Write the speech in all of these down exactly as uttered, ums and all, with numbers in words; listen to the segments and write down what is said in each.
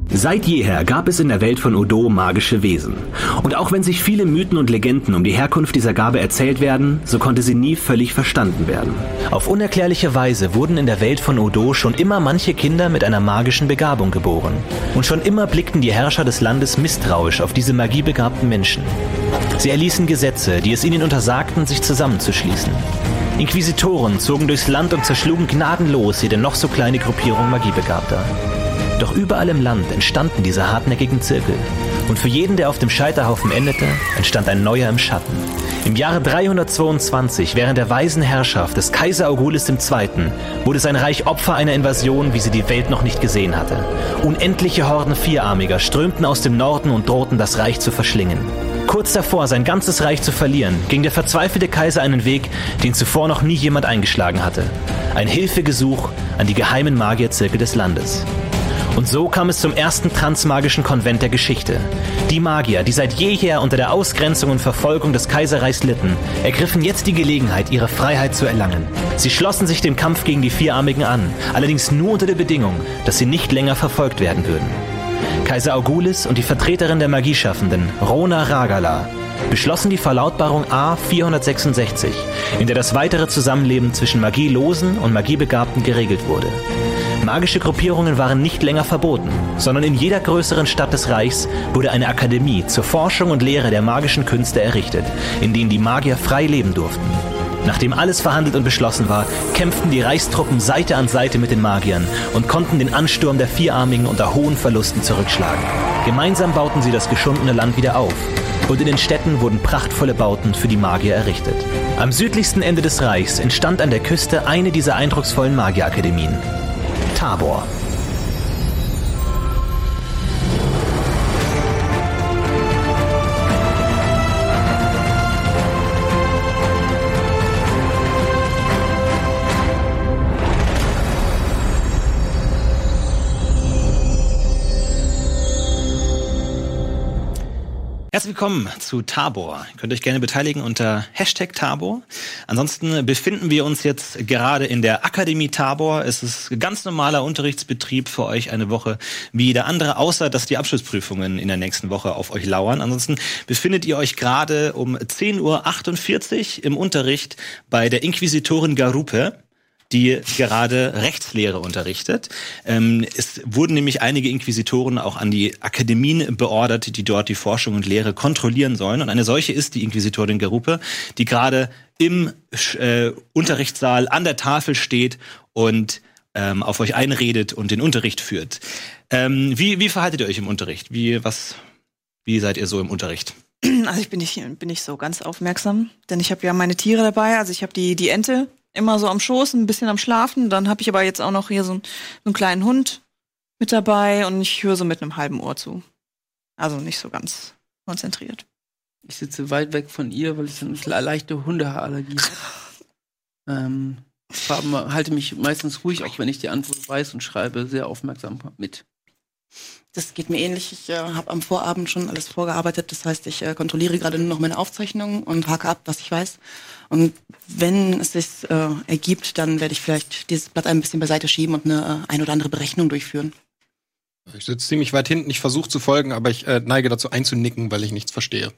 Seit jeher gab es in der Welt von Odo magische Wesen. Und auch wenn sich viele Mythen und Legenden um die Herkunft dieser Gabe erzählt werden, so konnte sie nie völlig verstanden werden. Auf unerklärliche Weise wurden in der Welt von Odo schon immer manche Kinder mit einer magischen Begabung geboren. Und schon immer blickten die Herrscher des Landes misstrauisch auf diese magiebegabten Menschen. Sie erließen Gesetze, die es ihnen untersagten, sich zusammenzuschließen. Inquisitoren zogen durchs Land und zerschlugen gnadenlos jede noch so kleine Gruppierung Magiebegabter. Doch überall im Land entstanden diese hartnäckigen Zirkel. Und für jeden, der auf dem Scheiterhaufen endete, entstand ein neuer im Schatten. Im Jahre dreihundertzweiundzwanzig, während der weisen Herrschaft des Kaiser Augulus der Zweite., wurde sein Reich Opfer einer Invasion, wie sie die Welt noch nicht gesehen hatte. Unendliche Horden Vierarmiger strömten aus dem Norden und drohten, das Reich zu verschlingen. Kurz davor, sein ganzes Reich zu verlieren, ging der verzweifelte Kaiser einen Weg, den zuvor noch nie jemand eingeschlagen hatte. Ein Hilfegesuch an die geheimen Magierzirkel des Landes. Und so kam es zum ersten transmagischen Konvent der Geschichte. Die Magier, die seit jeher unter der Ausgrenzung und Verfolgung des Kaiserreichs litten, ergriffen jetzt die Gelegenheit, ihre Freiheit zu erlangen. Sie schlossen sich dem Kampf gegen die Vierarmigen an, allerdings nur unter der Bedingung, dass sie nicht länger verfolgt werden würden. Kaiser Augulus und die Vertreterin der Magieschaffenden, Rona Ragala, beschlossen die Verlautbarung A vierhundertsechsundsechzig, in der das weitere Zusammenleben zwischen Magielosen und Magiebegabten geregelt wurde. Magische Gruppierungen waren nicht länger verboten, sondern in jeder größeren Stadt des Reichs wurde eine Akademie zur Forschung und Lehre der magischen Künste errichtet, in denen die Magier frei leben durften. Nachdem alles verhandelt und beschlossen war, kämpften die Reichstruppen Seite an Seite mit den Magiern und konnten den Ansturm der Vierarmigen unter hohen Verlusten zurückschlagen. Gemeinsam bauten sie das geschundene Land wieder auf. Und in den Städten wurden prachtvolle Bauten für die Magier errichtet. Am südlichsten Ende des Reichs entstand an der Küste eine dieser eindrucksvollen Magierakademien. Tabor. Herzlich willkommen zu Tabor. Ihr könnt euch gerne beteiligen unter Hashtag Tabor. Ansonsten befinden wir uns jetzt gerade in der Akademie Tabor. Es ist ganz normaler Unterrichtsbetrieb für euch eine Woche wie jeder andere, außer dass die Abschlussprüfungen in der nächsten Woche auf euch lauern. Ansonsten befindet ihr euch gerade um zehn Uhr achtundvierzig im Unterricht bei der Inquisitorin Garupe, die gerade Rechtslehre unterrichtet. Ähm, es wurden nämlich einige Inquisitoren auch an die Akademien beordert, die dort die Forschung und Lehre kontrollieren sollen. Und eine solche ist die Inquisitorin Garupe, die gerade im äh, Unterrichtssaal an der Tafel steht und ähm, auf euch einredet und den Unterricht führt. Ähm, wie, wie verhaltet ihr euch im Unterricht? Wie, was, wie seid ihr so im Unterricht? Also ich bin nicht, bin nicht so ganz aufmerksam, denn ich habe ja meine Tiere dabei. Also ich habe die, die Ente immer so am Schoß, ein bisschen am Schlafen. Dann habe ich aber jetzt auch noch hier so, ein, so einen kleinen Hund mit dabei und ich höre so mit einem halben Ohr zu. Also nicht so ganz konzentriert. Ich sitze weit weg von ihr, weil ich eine leichte Hundehaarallergie habe. ähm, halte mich meistens ruhig, auch wenn ich die Antwort weiß, und schreibe sehr aufmerksam mit. Das geht mir ähnlich. Ich äh, habe am Vorabend schon alles vorgearbeitet. Das heißt, ich äh, kontrolliere gerade nur noch meine Aufzeichnungen und hake ab, was ich weiß. Und wenn es sich äh, ergibt, dann werde ich vielleicht dieses Blatt ein bisschen beiseite schieben und eine äh, ein oder andere Berechnung durchführen. Ich sitze ziemlich weit hinten. Ich versuche zu folgen, aber ich äh, neige dazu einzunicken, weil ich nichts verstehe.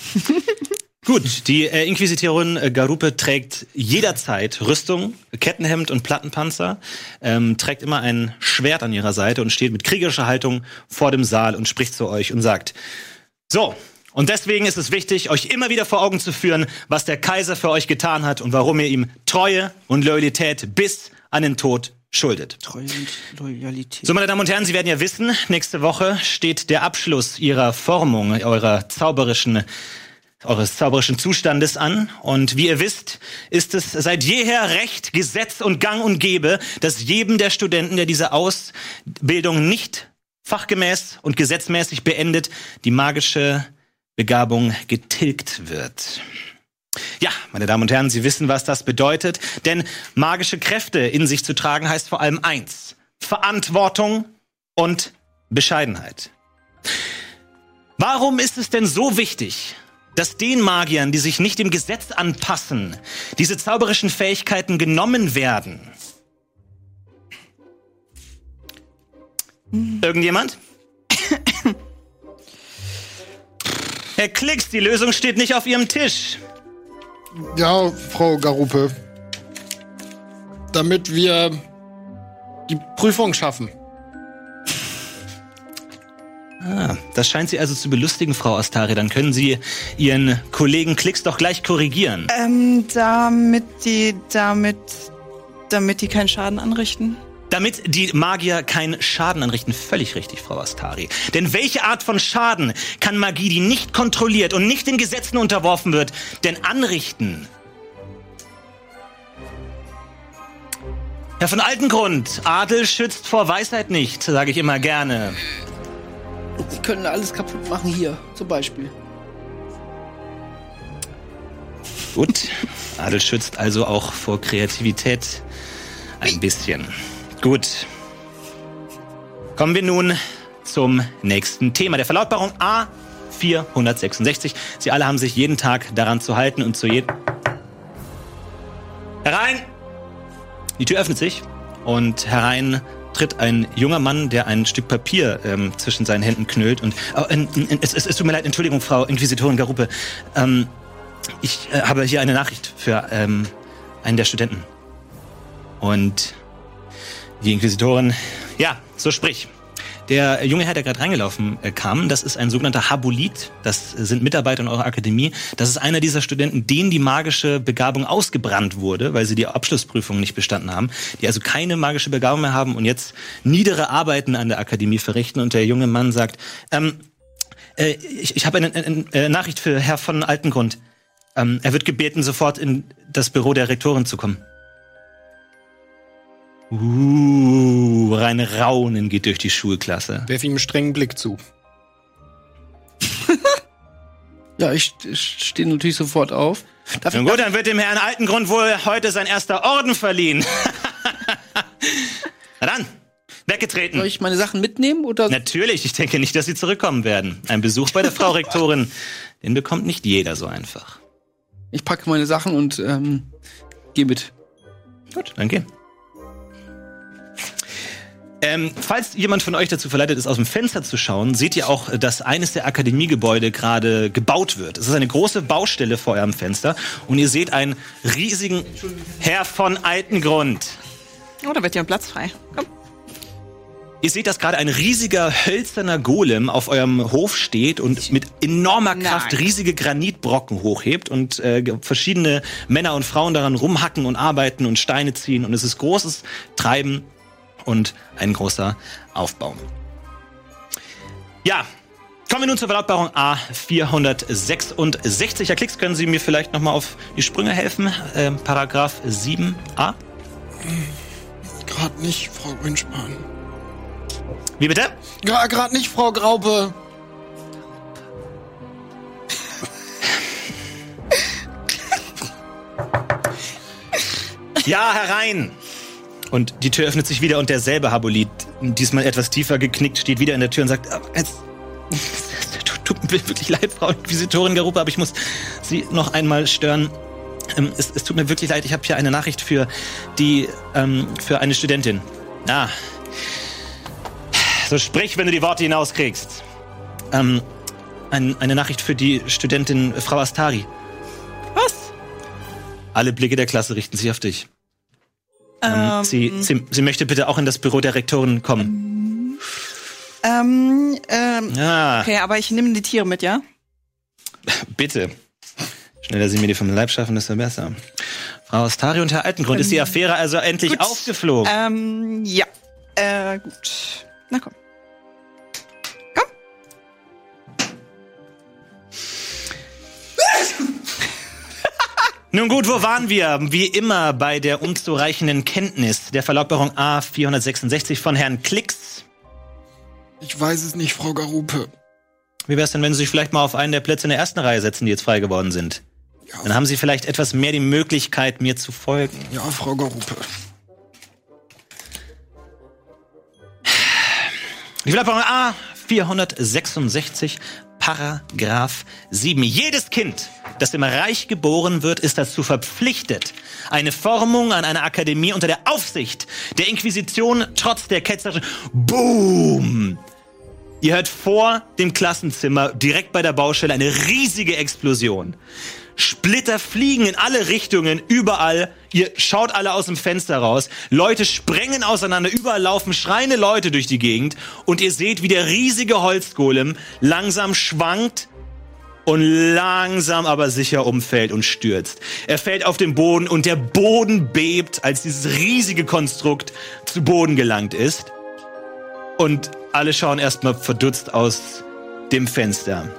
Gut, die äh, Inquisitorin äh, Garupe trägt jederzeit Rüstung, Kettenhemd und Plattenpanzer, ähm, trägt immer ein Schwert an ihrer Seite und steht mit kriegerischer Haltung vor dem Saal und spricht zu euch und sagt: So, und deswegen ist es wichtig, euch immer wieder vor Augen zu führen, was der Kaiser für euch getan hat und warum ihr ihm Treue und Loyalität bis an den Tod schuldet. Treue und Loyalität. So, meine Damen und Herren, Sie werden ja wissen, nächste Woche steht der Abschluss Ihrer Formung, eurer zauberischen eures zauberischen Zustandes an. Und wie ihr wisst, ist es seit jeher Recht, Gesetz und Gang und Gäbe, dass jedem der Studenten, der diese Ausbildung nicht fachgemäß und gesetzmäßig beendet, die magische Begabung getilgt wird. Ja, meine Damen und Herren, Sie wissen, was das bedeutet. Denn magische Kräfte in sich zu tragen heißt vor allem eins: Verantwortung und Bescheidenheit. Warum ist es denn so wichtig, dass den Magiern, die sich nicht dem Gesetz anpassen, diese zauberischen Fähigkeiten genommen werden? Hm. Irgendjemand? Herr Klicks, die Lösung steht nicht auf Ihrem Tisch. Ja, Frau Garupe. Damit wir die Prüfung schaffen. Ah, das scheint Sie also zu belustigen, Frau Astari. Dann können Sie Ihren Kollegen Klicks doch gleich korrigieren. Ähm, damit die, damit, damit die keinen Schaden anrichten. Damit die Magier keinen Schaden anrichten. Völlig richtig, Frau Astari. Denn welche Art von Schaden kann Magie, die nicht kontrolliert und nicht den Gesetzen unterworfen wird, denn anrichten? Herr von Altengrund, Adel schützt vor Weisheit nicht, sage ich immer gerne. Sie können alles kaputt machen hier, zum Beispiel. Gut, Adel schützt also auch vor Kreativität ein bisschen. Gut. Kommen wir nun zum nächsten Thema. Der Verlautbarung A vierhundertsechsundsechzig. Sie alle haben sich jeden Tag daran zu halten und zu jedem... Herein! Die Tür öffnet sich und herein tritt ein junger Mann, der ein Stück Papier ähm, zwischen seinen Händen knüllt. Und oh, äh, äh, es, es, es tut mir leid, Entschuldigung, Frau Inquisitorin Garupe. Ähm, ich äh, habe hier eine Nachricht für ähm, einen der Studenten. Und die Inquisitorin, ja, so sprich. Der junge Herr, der gerade reingelaufen äh, kam, das ist ein sogenannter Habulit. Das sind Mitarbeiter in eurer Akademie. Das ist einer dieser Studenten, denen die magische Begabung ausgebrannt wurde, weil sie die Abschlussprüfung nicht bestanden haben. Die also keine magische Begabung mehr haben und jetzt niedere Arbeiten an der Akademie verrichten. Und der junge Mann sagt, ähm, äh, ich, ich habe eine, eine, eine Nachricht für Herr von Altengrund. Ähm, er wird gebeten, sofort in das Büro der Rektorin zu kommen. Uh, rein Raunen geht durch die Schulklasse. Werf ihm einen strengen Blick zu. Ja, ich, ich stehe natürlich sofort auf. Darf Nun ich, gut, dann wird dem Herrn Altengrund wohl heute sein erster Orden verliehen. Na dann, weggetreten. Soll ich meine Sachen mitnehmen? Oder? Natürlich, ich denke nicht, dass Sie zurückkommen werden. Ein Besuch bei der Frau Rektorin, den bekommt nicht jeder so einfach. Ich packe meine Sachen und ähm, gehe mit. Gut, dann gehen. Ähm, falls jemand von euch dazu verleitet ist, aus dem Fenster zu schauen, seht ihr auch, dass eines der Akademiegebäude gerade gebaut wird. Es ist eine große Baustelle vor eurem Fenster und ihr seht einen riesigen Herr von Altengrund. Oh, da wird ja ein Platz frei. Komm. Ihr seht, dass gerade ein riesiger hölzerner Golem auf eurem Hof steht und mit enormer Kraft Nein. riesige Granitbrocken hochhebt und äh, verschiedene Männer und Frauen daran rumhacken und arbeiten und Steine ziehen. Und es ist großes Treiben und ein großer Aufbau. Ja, kommen wir nun zur Verlautbarung A vierhundertsechsundsechzig. Herr Klicks, können Sie mir vielleicht nochmal auf die Sprünge helfen? Ähm, Paragraph sieben a. Gerade nicht, Frau Grünspan. Wie bitte? Ja, gerade nicht, Frau Graupe. Ja, herein! Und die Tür öffnet sich wieder und derselbe Habulit, diesmal etwas tiefer geknickt, steht wieder in der Tür und sagt, es tut, tut mir wirklich leid, Frau Inquisitorin Garupe, aber ich muss Sie noch einmal stören. Ähm, es, es tut mir wirklich leid, ich habe hier eine Nachricht für die, ähm, für eine Studentin. Ah. So sprich, wenn du die Worte hinauskriegst. Ähm, ein, eine Nachricht für die Studentin Frau Astari. Was? Alle Blicke der Klasse richten sich auf dich. Ähm, Ähm, sie, sie, sie möchte bitte auch in das Büro der Rektorin kommen. Ähm, ähm, Ja, okay, aber ich nehme die Tiere mit, ja? bitte. Schneller Sie mir die vom Leib schaffen, desto besser. Frau Astari und Herr Altengrund, Ähm, ist die Affäre also endlich gut. aufgeflogen? Ähm, ja. Äh, gut. Na komm. Nun gut, wo waren wir? Wie immer bei der unzureichenden Kenntnis der Verlautbarung A vierhundertsechsundsechzig von Herrn Klicks. Ich weiß es nicht, Frau Garupe. Wie wär's denn, wenn Sie sich vielleicht mal auf einen der Plätze in der ersten Reihe setzen, die jetzt frei geworden sind? Ja, Dann haben Sie vielleicht etwas mehr die Möglichkeit, mir zu folgen. ja, Frau Garupe. Die Verlautbarung A vierhundertsechsundsechzig, Paragraph sieben. Jedes Kind, das im Reich geboren wird, ist dazu verpflichtet, eine Formung an einer Akademie unter der Aufsicht der Inquisition trotz der ketzerischen Boom Ihr hört vor dem Klassenzimmer, direkt bei der Baustelle, eine riesige Explosion. Splitter fliegen in alle Richtungen, überall. Ihr schaut alle aus dem Fenster raus. Leute sprengen auseinander, überall laufen schreiende Leute durch die Gegend. Und ihr seht, wie der riesige Holzgolem langsam schwankt und langsam aber sicher umfällt und stürzt. Er fällt auf den Boden und der Boden bebt, als dieses riesige Konstrukt zu Boden gelangt ist. Und alle schauen erstmal verdutzt aus dem Fenster.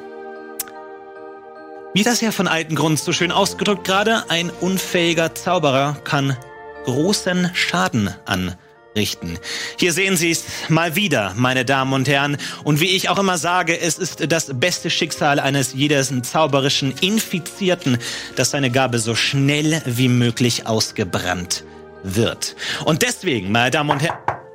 Wie das ja von alten Grund so schön ausgedrückt gerade, ein unfähiger Zauberer kann großen Schaden anrichten. Hier sehen Sie es mal wieder, meine Damen und Herren. Und wie ich auch immer sage, es ist das beste Schicksal eines jeden zauberischen Infizierten, dass seine Gabe so schnell wie möglich ausgebrannt wird. Und deswegen, meine Damen und Herren,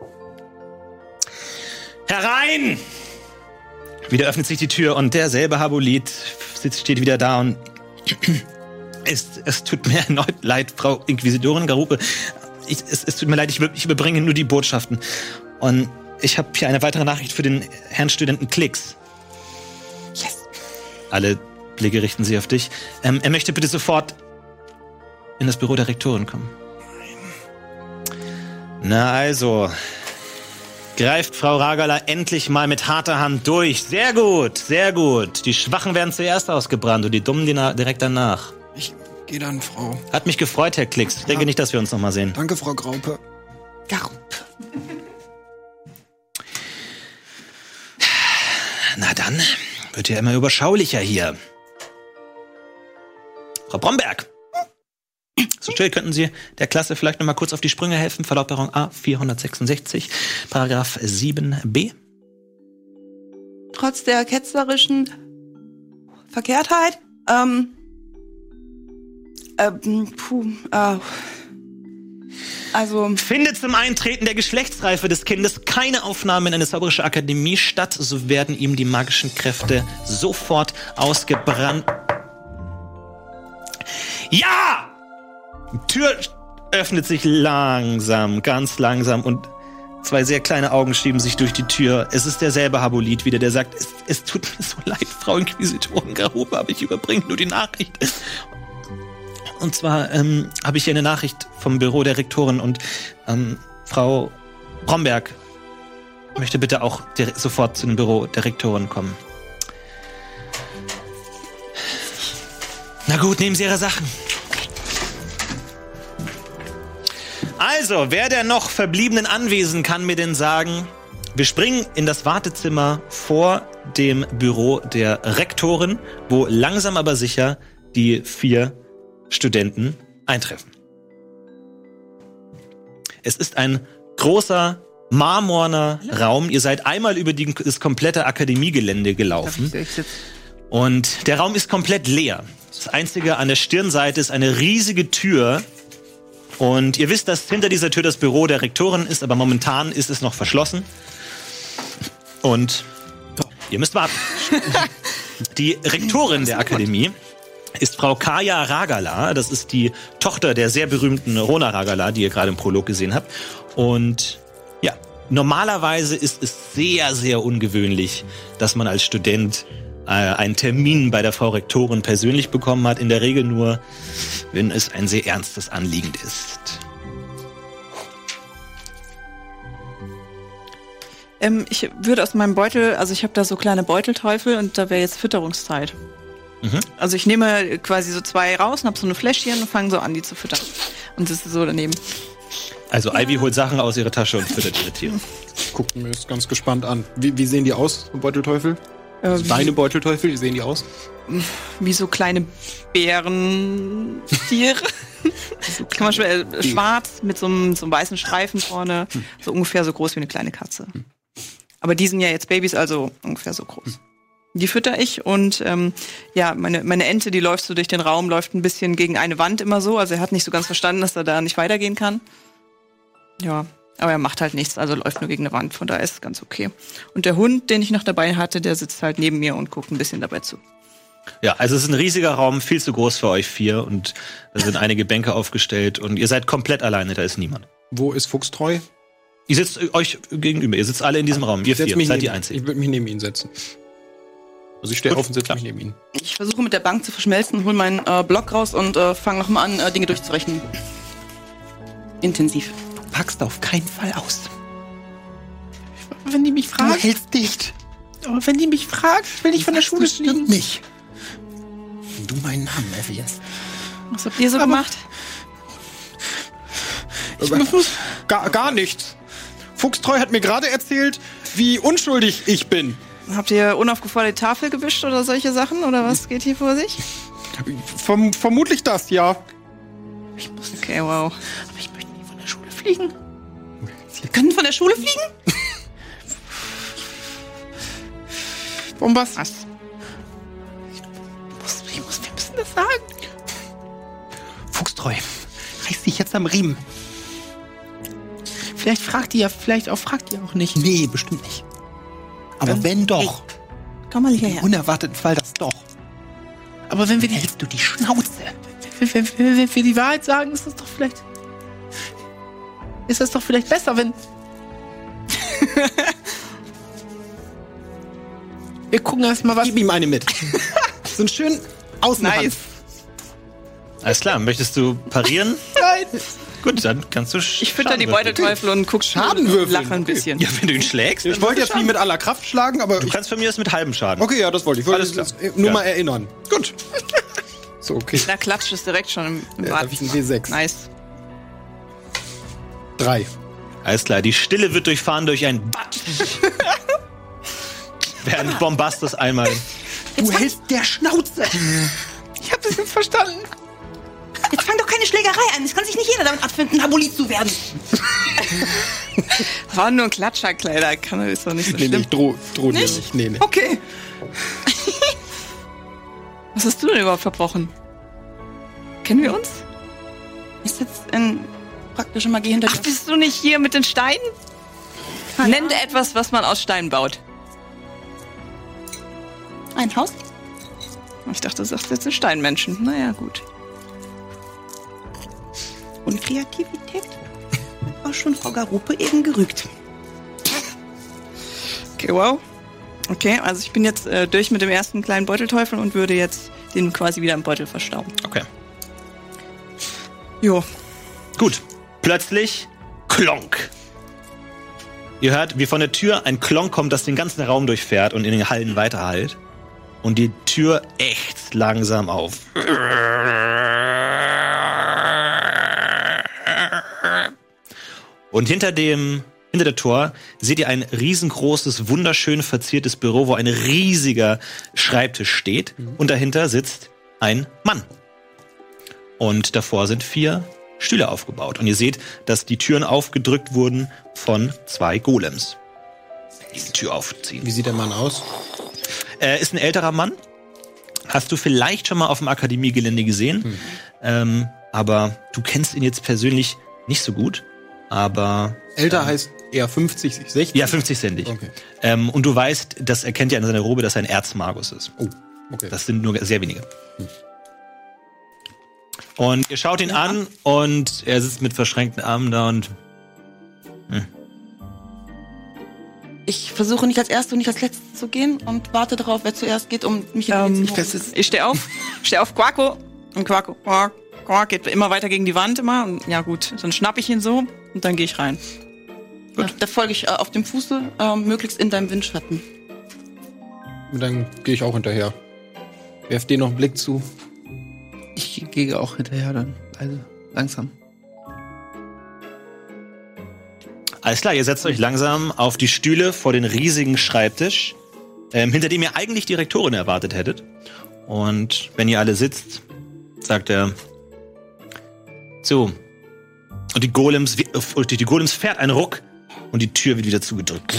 herein! Wieder öffnet sich die Tür und derselbe Habulit sitzt, steht wieder da und es, es tut mir erneut leid, Frau Inquisitorin Garupe. Ich, es, es tut mir leid, ich, ich überbringe nur die Botschaften. Und ich habe hier eine weitere Nachricht für den Herrn Studenten Klicks. Yes. Alle Blicke richten sich auf dich. Ähm, er möchte bitte sofort in das Büro der Rektorin kommen. Na also... Greift Frau Ragala endlich mal mit harter Hand durch. Sehr gut, sehr gut. Die Schwachen werden zuerst ausgebrannt und die Dummen direkt danach. Ich gehe dann, Frau. Hat mich gefreut, Herr Klicks. Ich denke ja. nicht, dass wir uns noch mal sehen. Danke, Frau Graupe. Graupe. Na dann, wird ja immer überschaulicher hier. Frau Bromberg. So still, könnten Sie der Klasse vielleicht noch mal kurz auf die Sprünge helfen? Verlautbarung A vierhundertsechsundsechzig, Paragraph sieben b. Trotz der ketzerischen Verkehrtheit, ähm, ähm, puh, äh, also... Findet zum Eintreten der Geschlechtsreife des Kindes keine Aufnahme in eine zauberische Akademie statt, so werden ihm die magischen Kräfte sofort ausgebrannt. Ja! Die Tür öffnet sich langsam, ganz langsam und zwei sehr kleine Augen schieben sich durch die Tür. Es ist derselbe Habulit wieder, der sagt, es, es tut mir so leid, Frau Inquisitorin Garupe, aber ich überbringe nur die Nachricht. Und zwar ähm, habe ich hier eine Nachricht vom Büro der Rektorin und ähm, Frau Bromberg möchte bitte auch direkt, sofort zu dem Büro der Rektorin kommen. Na gut, nehmen Sie Ihre Sachen. Also, wer der noch verbliebenen Anwesen kann mir denn sagen, wir springen in das Wartezimmer vor dem Büro der Rektorin, wo langsam aber sicher die vier Studenten eintreffen. Es ist ein großer, marmorner Raum. Ihr seid einmal über die, das komplette Akademiegelände gelaufen. Und der Raum ist komplett leer. Das Einzige an der Stirnseite ist eine riesige Tür. Und ihr wisst, dass hinter dieser Tür das Büro der Rektorin ist, aber momentan ist es noch verschlossen. Und ihr müsst warten. Die Rektorin der Akademie ist Frau Kaya Ragala. Das ist die Tochter der sehr berühmten Rona Ragala, die ihr gerade im Prolog gesehen habt. Und ja, normalerweise ist es sehr, sehr ungewöhnlich, dass man als Student äh, einen Termin bei der Frau Rektorin persönlich bekommen hat. In der Regel nur, wenn es ein sehr ernstes Anliegen ist. Ähm, ich würde aus meinem Beutel, also ich habe da so kleine Beutelteufel und da wäre jetzt Fütterungszeit. Mhm. Also ich nehme quasi so zwei raus und habe so eine Fläschchen und fange so an, die zu füttern. Und das ist so daneben. Also ja. Ivy holt Sachen aus ihrer Tasche und füttert ihre Tiere. Gucken wir es ganz gespannt an. Wie, wie sehen die aus, Beutelteufel? Äh, also deine Beutelteufel, wie sehen die aus? Wie so kleine Bärentiere. So zum Beispiel äh, schwarz mit so einem, so einem weißen Streifen vorne. So ungefähr so groß wie eine kleine Katze. Aber die sind ja jetzt Babys, also ungefähr so groß. Die fütter ich und ähm, ja, meine, meine Ente, die läuft so durch den Raum, läuft ein bisschen gegen eine Wand immer so. Also er hat nicht so ganz verstanden, dass er da nicht weitergehen kann. Ja, aber er macht halt nichts, also läuft nur gegen eine Wand, von daher ist es ganz okay. Und der Hund, den ich noch dabei hatte, der sitzt halt neben mir und guckt ein bisschen dabei zu. Ja, also es ist ein riesiger Raum, viel zu groß für euch vier und da sind einige Bänke aufgestellt und ihr seid komplett alleine, da ist niemand. Wo ist Fuchstreu? Ihr sitzt äh, euch gegenüber, ihr sitzt alle in diesem Raum. Ihr Ich setz vier, mich seid neben, die Einzigen. Ich würde mich neben ihn setzen. Also ich stehe Gut, auf und setze klar. mich neben ihn. Ich versuche mit der Bank zu verschmelzen, hol meinen äh, Block raus und äh, fange nochmal an, äh, Dinge durchzurechnen. Intensiv. Packst auf keinen Fall aus. Wenn die mich fragen, hältst dicht. aber wenn die mich fragen, will ich von der Schule fliegen. nicht. Wenn du meinen Namen erwähnst. Was habt ihr so Aber- gemacht? Ich muss, Gar, gar nichts. Fuchstreu hat mir gerade erzählt, wie unschuldig ich bin. Habt ihr unaufgefordert die Tafel gewischt oder solche Sachen? Oder was geht hier vor sich? Verm vermutlich das, ja. Okay, wow. aber ich möchte nicht von der Schule fliegen. Wir können von der Schule fliegen? Warum was? Was? Ich muss, ich muss, wir müssen das sagen. Fuchstreu, reiß dich jetzt am Riemen. Vielleicht fragt die ja, vielleicht auch fragt die auch nicht. Nee, bestimmt nicht. Aber wenn doch, Komm mal hierher. unerwarteten Fall das doch, Aber wenn wir die, hältst du die Schnauze. wenn, wenn, wenn, wenn wir die Wahrheit sagen, ist das doch vielleicht, ist das doch vielleicht besser, wenn wir gucken erst mal was. Gib ihm eine mit. So einen schönen Außenhand. Nice. Alles klar, möchtest du parieren? Nein. Gut, dann kannst du sch- Ich fütter die Schaden würfeln. Beuteteufel und guck Schadenwürfeln, lache ein okay. bisschen. Ja, wenn du ihn schlägst, Ich dann wollte würfel jetzt nicht mit aller Kraft schlagen, aber Du ich, kannst von mir das mit halbem Schaden. okay, ja, das wollte ich. Ich wollte Alles das klar. nur Ja. mal erinnern. Gut. So, okay. Da klatscht es direkt schon im, im Ja, Bad. darf ich einen W sechs? Nice. Drei. Alles klar, die Stille wird durchfahren durch ein Batsch. Während Bombastus einmal. Du hältst der Schnauze. Ich hab das jetzt verstanden. Jetzt fang doch keine Schlägerei an. Es kann sich nicht jeder damit abfinden, Abulit zu werden. Das war nur ein Klatscherkleider. Kann ist doch nicht so Nee, nee, schlimm. ich droh, droh dir Nicht? nicht. Nee, nee. Okay. Was hast du denn überhaupt verbrochen? Kennen wir uns? Ist jetzt in praktische Magie hinter Ach, dir. bist du nicht hier mit den Steinen? Nenn dir etwas, was man aus Stein baut. Ein Haus? Ich dachte, du sagst jetzt ein Steinmenschen. Naja, gut. Und Kreativität war schon Frau Garupe eben gerügt. Okay, wow. Okay, also ich bin jetzt äh, durch mit dem ersten kleinen Beutelteufel und würde jetzt den quasi wieder im Beutel verstauen. Okay. Jo. Gut. Plötzlich Klonk. Ihr hört, wie von der Tür ein Klonk kommt, das den ganzen Raum durchfährt und in den Hallen weiterhallt. Und die Tür ächzt langsam auf. Und hinter dem, hinter der Tor seht ihr ein riesengroßes, wunderschön verziertes Büro, wo ein riesiger Schreibtisch steht. Und dahinter sitzt ein Mann. Und davor sind vier Stühle aufgebaut. Und ihr seht, dass die Türen aufgedrückt wurden von zwei Golems. Diese Tür aufziehen. Wie sieht der Mann aus? Er ist ein älterer Mann. Hast du vielleicht schon mal auf dem Akademiegelände gesehen. Hm. Ähm, aber du kennst ihn jetzt persönlich nicht so gut. Aber Älter heißt eher fünfzig, sechzig? ja, fünfzig sind ich. Okay. Ähm, und du weißt, das erkennt ja an seiner Robe, dass er ein Erzmagus ist. Oh, okay. Das sind nur sehr wenige. Und ihr schaut ihn an und er sitzt mit verschränkten Armen da und Ich versuche nicht als Erste und nicht als Letzte zu gehen und warte darauf, wer zuerst geht, um mich in Ähm, die nächste Runde. Ich stehe auf, stehe auf Quaco und Quaco, Quack, Quack, geht immer weiter gegen die Wand immer. Und ja gut, dann schnapp ich ihn so und dann gehe ich rein. Ja, da folge ich äh, auf dem Fuße, äh, möglichst in deinem Windschatten. Und dann gehe ich auch hinterher. Werf dir noch einen Blick zu. Ich gehe auch hinterher dann. Also langsam. alles klar, ihr setzt euch langsam auf die Stühle vor den riesigen Schreibtisch, ähm, hinter dem ihr eigentlich die Rektorin erwartet hättet. Und wenn ihr alle sitzt, sagt er, so. Und die Golems, durch die Golems fährt ein Ruck und die Tür wird wieder zugedrückt.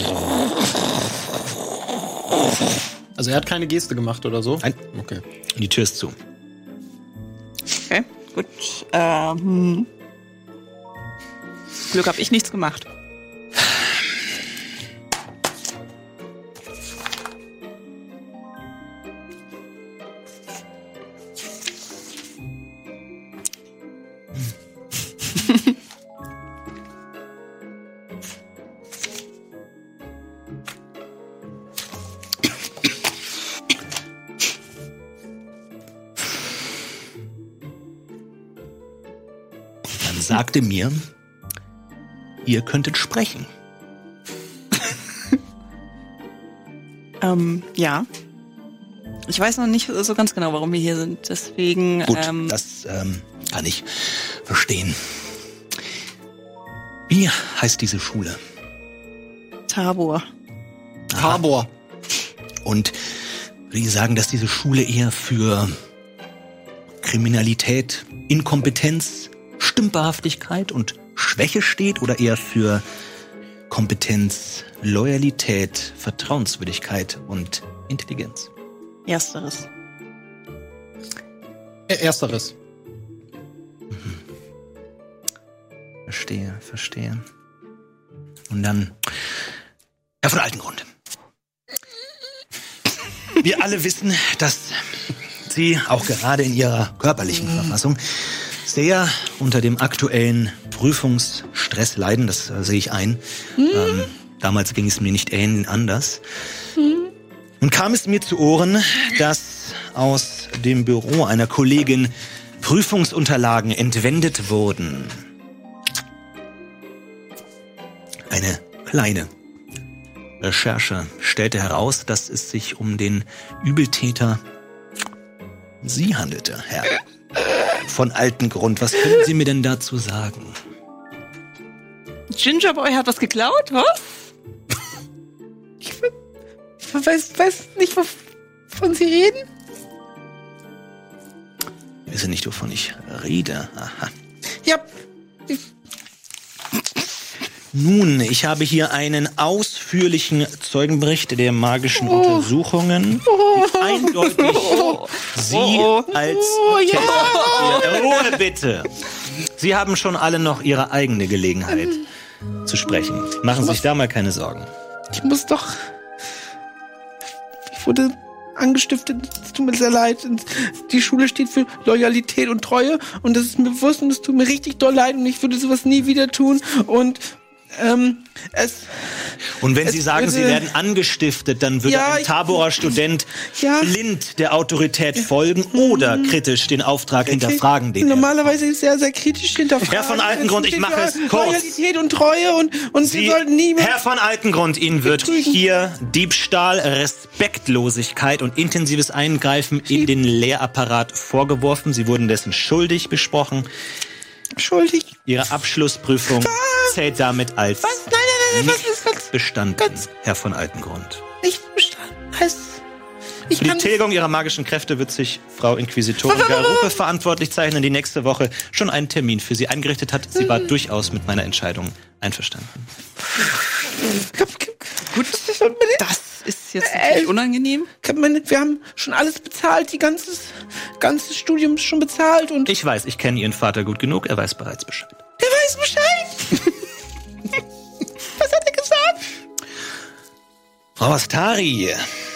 Also er hat keine Geste gemacht oder so? Nein. Okay. Und die Tür ist zu. Okay, gut. Ähm, Glück habe ich nichts gemacht. Man sagte mir, ihr könntet sprechen. ähm, ja. Ich weiß noch nicht so ganz genau, warum wir hier sind. Deswegen. Gut, ähm, das ähm, kann ich verstehen. Wie heißt diese Schule? Tabor. Tabor. Und Sie sagen, dass diese Schule eher für Kriminalität, Inkompetenz, Stümperhaftigkeit und Schwäche steht oder eher für Kompetenz, Loyalität, Vertrauenswürdigkeit und Intelligenz? Ersteres. Äh, Ersteres. Verstehe, verstehe. Und dann, Herr von Altengrund. Wir alle wissen, dass Sie auch gerade in Ihrer körperlichen Verfassung sehr unter dem aktuellen Prüfungsstress leiden. Das äh, sehe ich ein. Mhm. Ähm, damals ging es mir nicht ähnlich anders. Mhm. Nun kam es mir zu Ohren, dass aus dem Büro einer Kollegin Prüfungsunterlagen entwendet wurden. Eine kleine Recherche stellte heraus, dass es sich um den Übeltäter Sie handelte, Herr von Altengrund. Was können Sie mir denn dazu sagen? Gingerboy hat was geklaut, was? Ich, ich weiß, weiß nicht, wovon Sie reden. Ich weiß nicht, wovon ich rede. Aha. Ja, ich Nun, ich habe hier einen ausführlichen Zeugenbericht der magischen oh. Untersuchungen, die eindeutig oh. Sie oh. als oh, ja. Täter... Ruhe bitte! Sie haben schon alle noch Ihre eigene Gelegenheit ähm. zu sprechen. Machen Sie sich da mal keine Sorgen. Ich muss doch... Ich wurde angestiftet, es tut mir sehr leid. Die Schule steht für Loyalität und Treue und das ist mir bewusst und es tut mir richtig doll leid und ich würde sowas nie wieder tun und ähm, es... Und wenn es Sie sagen, würde, Sie werden angestiftet, dann würde ja, ein Taborer Student ja, blind der Autorität folgen oder kritisch den Auftrag hinterfragen. Den normalerweise ist er sehr kritisch hinterfragen. Herr von Altengrund, ich mache es kurz. Loyalität und Treue und, und Sie, Sie sollten niemals... Herr von Altengrund, Ihnen wird betrügen. Hier Diebstahl, Respektlosigkeit und intensives Eingreifen in den Lehrapparat vorgeworfen. Sie wurden dessen schuldig besprochen. Schuldig? Ihre Abschlussprüfung was? Zählt damit als was? Nein, nein, nein, nicht was ist ganz, bestanden, ganz, Herr von Altengrund. Nicht bestanden heißt... Ich Für die kann Tilgung ihrer magischen Kräfte wird sich Frau Inquisitorin Garupe verantwortlich zeichnen, die nächste Woche schon einen Termin für sie eingerichtet hat. Sie war durchaus mit meiner Entscheidung einverstanden. Gut, das ist jetzt natürlich äh, unangenehm. Wir haben schon alles bezahlt, die ganzes, ganzes Studium ist schon bezahlt und... Ich weiß, ich kenne Ihren Vater gut genug, er weiß bereits Bescheid. Der weiß Bescheid? Was hat er gesagt? Frau Astari,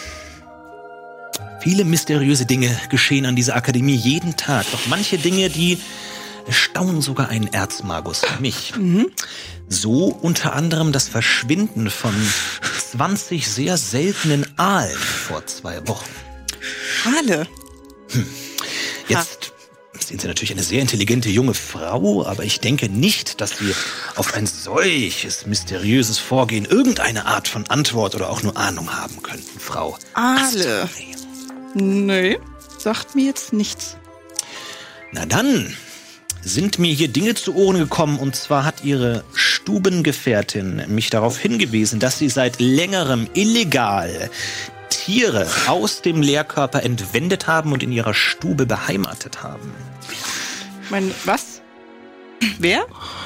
viele mysteriöse Dinge geschehen an dieser Akademie jeden Tag. Doch manche Dinge, die erstaunen sogar einen Erzmagus wie mich. Mhm. So unter anderem das Verschwinden von zwanzig sehr seltenen Aalen vor zwei Wochen. Aale? Hm. Jetzt sind Sie natürlich eine sehr intelligente junge Frau, aber ich denke nicht, dass Sie auf ein solches mysteriöses Vorgehen irgendeine Art von Antwort oder auch nur Ahnung haben könnten, Frau Aale. Astari. Nö, sagt mir jetzt nichts. Na dann sind mir hier Dinge zu Ohren gekommen, und zwar hat Ihre Stubengefährtin mich darauf hingewiesen, dass Sie seit längerem illegal Tiere aus dem Lehrkörper entwendet haben und in Ihrer Stube beheimatet haben. Mein, was? Wer?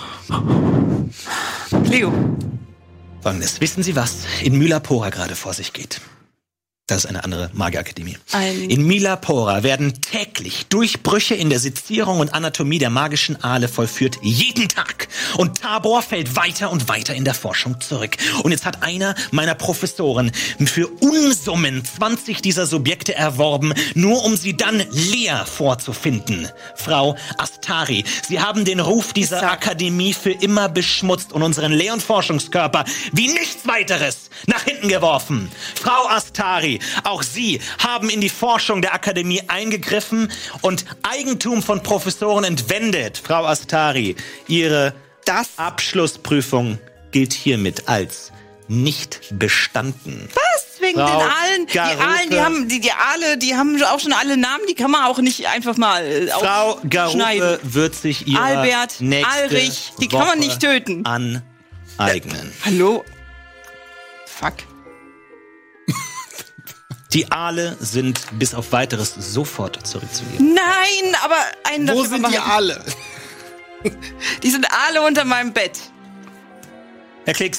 Leo. Folgendes, wissen Sie, was in Mylapora gerade vor sich geht? Das ist eine andere Magierakademie. Ein In Mylapora werden täglich Durchbrüche in der Sezierung und Anatomie der magischen Aale vollführt. Jeden Tag. Und Tabor fällt weiter und weiter in der Forschung zurück. Und jetzt hat einer meiner Professoren für Unsummen zwanzig dieser Subjekte erworben, nur um sie dann leer vorzufinden. Frau Astari, Sie haben den Ruf dieser Akademie für immer beschmutzt und unseren Lehr- und Forschungskörper wie nichts weiteres nach hinten geworfen. Frau Astari, Astari, auch Sie haben in die Forschung der Akademie eingegriffen und Eigentum von Professoren entwendet. Frau Astari, Ihre Das? Abschlussprüfung gilt hiermit als nicht bestanden. Was? Wegen Frau den Aalen? Die Garupe. Aalen, die haben, die, die Aale, die haben auch schon alle Namen, die kann man auch nicht einfach mal äh, Frau Garupe aufschneiden. wird sich ihre Albert, nächste Alrich, die kann man Woche nicht töten. aneignen. Hallo? Fuck. Die Aale sind bis auf Weiteres sofort zurückzugeben. Nein, aber einen Wo dafür sind machen. die alle? Die sind alle unter meinem Bett. Herr Klicks,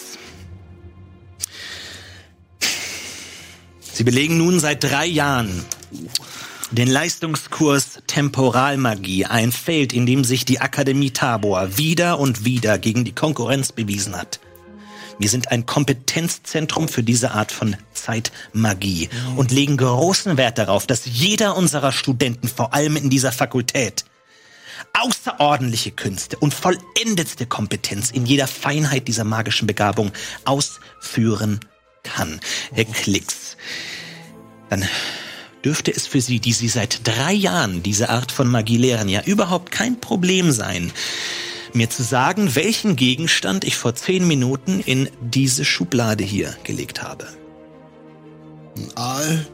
Sie belegen nun seit drei Jahren den Leistungskurs Temporalmagie, ein Feld, in dem sich die Akademie Tabor wieder und wieder gegen die Konkurrenz bewiesen hat. Wir sind ein Kompetenzzentrum für diese Art von Zeitmagie und legen großen Wert darauf, dass jeder unserer Studenten, vor allem in dieser Fakultät, außerordentliche Künste und vollendetste Kompetenz in jeder Feinheit dieser magischen Begabung ausführen kann. Herr Klicks, dann dürfte es für Sie, die Sie seit drei Jahren diese Art von Magie lehren, ja überhaupt kein Problem sein, mir zu sagen, welchen Gegenstand ich vor zehn Minuten in diese Schublade hier gelegt habe. Ein Aal.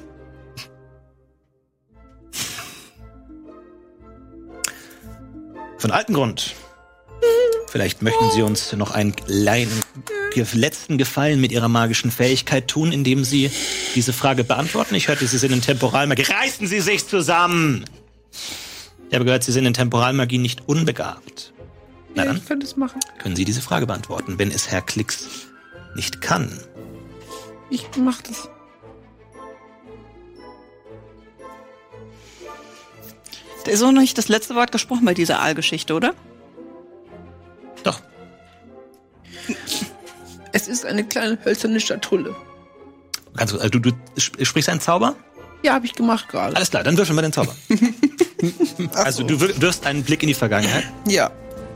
Von altem Grund. Vielleicht möchten Sie uns noch einen kleinen letzten Gefallen mit Ihrer magischen Fähigkeit tun, indem Sie diese Frage beantworten. Ich hörte, Sie sind in Temporalmagie. Reißen Sie sich zusammen! Ich habe gehört, Sie sind in Temporalmagie nicht unbegabt. Na Ja, dann ich kann das machen. können Sie diese Frage beantworten, wenn es Herr Klicks nicht kann. Ich mach das. Da ist auch noch nicht das letzte Wort gesprochen bei dieser Aalgeschichte, oder? Doch. Es ist eine kleine hölzerne Schatulle. Kannst du, also du, du sp- sprichst einen Zauber? Ja, habe ich gemacht gerade. Alles klar, dann würfeln wir den Zauber. Also du wir- wirfst einen Blick in die Vergangenheit. Ja.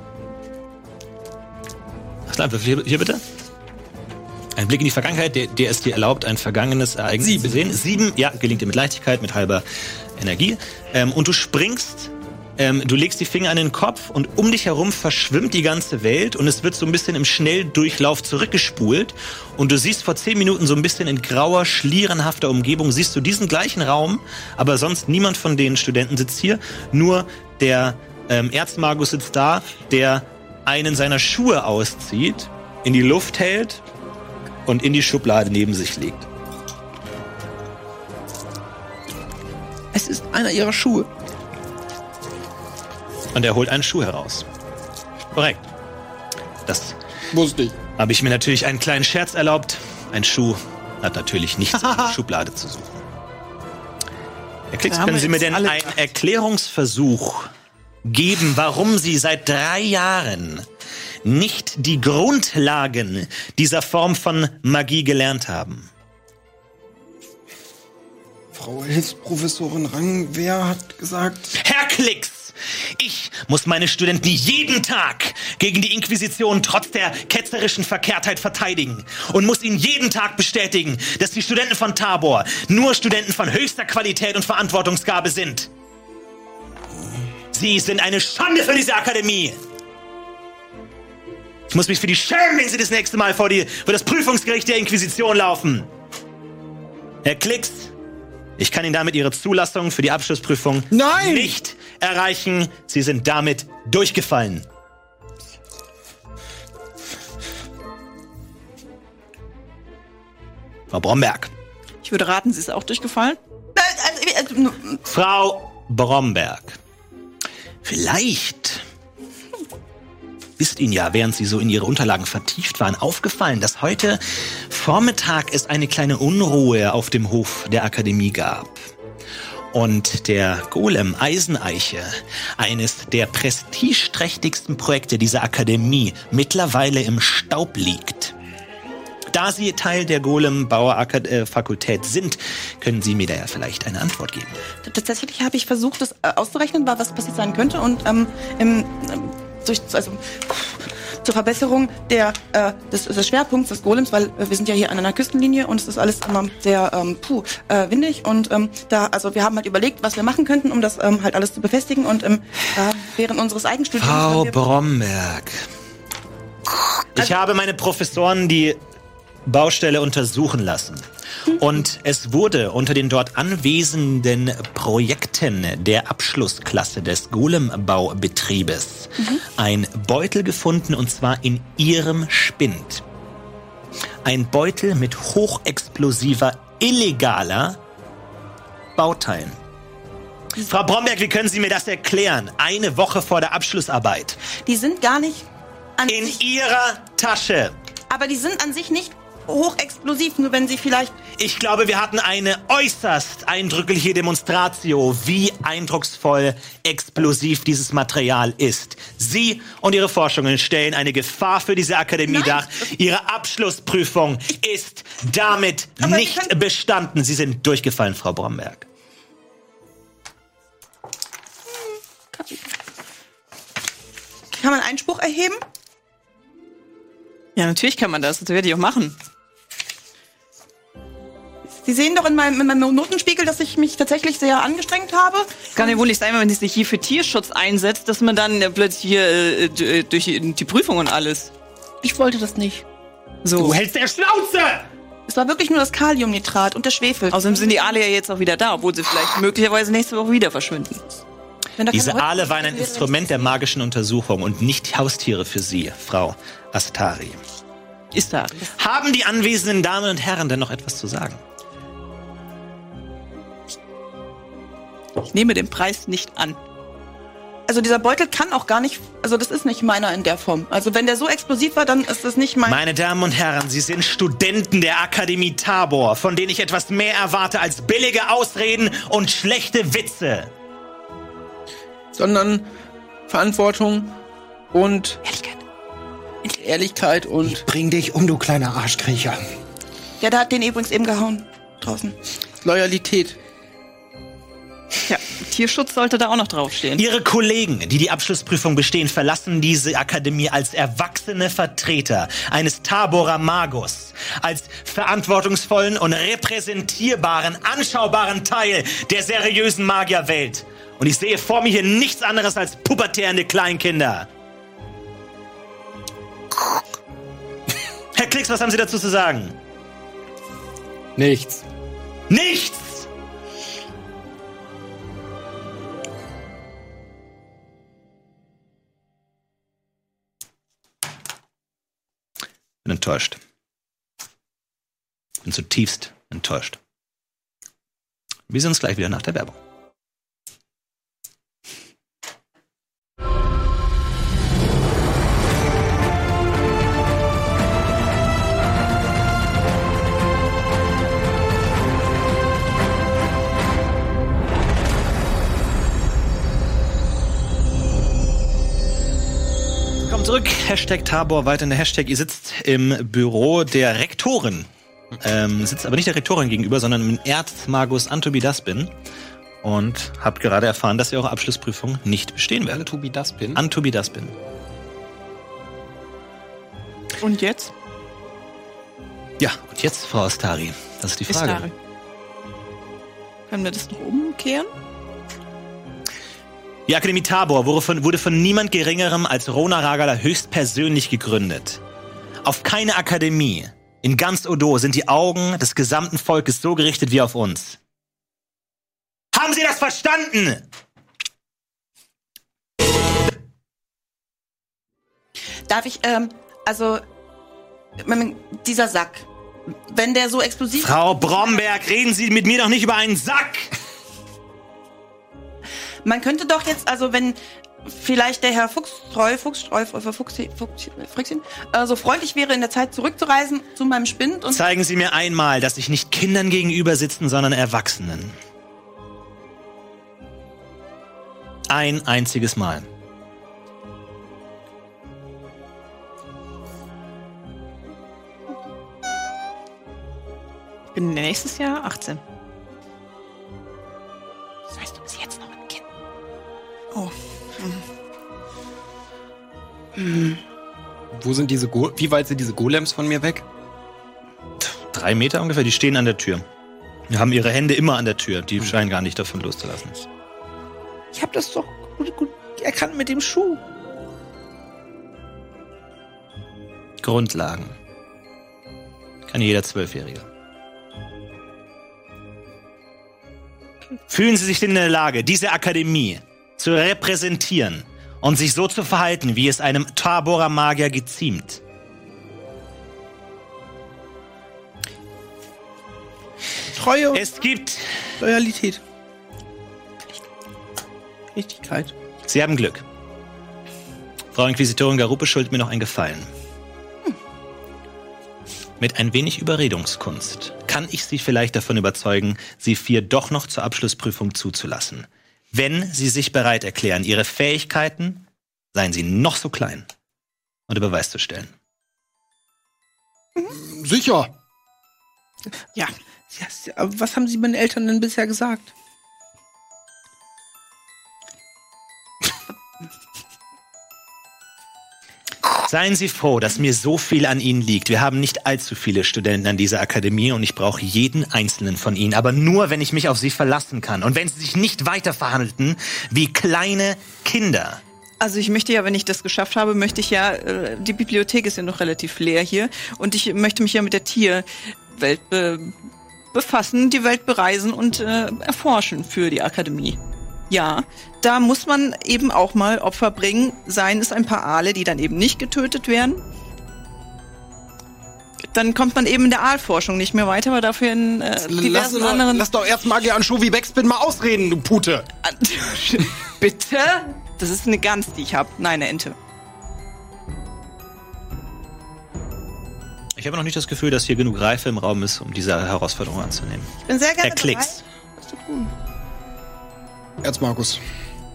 Alles klar, würfel hier, hier bitte. Ein Blick in die Vergangenheit, der, der es dir erlaubt, ein vergangenes Ereignis Sieben. zu sehen. Sieben, ja, gelingt dir mit Leichtigkeit, mit halber Energie. Ähm, und du springst, ähm, du legst die Finger an den Kopf und um dich herum verschwimmt die ganze Welt und es wird so ein bisschen im Schnelldurchlauf zurückgespult. Und du siehst vor zehn Minuten so ein bisschen in grauer, schlierenhafter Umgebung, siehst du diesen gleichen Raum, aber sonst niemand von den Studenten sitzt hier. Nur der ähm, Erzmagus sitzt da, der einen seiner Schuhe auszieht, in die Luft hält und in die Schublade neben sich legt. Es ist einer ihrer Schuhe. Und er holt einen Schuh heraus. Korrekt. Das Wusste ich. habe ich mir natürlich einen kleinen Scherz erlaubt. Ein Schuh hat natürlich nichts in der Schublade zu suchen. Herr Klicks, Da haben können wir Sie mir jetzt denn alle einen gedacht. Erklärungsversuch geben, warum Sie seit drei Jahren nicht die Grundlagen dieser Form von Magie gelernt haben? Frau Hilfsprofessorin Rangwehr hat gesagt, Herr Klicks! Ich muss meine Studenten jeden Tag gegen die Inquisition trotz der ketzerischen Verkehrtheit verteidigen und muss ihnen jeden Tag bestätigen, dass die Studenten von Tabor nur Studenten von höchster Qualität und Verantwortungsgabe sind. Sie sind eine Schande für diese Akademie. Ich muss mich für die schämen, wenn Sie das nächste Mal vor, die, vor das Prüfungsgericht der Inquisition laufen. Herr Klicks, ich kann Ihnen damit Ihre Zulassung für die Abschlussprüfung Nein! nicht erreichen. Sie sind damit durchgefallen. Frau Bromberg. Ich würde raten, sie ist auch durchgefallen. Äh, also, äh, Frau Bromberg. Vielleicht ist Ihnen ja, während Sie so in Ihre Unterlagen vertieft waren, aufgefallen, dass heute Vormittag es eine kleine Unruhe auf dem Hof der Akademie gab. Und der Golem Eiseneiche, eines der prestigeträchtigsten Projekte dieser Akademie, mittlerweile im Staub liegt. Da Sie Teil der Golem-Bauer-Fakultät sind, können Sie mir da ja vielleicht eine Antwort geben. Tatsächlich habe ich versucht, das äh, auszurechnen, was passiert sein könnte. Und ähm, im, ähm, durch, also, zur Verbesserung der, äh, des, des Schwerpunkts des Golems, weil äh, wir sind ja hier an einer Küstenlinie und es ist alles immer sehr ähm, puh, äh, windig und ähm, da, also wir haben halt überlegt, was wir machen könnten, um das ähm, halt alles zu befestigen und ähm, da während unseres Eigenstudiums... Frau Bromberg. Ich Also- habe meine Professoren die Baustelle untersuchen lassen. Und es wurde unter den dort anwesenden Projekten der Abschlussklasse des Golembaubetriebes mhm. ein Beutel gefunden, und zwar in ihrem Spind. Ein Beutel mit hochexplosiver, illegaler Bauteilen. Frau Bromberg, wie können Sie mir das erklären? Eine Woche vor der Abschlussarbeit. Die sind gar nicht an In sich, Ihrer Tasche. aber die sind an sich nicht hochexplosiv, nur wenn sie vielleicht... Ich glaube, wir hatten eine äußerst eindrückliche Demonstratio, wie eindrucksvoll explosiv dieses Material ist. Sie und Ihre Forschungen stellen eine Gefahr für diese Akademie Nein. dar. Ihre Abschlussprüfung ist damit Aber nicht Sie können- bestanden. Sie sind durchgefallen, Frau Bromberg. Kann man Einspruch erheben? Ja, natürlich kann man das. Das werde ich auch machen. Sie sehen doch in meinem, in meinem Notenspiegel, dass ich mich tatsächlich sehr angestrengt habe. Es kann ja wohl nicht sein, wenn man sich hier für Tierschutz einsetzt, dass man dann äh, plötzlich hier äh, d- äh, durch die, die Prüfung und alles. Ich wollte das nicht. So. Du hältst der Schnauze! Es war wirklich nur das Kaliumnitrat und der Schwefel. Außerdem sind die Aale ja jetzt auch wieder da, obwohl sie vielleicht möglicherweise nächste Woche wieder verschwinden. Wenn da keine Diese Holz- Aale waren ein Instrument der magischen Untersuchung und nicht Haustiere für Sie, Frau Astari. Ist da. Haben die anwesenden Damen und Herren denn noch etwas zu sagen? Ich nehme den Preis nicht an. Also dieser Beutel kann auch gar nicht, also das ist nicht meiner in der Form. Also wenn der so explosiv war, dann ist das nicht mein... Meine Damen und Herren, Sie sind Studenten der Akademie Tabor, von denen ich etwas mehr erwarte als billige Ausreden und schlechte Witze. Sondern Verantwortung und Ehrlichkeit. Ehrlichkeit und Bring dich um, du kleiner Arschkriecher. Ja, der hat den übrigens eben gehauen. Draußen. Loyalität. Ja, Tierschutz sollte da auch noch draufstehen. Ihre Kollegen, die die Abschlussprüfung bestehen, verlassen diese Akademie als erwachsene Vertreter eines Taborer Magus, als verantwortungsvollen und repräsentierbaren, anschaubaren Teil der seriösen Magierwelt. Und ich sehe vor mir hier nichts anderes als pubertierende Kleinkinder. Herr Klicks, was haben Sie dazu zu sagen? Nichts. Nichts! Bin enttäuscht. Bin zutiefst enttäuscht. Wir sehen uns gleich wieder nach der Werbung. Willkommen zurück. Hashtag Tabor, weiter in der Hashtag. Ihr sitzt im Büro der Rektorin. Ähm, sitzt aber nicht der Rektorin gegenüber, sondern mit Erzmagus Antobidaspin. Und habt gerade erfahren, dass ihr eure Abschlussprüfung nicht bestehen werdet. Antobidaspin. Antobidaspin. Und jetzt? Ja, und jetzt, Frau Astari, das ist die Ist Frage. da. Können wir das noch umkehren? Die Akademie Tabor wurde von, wurde von niemand Geringerem als Rona Ragala höchstpersönlich gegründet. Auf keine Akademie in ganz Odo sind die Augen des gesamten Volkes so gerichtet wie auf uns. Haben Sie das verstanden? Darf ich, ähm, also, dieser Sack, wenn der so explosiv... Frau Bromberg, reden Sie mit mir doch nicht über einen Sack! Man könnte doch jetzt, also wenn vielleicht der Herr Fuchstreu, Fuchstreu, Fuchs, Fuchs, Frickchen, äh, so freundlich wäre, in der Zeit zurückzureisen zu meinem Spind und... Zeigen Sie mir einmal, dass sich nicht Kindern gegenüber sitzen, sondern Erwachsenen. Ein einziges Mal. Ich bin nächstes Jahr achtzehn. Das heißt, du bist jetzt noch ein Kind. Oh. Wo sind diese Go Wie weit sind diese Golems von mir weg? Drei Meter ungefähr, die stehen an der Tür. Die haben ihre Hände immer an der Tür. Die scheinen gar nicht davon loszulassen. Ich hab das doch gut, gut erkannt mit dem Schuh. Grundlagen. Kann jeder Zwölfjährige. Fühlen Sie sich denn in der Lage, diese Akademie zu repräsentieren und sich so zu verhalten, wie es einem Taborer Magier geziemt? Treue und Es gibt... Loyalität. Richtigkeit. Sie haben Glück. Frau Inquisitorin Garupe schuldet mir noch einen Gefallen. Mit ein wenig Überredungskunst kann ich Sie vielleicht davon überzeugen, Sie vier doch noch zur Abschlussprüfung zuzulassen. Wenn Sie sich bereit erklären, Ihre Fähigkeiten, seien sie noch so klein, unter Beweis zu stellen. Sicher. Ja. ja. Aber was haben Sie meinen Eltern denn bisher gesagt? Seien Sie froh, dass mir so viel an Ihnen liegt. Wir haben nicht allzu viele Studenten an dieser Akademie und ich brauche jeden einzelnen von Ihnen. Aber nur, wenn ich mich auf Sie verlassen kann. Und wenn Sie sich nicht weiter verhandelten wie kleine Kinder. Also ich möchte ja, wenn ich das geschafft habe, möchte ich ja, äh, die Bibliothek ist ja noch relativ leer hier. Und ich möchte mich ja mit der Tierwelt be befassen, die Welt bereisen und äh, erforschen für die Akademie. Ja, da muss man eben auch mal Opfer bringen, seien es ein paar Aale, die dann eben nicht getötet werden. Dann kommt man eben in der Aalforschung nicht mehr weiter, aber dafür in äh, diversen lass, anderen... lass doch erst Magier Anchovy Backspin mal ausreden, du Pute. Bitte? Das ist eine Gans, die ich habe. Nein, eine Ente. Ich habe noch nicht das Gefühl, dass hier genug Reife im Raum ist, um diese Herausforderung anzunehmen. Ich bin sehr gerne Herr Klicks. bereit, das zu tun. Erzmarkus.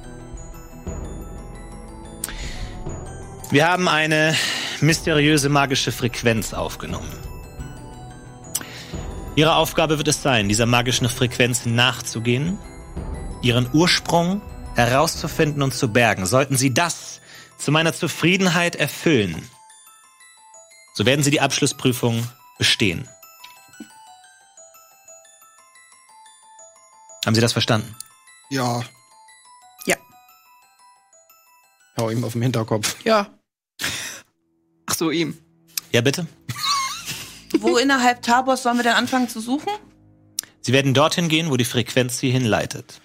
Wir haben eine mysteriöse magische Frequenz aufgenommen. Ihre Aufgabe wird es sein, dieser magischen Frequenz nachzugehen, ihren Ursprung herauszufinden und zu bergen. Sollten Sie das zu meiner Zufriedenheit erfüllen, so werden Sie die Abschlussprüfung bestehen. Haben Sie das verstanden? Ja. Ja. Hau ihm auf den Hinterkopf. Ja. Ach so, ihm. Ja, bitte? Wo innerhalb Tabors sollen wir denn anfangen zu suchen? Sie werden dorthin gehen, wo die Frequenz Sie hinleitet.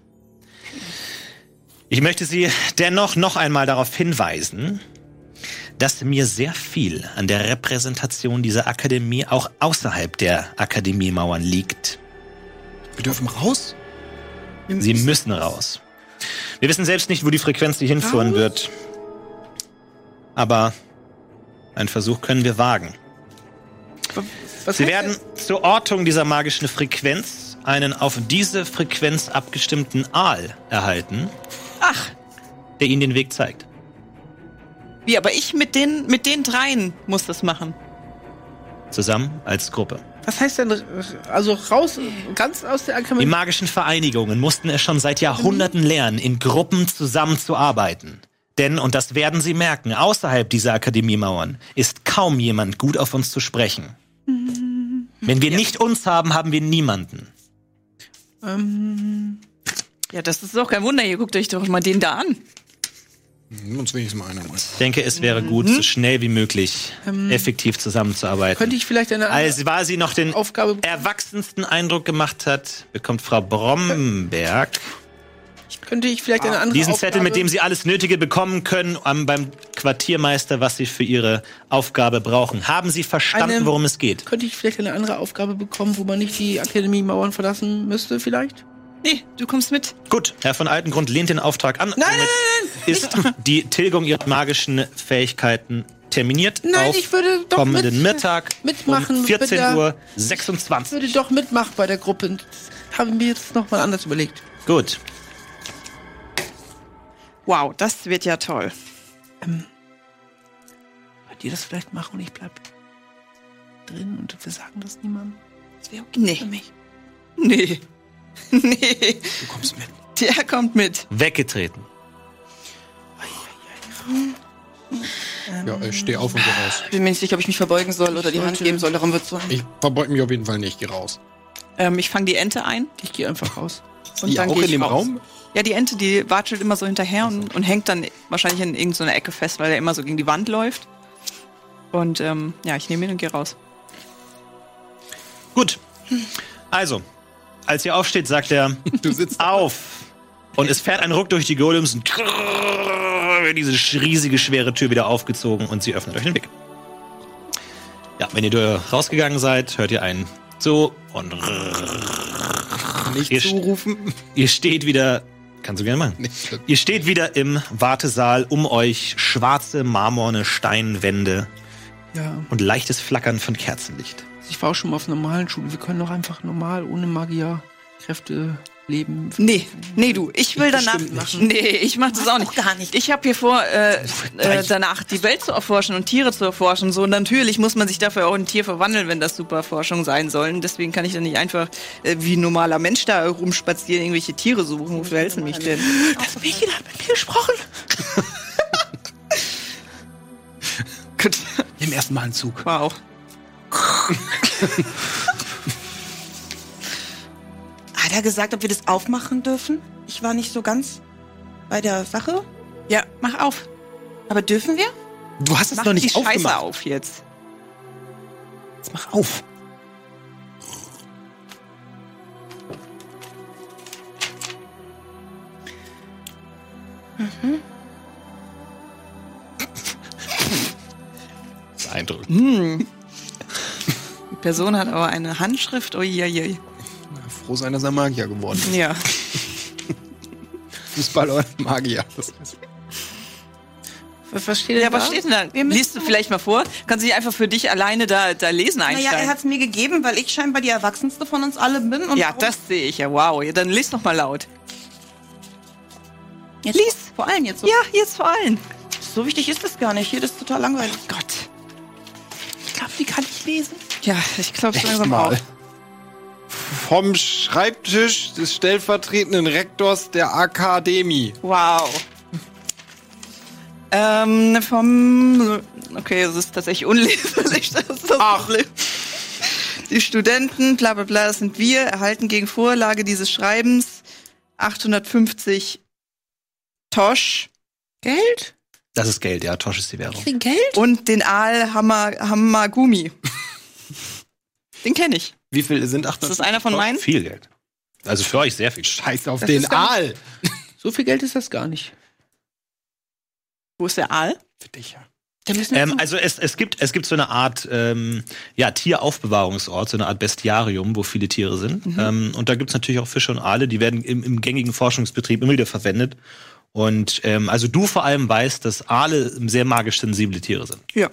Ich möchte Sie dennoch noch einmal darauf hinweisen, dass mir sehr viel an der Repräsentation dieser Akademie auch außerhalb der Akademiemauern liegt. Wir dürfen raus? Sie müssen raus. Wir wissen selbst nicht, wo die Frequenz Sie hinführen wird. Aber einen Versuch können wir wagen. Was Sie heißt werden zur Ortung dieser magischen Frequenz einen auf diese Frequenz abgestimmten Aal erhalten, Ach, der Ihnen den Weg zeigt. wie, aber ich mit den, mit den dreien muss das machen. Zusammen als Gruppe. Was heißt denn, also raus, ganz aus der Die Akademie? magischen Vereinigungen mussten es schon seit Jahrhunderten lernen, in Gruppen zusammenzuarbeiten. Denn, und das werden Sie merken, außerhalb dieser Akademiemauern ist kaum jemand gut auf uns zu sprechen. Wenn wir nicht uns haben, haben wir niemanden. Ähm, Ja, das ist doch kein Wunder. Ihr guckt euch doch mal den da an. Nimm uns wenigstens mal einer. Ich denke, es wäre gut, so schnell wie möglich effektiv zusammenzuarbeiten. könnte ich vielleicht eine andere Als war sie noch den Aufgabe... erwachsensten Eindruck gemacht hat, bekommt Frau Bromberg Könnte ich vielleicht eine andere diesen Aufgabe... Zettel, mit dem Sie alles Nötige bekommen können, um, beim Quartiermeister, was Sie für Ihre Aufgabe brauchen. Haben Sie verstanden, Eine- worum es geht? Könnte ich vielleicht eine andere Aufgabe bekommen, wo man nicht die Akademiemauern verlassen müsste, vielleicht? Nee, du kommst mit. Gut, Herr von Altengrund lehnt den Auftrag an. Nein, nein, Damit ist die Tilgung Ihrer magischen Fähigkeiten terminiert. Nein, auf ich würde doch kommenden mit- Mittag mitmachen um mit der- vierzehn Uhr Ich sechsundzwanzig. würde doch mitmachen bei der Gruppe. Das habe ich mir jetzt nochmal anders überlegt. Gut. Wow, das wird ja toll. Könnt ihr das vielleicht machen und ich bleib drin und wir sagen das niemandem? Das wäre okay Nee. für mich. Nee. Nee. Du kommst mit. Der kommt mit. Weggetreten. Ja, ich stehe auf und gehe raus. Ich bin mir nicht sicher, ob ich mich verbeugen soll oder die Hand geben soll. Darum wird's so. Ich verbeug mich auf jeden Fall nicht, ich geh raus. Ähm, ich fange die Ente ein. Ich gehe einfach raus. Und Die dann auch geh in ich dem raus. Raum? Ja, die Ente, die watschelt immer so hinterher und, und hängt dann wahrscheinlich in irgendeiner Ecke fest, weil er immer so gegen die Wand läuft. Und ähm, ja, ich nehme ihn und gehe raus. Gut. Also, als ihr aufsteht, sagt er, Du sitzt auf. Und es fährt ein Ruck durch die Golems und wird diese riesige, schwere Tür wieder aufgezogen und sie öffnet euch den Weg. Ja, wenn ihr rausgegangen seid, hört ihr einen so und nicht ihr, zurufen. ihr steht wieder, kannst du gerne machen. Nicht schlimm. Ihr steht wieder im Wartesaal, um euch schwarze, marmorne Steinwände Ja, und leichtes Flackern von Kerzenlicht. ich war auch schon mal auf einer normalen Schule. Wir können doch einfach normal, ohne Magier, Kräfte leben. Nee, nee, du, ich will danach. Nee, ich mach das auch nicht. Auch gar nicht. Ich habe hier vor, äh, äh, danach die Welt zu erforschen und Tiere zu erforschen. So, und natürlich muss man sich dafür auch in ein Tier verwandeln, wenn das Superforschung sein soll. Deswegen kann ich dann nicht einfach äh, wie ein normaler Mensch da rumspazieren, irgendwelche Tiere suchen. Wofür hältst du mich denn? Das Mädchen hat mit mir gesprochen. Gut. Nimm erst mal einen Zug. Wow. Hat er gesagt, ob wir das aufmachen dürfen? Ich war nicht so ganz bei der Sache. Ja, mach auf. Aber dürfen wir? Du hast es Mach noch die nicht Scheiße aufgemacht. auf jetzt. Jetzt mach auf. Beeindruckend. Die Person hat aber eine Handschrift. Uiuiui. Froh sein, dass er Magier geworden ist. Ja. Fußball oder Magier. Das heißt, Was, was steht denn Ja, da? was steht denn da? Wir müssen- Liest du vielleicht mal vor? Kannst du dich einfach für dich alleine da, da lesen Naja, einsteigen? er hat es mir gegeben, weil ich scheinbar die Erwachsenste von uns alle bin. Und Ja, warum- das sehe ich ja. Wow. Ja, dann lies noch mal laut. Jetzt lies. Vor allem jetzt so. Ja, jetzt vor allem. So wichtig ist das gar nicht. Hier, das ist total langweilig. Gott. Ich glaube, die kann ich lesen. Ja, ich glaube echt langsam mal. auch. Vom Schreibtisch des stellvertretenden Rektors der Akademie. Wow. Ähm, vom... Okay, das ist tatsächlich unleserlich. Das ist das Problem. Die Studenten, bla bla bla, das sind wir, erhalten gegen Vorlage dieses Schreibens achthundertfünfzig Tosch Geld? Das ist Geld, ja. Tosch ist die Währung. Kriegen Geld? und den Aal Hammer, Hammergumi. Den kenne ich. Wie viel sind Ist achthundert? das einer von meinen? Viel Geld. Also für euch sehr viel. Scheiß auf Das den ist gar Aal. So viel Geld ist das gar nicht. Wo ist der Aal? Für dich, ja. Da müssen wir Ähm, also es, es, gibt, es gibt so eine Art ähm, ja, Tieraufbewahrungsort, so eine Art Bestiarium, wo viele Tiere sind. Mhm. Ähm, und da gibt es natürlich auch Fische und Aale, die werden im, im gängigen Forschungsbetrieb immer wieder verwendet. Und ähm, also du vor allem weißt, dass Aale sehr magisch sensible Tiere sind. Ja.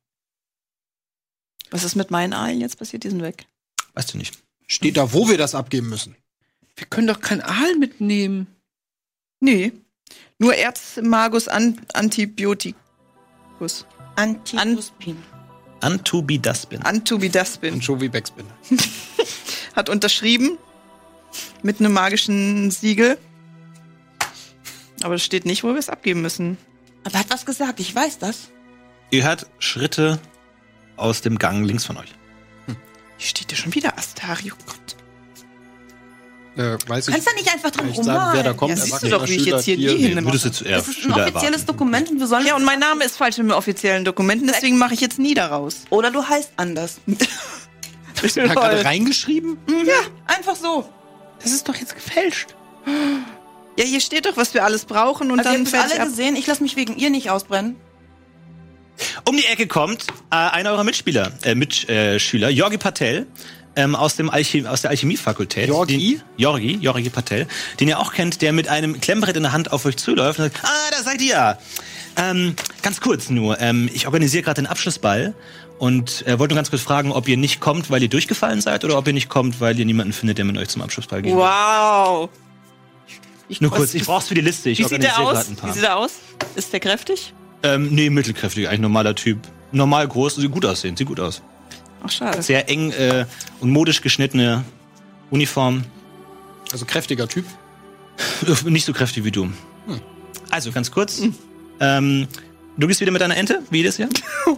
Was ist mit meinen Aalen jetzt passiert? Die sind weg. Weißt du nicht. Steht da, wo wir das abgeben müssen. wir können doch kein Aal mitnehmen. Nee. Nur Erzmagus an Antibiotikus. Antibuspin. Antubidaspin. Antubidaspin. Und Jovi Backspin. Hat unterschrieben. Mit einem magischen Siegel. Aber es steht nicht, wo wir es abgeben müssen. Aber er hat was gesagt, ich weiß das. Ihr hört Schritte aus dem Gang links von euch. Hier steht ja schon wieder Astario. Gott. Äh, weiß Du kannst da nicht einfach dran Kann ich sagen, wer da rummalen. kommt? Ja, siehst du Erwachsener doch, wie ich Schüler, jetzt hier Tier. die hin- Würdest du jetzt eher Das ist ein Schüler offizielles erwarten. Dokument und wir sollen... Ja, und mein Name ist falsch im offiziellen Dokumenten, deswegen mache ich jetzt nie daraus. Oder du heißt anders. Hast du da gerade reingeschrieben? Ja, einfach so. Das ist doch jetzt gefälscht. Ja, hier steht doch, was wir alles brauchen und Also ihr dann habt das fertig alle ab. gesehen, ich lasse mich wegen ihr nicht ausbrennen. Um die Ecke kommt äh, einer eurer Mitspieler, äh, Mitschüler, Jorgi Patel, ähm, aus, dem Alchemie, aus der Alchemiefakultät. Jorgi? Den, Jorgi, Jorgi Patel, den ihr auch kennt, der mit einem Klemmbrett in der Hand auf euch zuläuft und sagt, ah, da seid ihr. Ähm, ganz kurz nur, ähm, ich organisiere gerade den Abschlussball und äh, wollte nur ganz kurz fragen, ob ihr nicht kommt, weil ihr durchgefallen seid oder ob ihr nicht kommt, weil ihr niemanden findet, der mit euch zum Abschlussball geht. Wow. Ich nur kurz, ich brauch's für die Liste, ich Wie sieht der organisiere aus? gerade ein Wie paar. sieht er aus? Ist der kräftig? Ähm, nee, mittelkräftig, eigentlich normaler Typ. Normal groß, sieht gut aussehen, sieht gut aus. Ach, schade. Sehr eng äh, und modisch geschnittene Uniform. Also kräftiger Typ. Nicht so kräftig wie du. Also ganz kurz. Ähm, du gehst wieder mit deiner Ente, wie jedes Jahr?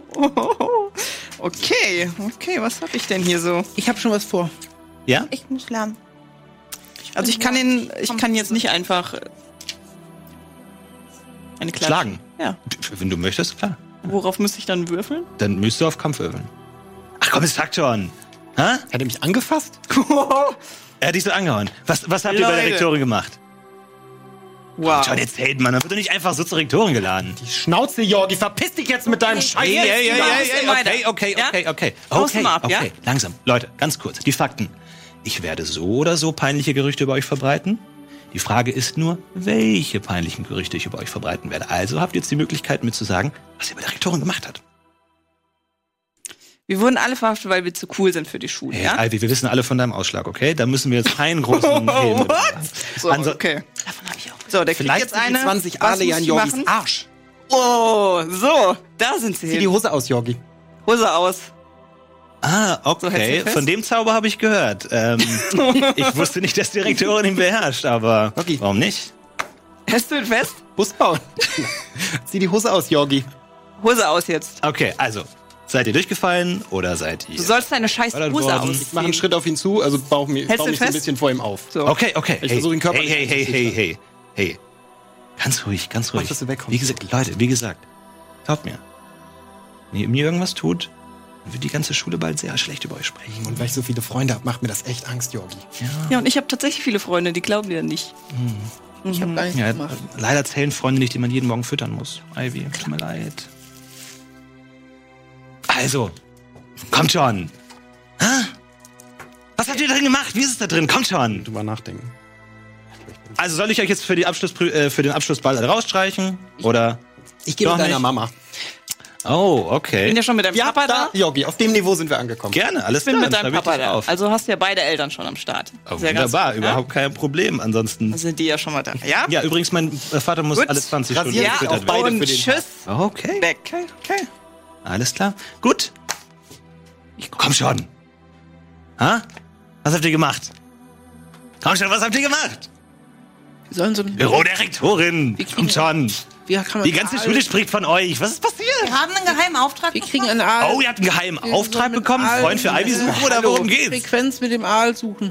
Okay, okay, was habe ich denn hier so? Ich habe schon was vor. Ja? Ich muss lernen. Also ich kann ihn, ich kann jetzt nicht einfach äh, eine Klatsche. Schlagen. Ja. Wenn du möchtest, klar. Worauf müsste ich dann würfeln? Dann müsst du auf Kampf würfeln. Ach komm, es sagt schon. Hä? Hat er mich angefasst? Er hat dich so angehauen. Was, was habt ihr bei der Leute. Rektorin gemacht? Wow. Schon erzählt, Mann. Dann wird doch nicht einfach so zur Rektorin geladen. Die Schnauze, Jorgi, verpiss dich jetzt mit deinem Scheiß. Hey, hey, hey, hey, hey, weiter. okay, okay, Ja? okay, okay. Haust Okay, mal ab, ja? okay. Langsam. Leute, ganz kurz. Die Fakten. Ich werde so oder so peinliche Gerüchte über euch verbreiten. Die Frage ist nur, welche peinlichen Gerüchte ich über euch verbreiten werde. Also habt ihr jetzt die Möglichkeit, mir zu sagen, was ihr bei der Rektorin gemacht habt. Wir wurden alle verhaftet, weil wir zu cool sind für die Schule, Hey, ja? Alvi, wir wissen alle von deinem Ausschlag, okay? Da müssen wir jetzt keinen großen Helm mit machen. So, Also- okay. Davon habe ich auch. So, der kriegt Vielleicht jetzt sind die eine. zwanzig Was Aale ja muss in ich Jorgis machen? Arsch. Oh, so, da sind sie Zieh die hin. Hose aus, Jorgi. Hose aus. Ah, So, hältst okay. du fest? Von dem Zauber habe ich gehört. Ähm, ich wusste nicht, dass die Rektorin ihn beherrscht, aber Okay. warum nicht? Hältst du ihn fest? Bus bauen. Zieh die Hose aus, Jorgi. Hose aus jetzt. Okay, also, seid ihr durchgefallen oder seid ihr... Du sollst deine scheiß Fördert Hose worden. ausziehen. Ich mache einen Schritt auf ihn zu, also baue mich, Hältst baue du mich so ein fest? bisschen vor ihm auf. So. Okay, okay. Ich hey, versuche ihn hey, körperlich hey, hey, hey, einzuschüchtern. hey, hey. Ganz ruhig, ganz ruhig. dass du wegkommst. Wie gesagt, Leute, wie gesagt, glaubt mir. Wenn ihr mir irgendwas tut, dann wird die ganze Schule bald sehr schlecht über euch sprechen. Und weil ich so viele Freunde habe, macht mir das echt Angst, Jorgi. Ja, und ich habe tatsächlich viele Freunde, die glauben dir nicht. Ich habe gar nichts Ja, gemacht. leider zählen Freunde nicht, die man jeden Morgen füttern muss. Ivy, tut mir leid. Also, kommt schon. Hä? Was habt ihr drin gemacht? Wie ist es da drin? Kommt schon. Drüber nachdenken. Also soll ich euch jetzt für, die Abschluss, äh, für den Abschlussball alle rausstreichen? Oder? Ich gehe Doch mit deiner nicht. Mama. Oh, Ich okay. bin ja schon mit deinem Papa da. Jorgi, auf dem Niveau sind wir angekommen. Gerne, alles Ich bin klar. mit dann deinem schreib ich Papa das da. auf. Also hast du ja beide Eltern schon am Start. Oh, Ist ja ganz wunderbar, gut, überhaupt kein Problem. Ansonsten. Ja? Sind die ja schon mal da. Ja? Ja, übrigens, mein äh, Vater muss Gut. alle zwanzig Stunden Rasiert Ja, sich gefüttert auch beide werden. und für den tschüss. Okay, Weg. okay, okay. Alles klar. Gut. Ich komm schon. Ha? Was habt ihr gemacht? Komm schon, was habt ihr gemacht? Wir sollen so ein. Büro der Rektorin. Wir kriegen- Kommt schon. Wie kann man Die ganze Aal- Schule spricht von euch. Was ist passiert? Wir haben einen geheimen Auftrag. Wir kriegen einen Aal. Oh, ihr habt einen geheimen Wir Auftrag sollen mit bekommen? Aal- Freund für Ivy suchen oder Hallo, worum geht's? Frequenz mit dem Aal suchen.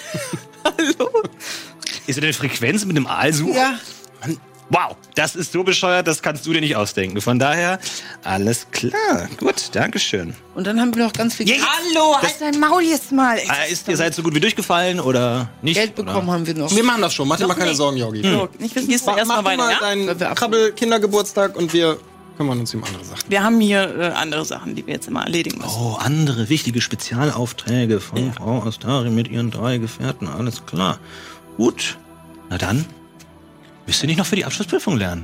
Ist ihr eine Frequenz mit dem Aal suchen? Ja. Wow, das ist so bescheuert, das kannst du dir nicht ausdenken. Von daher, alles klar. Gut, dankeschön. Und dann haben wir noch ganz viel Ja, Geld, Hallo, halt dein Maul jetzt mal. Äh, ist, ihr seid so gut wie durchgefallen oder nicht? Geld bekommen oder? haben wir noch. Wir machen das schon, mach dir mal keine nicht. Sorgen, Jorgi. So, nicht wissen, gehst du Mach, erstmal mach du weiter, mal ja? Weil wir deinen ab- Krabbel-Kindergeburtstag und wir kümmern uns um andere Sachen. Wir haben hier äh, andere Sachen, die wir jetzt immer erledigen müssen. Oh, andere wichtige Spezialaufträge von Frau Astari mit ihren drei Gefährten. Alles klar. Gut. Na dann, müsst ihr nicht noch für die Abschlussprüfung lernen?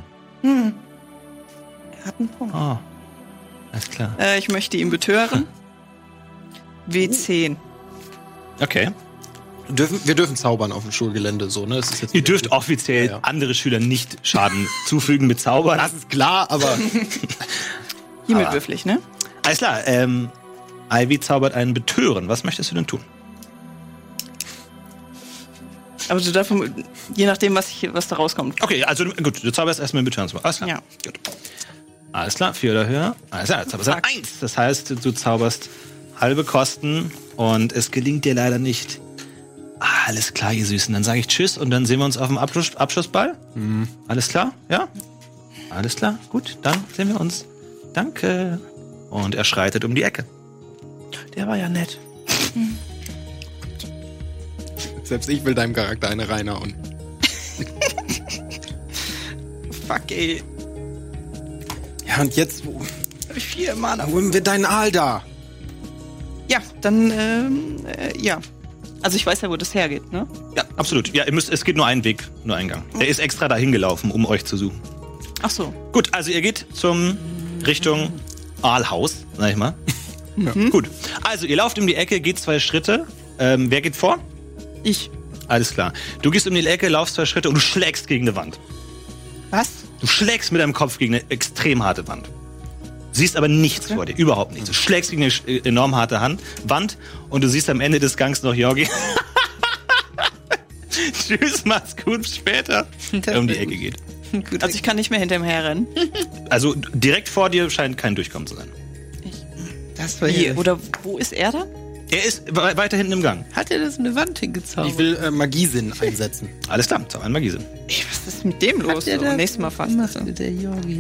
Er hat einen Punkt. Oh, alles klar. Äh, ich möchte ihn betören. W zehn. Okay. Dürfen, wir dürfen zaubern auf dem Schulgelände, so, ne? Es ist jetzt Ihr dürft offiziell Ja, ja. andere Schüler nicht Schaden zufügen mit Zaubern. Das ist klar, aber Hiermit Aber- würfel ich, ne? Alles klar, ähm, Ivy zaubert einen Betören. Was möchtest du denn tun? Aber du darfst, je nachdem, was, ich, was da rauskommt. Okay, also gut, du zauberst erstmal einen Betören. Alles klar. Ja. Gut. Alles klar, vier oder höher. Alles klar, du zauberst eine Eins. Das heißt, du zauberst halbe Kosten und es gelingt dir leider nicht. Ah, alles klar, ihr Süßen. Dann sage ich Tschüss und dann sehen wir uns auf dem Abschluss, Abschlussball. Mhm. Alles klar? Ja? Alles klar, gut, dann sehen wir uns. Danke. Und er schreitet um die Ecke. Der war ja nett. selbst ich will deinem Charakter eine reinhauen. Fuck, ey. Ja, und jetzt, wo, Hab ich vier Mana. wo haben wir deinen Aal da? Ja, dann, ähm, äh, ja. Also ich weiß ja, wo das hergeht, ne? Ja, absolut. Ja, ihr müsst, es geht nur einen Weg, nur einen Gang. Er ist extra dahin gelaufen, um euch zu suchen. Ach so. Gut, also ihr geht zum Richtung Aalhaus, sag ich mal. Ja. Gut. Also ihr lauft um die Ecke, geht zwei Schritte. Ähm, wer geht vor? Ich. Alles klar. Du gehst um die Ecke, laufst zwei Schritte und du schlägst gegen eine Wand. Was? Du schlägst mit deinem Kopf gegen eine extrem harte Wand. Siehst aber nichts vor dir, überhaupt nichts. Du schlägst gegen eine äh, enorm harte Hand, Wand und du siehst am Ende des Gangs noch Jorgi. Tschüss, mach's gut, bis später. Der um die Ecke geht. Also ich kann nicht mehr hinter ihm herrennen. Also direkt vor dir scheint kein Durchkommen zu sein. Das war Hier. ja. Oder wo ist er dann? Er ist we- weiter hinten im Gang. Hat er das in eine Wand hingezaubert? Ich will äh, Magiesinn einsetzen. Alles klar, zauber einen Magiesinn. Ey, was ist mit dem los? der So, das nächstes Mal fast. gemacht, der Yogi?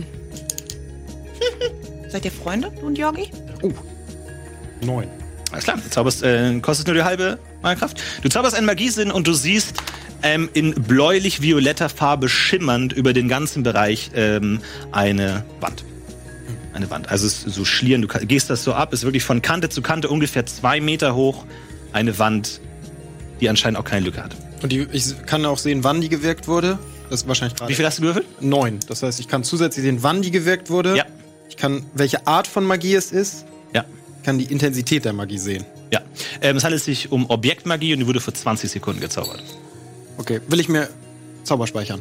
Seid ihr Freunde, du und Jorgi? Neun. Alles klar, du zauberst, äh, kostet nur die halbe Malkraft. Du zauberst einen Magiesinn und du siehst ähm, in bläulich-violetter Farbe schimmernd über den ganzen Bereich ähm, eine Wand. Eine Wand. Also es ist so schlieren, du ka- gehst das so ab, ist wirklich von Kante zu Kante ungefähr zwei Meter hoch. Eine Wand, die anscheinend auch keine Lücke hat. Und die, ich kann auch sehen, wann die gewirkt wurde. Das ist wahrscheinlich gerade. Wie viel hast du gewürfelt? Neun. Das heißt, ich kann zusätzlich sehen, wann die gewirkt wurde. Ja. Ich kann, welche Art von Magie es ist. Ja. Ich kann die Intensität der Magie sehen. Ja. Ähm, es handelt sich um Objektmagie und die wurde für zwanzig Sekunden gezaubert. Okay, will ich mir Zauber speichern?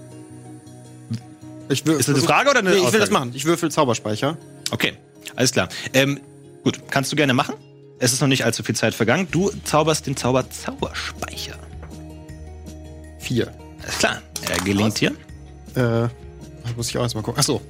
Ich wür- Ist das eine Frage oder eine Nee, ich will Aussage? das machen. Ich würfel Zauberspeicher. Okay, alles klar. Ähm, gut, kannst du gerne machen. Es ist noch nicht allzu viel Zeit vergangen. Du zauberst den Zauber Zauberspeicher. Vier. Alles klar. Er gelingt dir. Äh, muss ich auch erstmal gucken. Ach so.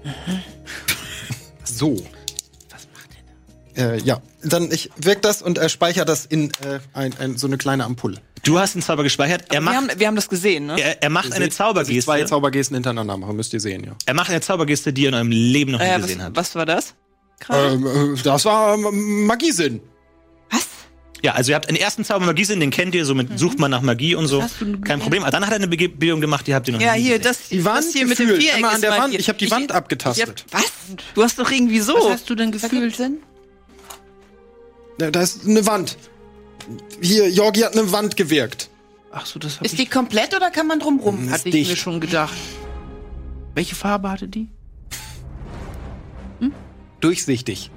So. Was macht der da? Äh, ja, dann ich wirk das und er speichert das in äh, ein, ein, so eine kleine Ampulle. Du hast den Zauber gespeichert. Er Wir macht, haben, wir haben das gesehen, ne? er, er macht Ihr eine seht, dass ich zwei Zaubergeste. Zaubergesten hintereinander mache, müsst ihr sehen, ja. Er macht eine Zaubergeste, die er in eurem Leben noch nie Äh, was, gesehen hat. was war das? Gerade? Ähm, äh, das war ähm, Magiesinn. Was? Ja, also ihr habt einen ersten Zauber Magiesinn, den kennt ihr, somit sucht man nach Magie und so. hast du denn Kein Problem. Aber dann hat er eine Bewegung gemacht, die habt ihr noch Ja, nie hier, gesehen. das, Die Wand das hier mit dem gefühlt, Viereck immer an ist der Wand. magiert. Ich habe die Wand Ich abgetastet. hab, was? Du hast doch irgendwie so. Was hast du denn gefühlt? Denn? Ja, da ist eine Wand. Hier, Jorgi hat eine Wand gewirkt. Ach so, das hab Ist ich, die komplett oder kann man drumrum? Hm. hatte ich dicht. mir schon gedacht. Welche Farbe hatte die? Durchsichtig.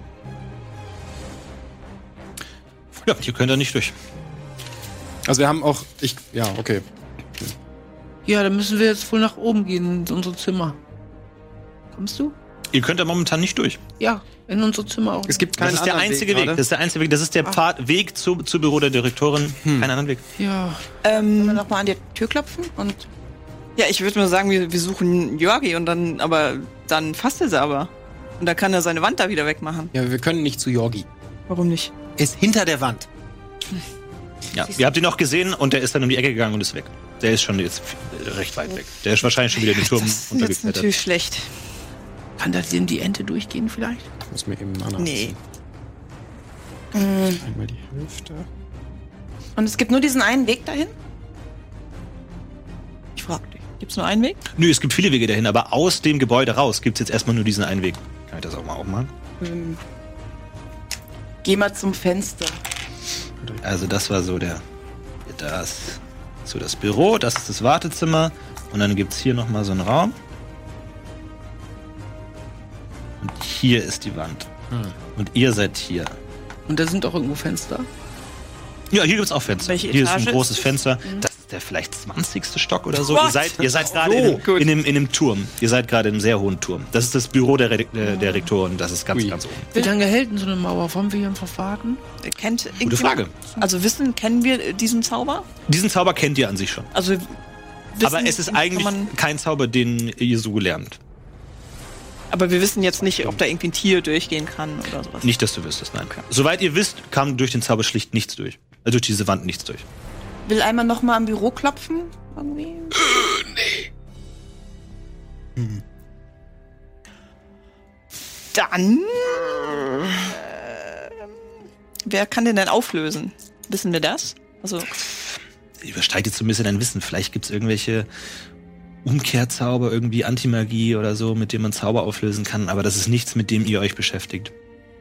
Ja, hier könnt ihr nicht durch. Also wir haben auch, ich, ja, okay. Ja, dann müssen wir jetzt wohl nach oben gehen in unser Zimmer. Kommst du? Ihr könnt da momentan nicht durch. Ja, in unser Zimmer auch. Es gibt keinen Das ist der anderen einzige Weg. gerade. Das ist der einzige Weg. Das ist der Pfad, Weg zu, zu Büro der Direktorin. Keinen anderen Weg. Ja. Können wir Ähm, noch mal an die Tür klopfen? Und ja, ich würde nur sagen, wir, wir suchen Jorgi und dann, aber dann fasst er sie aber. Und dann kann er seine Wand da wieder wegmachen. Ja, wir können nicht zu Jorgi. Warum nicht? Er ist hinter der Wand. Ja, ihr habt ihn noch gesehen und der ist dann um die Ecke gegangen und ist weg. Der ist schon jetzt recht weit weg. Der ist wahrscheinlich schon wieder in den Turm Das ist jetzt untergeklettert. natürlich schlecht. Kann da denn die Ente durchgehen vielleicht? Ich muss mir eben Mana Nee. ziehen. Einmal die Hälfte. Und es gibt nur diesen einen Weg dahin? Ich frag dich. Gibt's nur einen Weg? Nö, es gibt viele Wege dahin, aber aus dem Gebäude raus gibt es jetzt erstmal nur diesen einen Weg. Kann ich das auch mal aufmachen? Hm. Geh mal zum Fenster. Also das war so der, das, so das Büro, das ist das Wartezimmer und dann gibt es hier nochmal so einen Raum. Und hier ist die Wand. Und ihr seid hier. Und da sind auch irgendwo Fenster. Ja, hier gibt es auch Fenster. Welche hier ist Etage ein großes ist das? Fenster. Das ist der vielleicht zwanzigste Stock oder so. What? Ihr seid, ihr seid gerade So, in, gut. in, einem, in einem Turm. Ihr seid gerade in einem sehr hohen Turm. Das ist das Büro der, Re der, der Rektorin. Das ist ganz, Ui. ganz oben. Wie lange hält denn so eine Mauer? Wollen wir hier einfach warten? Kennt Gute irgendjemand- Frage. Also wissen, kennen wir diesen Zauber? Diesen Zauber kennt ihr an sich schon. Also wissen, Aber es ist kann eigentlich man- kein Zauber, den ihr so gelernt. Aber wir wissen jetzt nicht, ob da irgendwie ein Tier durchgehen kann oder sowas. Nicht, dass du wüsstest, nein. Soweit ihr wisst, kam durch den Zauber schlicht nichts durch. Also durch diese Wand nichts durch. Will einmal noch mal am Büro klopfen? Irgendwie? Dann. Äh, wer kann den denn auflösen? Wissen wir das? Also, Übersteigt jetzt so ein bisschen dein Wissen. Vielleicht gibt es irgendwelche Umkehrzauber, irgendwie Antimagie oder so, mit dem man Zauber auflösen kann. Aber das ist nichts, mit dem ihr euch beschäftigt.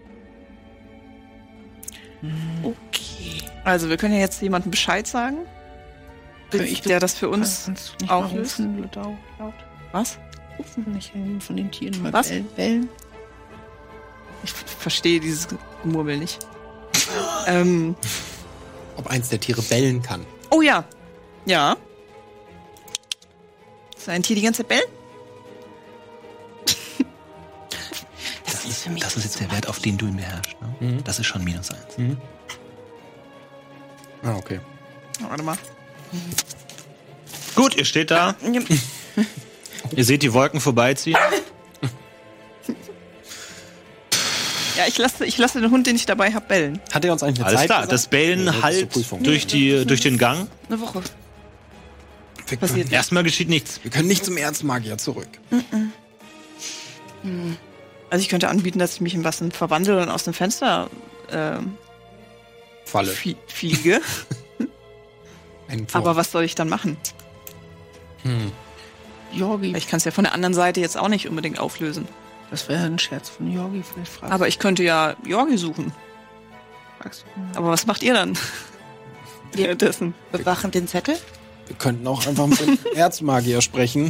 okay. Also, wir können ja jetzt jemandem Bescheid sagen. Ich- der das für uns Kannst du nicht auflöst. mal rufen, laut, laut. Was? Rufen nicht einen von den Tieren mal Was? bellen. bellen. Ich f- verstehe dieses Gemurmel nicht. ähm, Ob eins der Tiere bellen kann. oh ja. Ja. Soll ein Tier die ganze Zeit bellen? Das ist, das ist jetzt der Wert, auf den du ihn beherrschst. Ne? Mhm. Das ist schon minus eins. Mhm. Ah, okay. Oh, warte mal. Gut, ihr steht da. Ihr seht die Wolken vorbeiziehen. Ja, ich lasse, ich lasse den Hund, den ich dabei habe, bellen. Hat er uns eigentlich eine Alles Zeit klar, gesagt? das Bellen Nee, das ist halt zur Prüfung. durch, die, durch den Gang. Eine Woche. Passiert. Erstmal geschieht nichts. Wir können nicht zum Erzmagier zurück. Also ich könnte anbieten, dass ich mich in was verwandle und aus dem Fenster ähm, Falle. flie fliege. Ein Wurf. Aber was soll ich dann machen? Jorgi, Ich kann es ja von der anderen Seite jetzt auch nicht unbedingt auflösen. das wäre ein Scherz von Jorgi. Vielleicht fragst Aber ich könnte ja Jorgi suchen. fragst du. Aber was macht ihr dann? Währenddessen. Bewachen den Zettel. Wir könnten auch einfach mit dem Erzmagier sprechen.